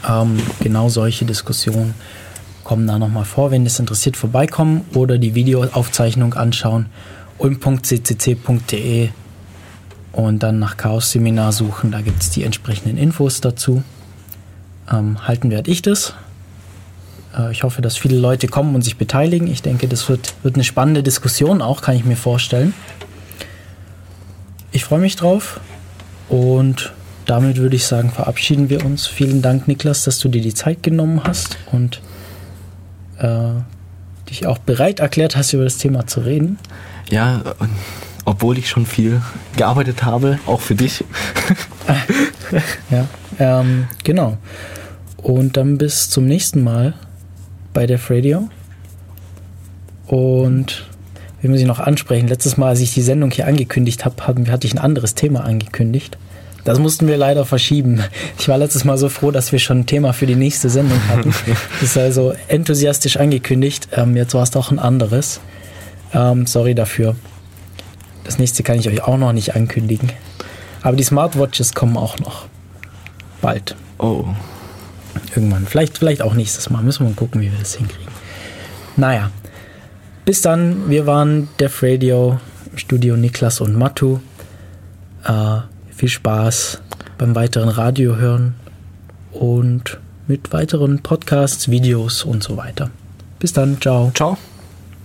Ähm, genau solche Diskussionen kommen da nochmal vor. Wenn das interessiert, vorbeikommen oder die Videoaufzeichnung anschauen. ulm punkt c c c punkt d e und dann nach Chaos-Seminar suchen. Da gibt es die entsprechenden Infos dazu. Ähm, halten werde ich das. Äh, ich hoffe, dass viele Leute kommen und sich beteiligen. Ich denke, das wird, wird eine spannende Diskussion auch, kann ich mir vorstellen. Ich freue mich drauf und damit würde ich sagen, verabschieden wir uns. Vielen Dank, Niklas, dass du dir die Zeit genommen hast und äh, dich auch bereit erklärt hast, über das Thema zu reden. Ja, obwohl ich schon viel gearbeitet habe, auch für dich. Ja, ähm, genau. Und dann bis zum nächsten Mal bei Def Radio. Und wie muss ich noch ansprechen? Letztes Mal, als ich die Sendung hier angekündigt habe, hatte ich ein anderes Thema angekündigt. Das mussten wir leider verschieben. Ich war letztes Mal so froh, dass wir schon ein Thema für die nächste Sendung hatten. Das ist also enthusiastisch angekündigt. Ähm, jetzt war es doch ein anderes. Ähm, sorry dafür. Das nächste kann ich euch auch noch nicht ankündigen. Aber die Smartwatches kommen auch noch. Bald. Oh. Irgendwann. Vielleicht, vielleicht auch nächstes Mal. Müssen wir mal gucken, wie wir das hinkriegen. Naja. Bis dann. Wir waren Def Radio im Studio, Niklas und Matu. Äh, viel Spaß beim weiteren Radio hören und mit weiteren Podcasts, Videos und so weiter. Bis dann. Ciao. Ciao.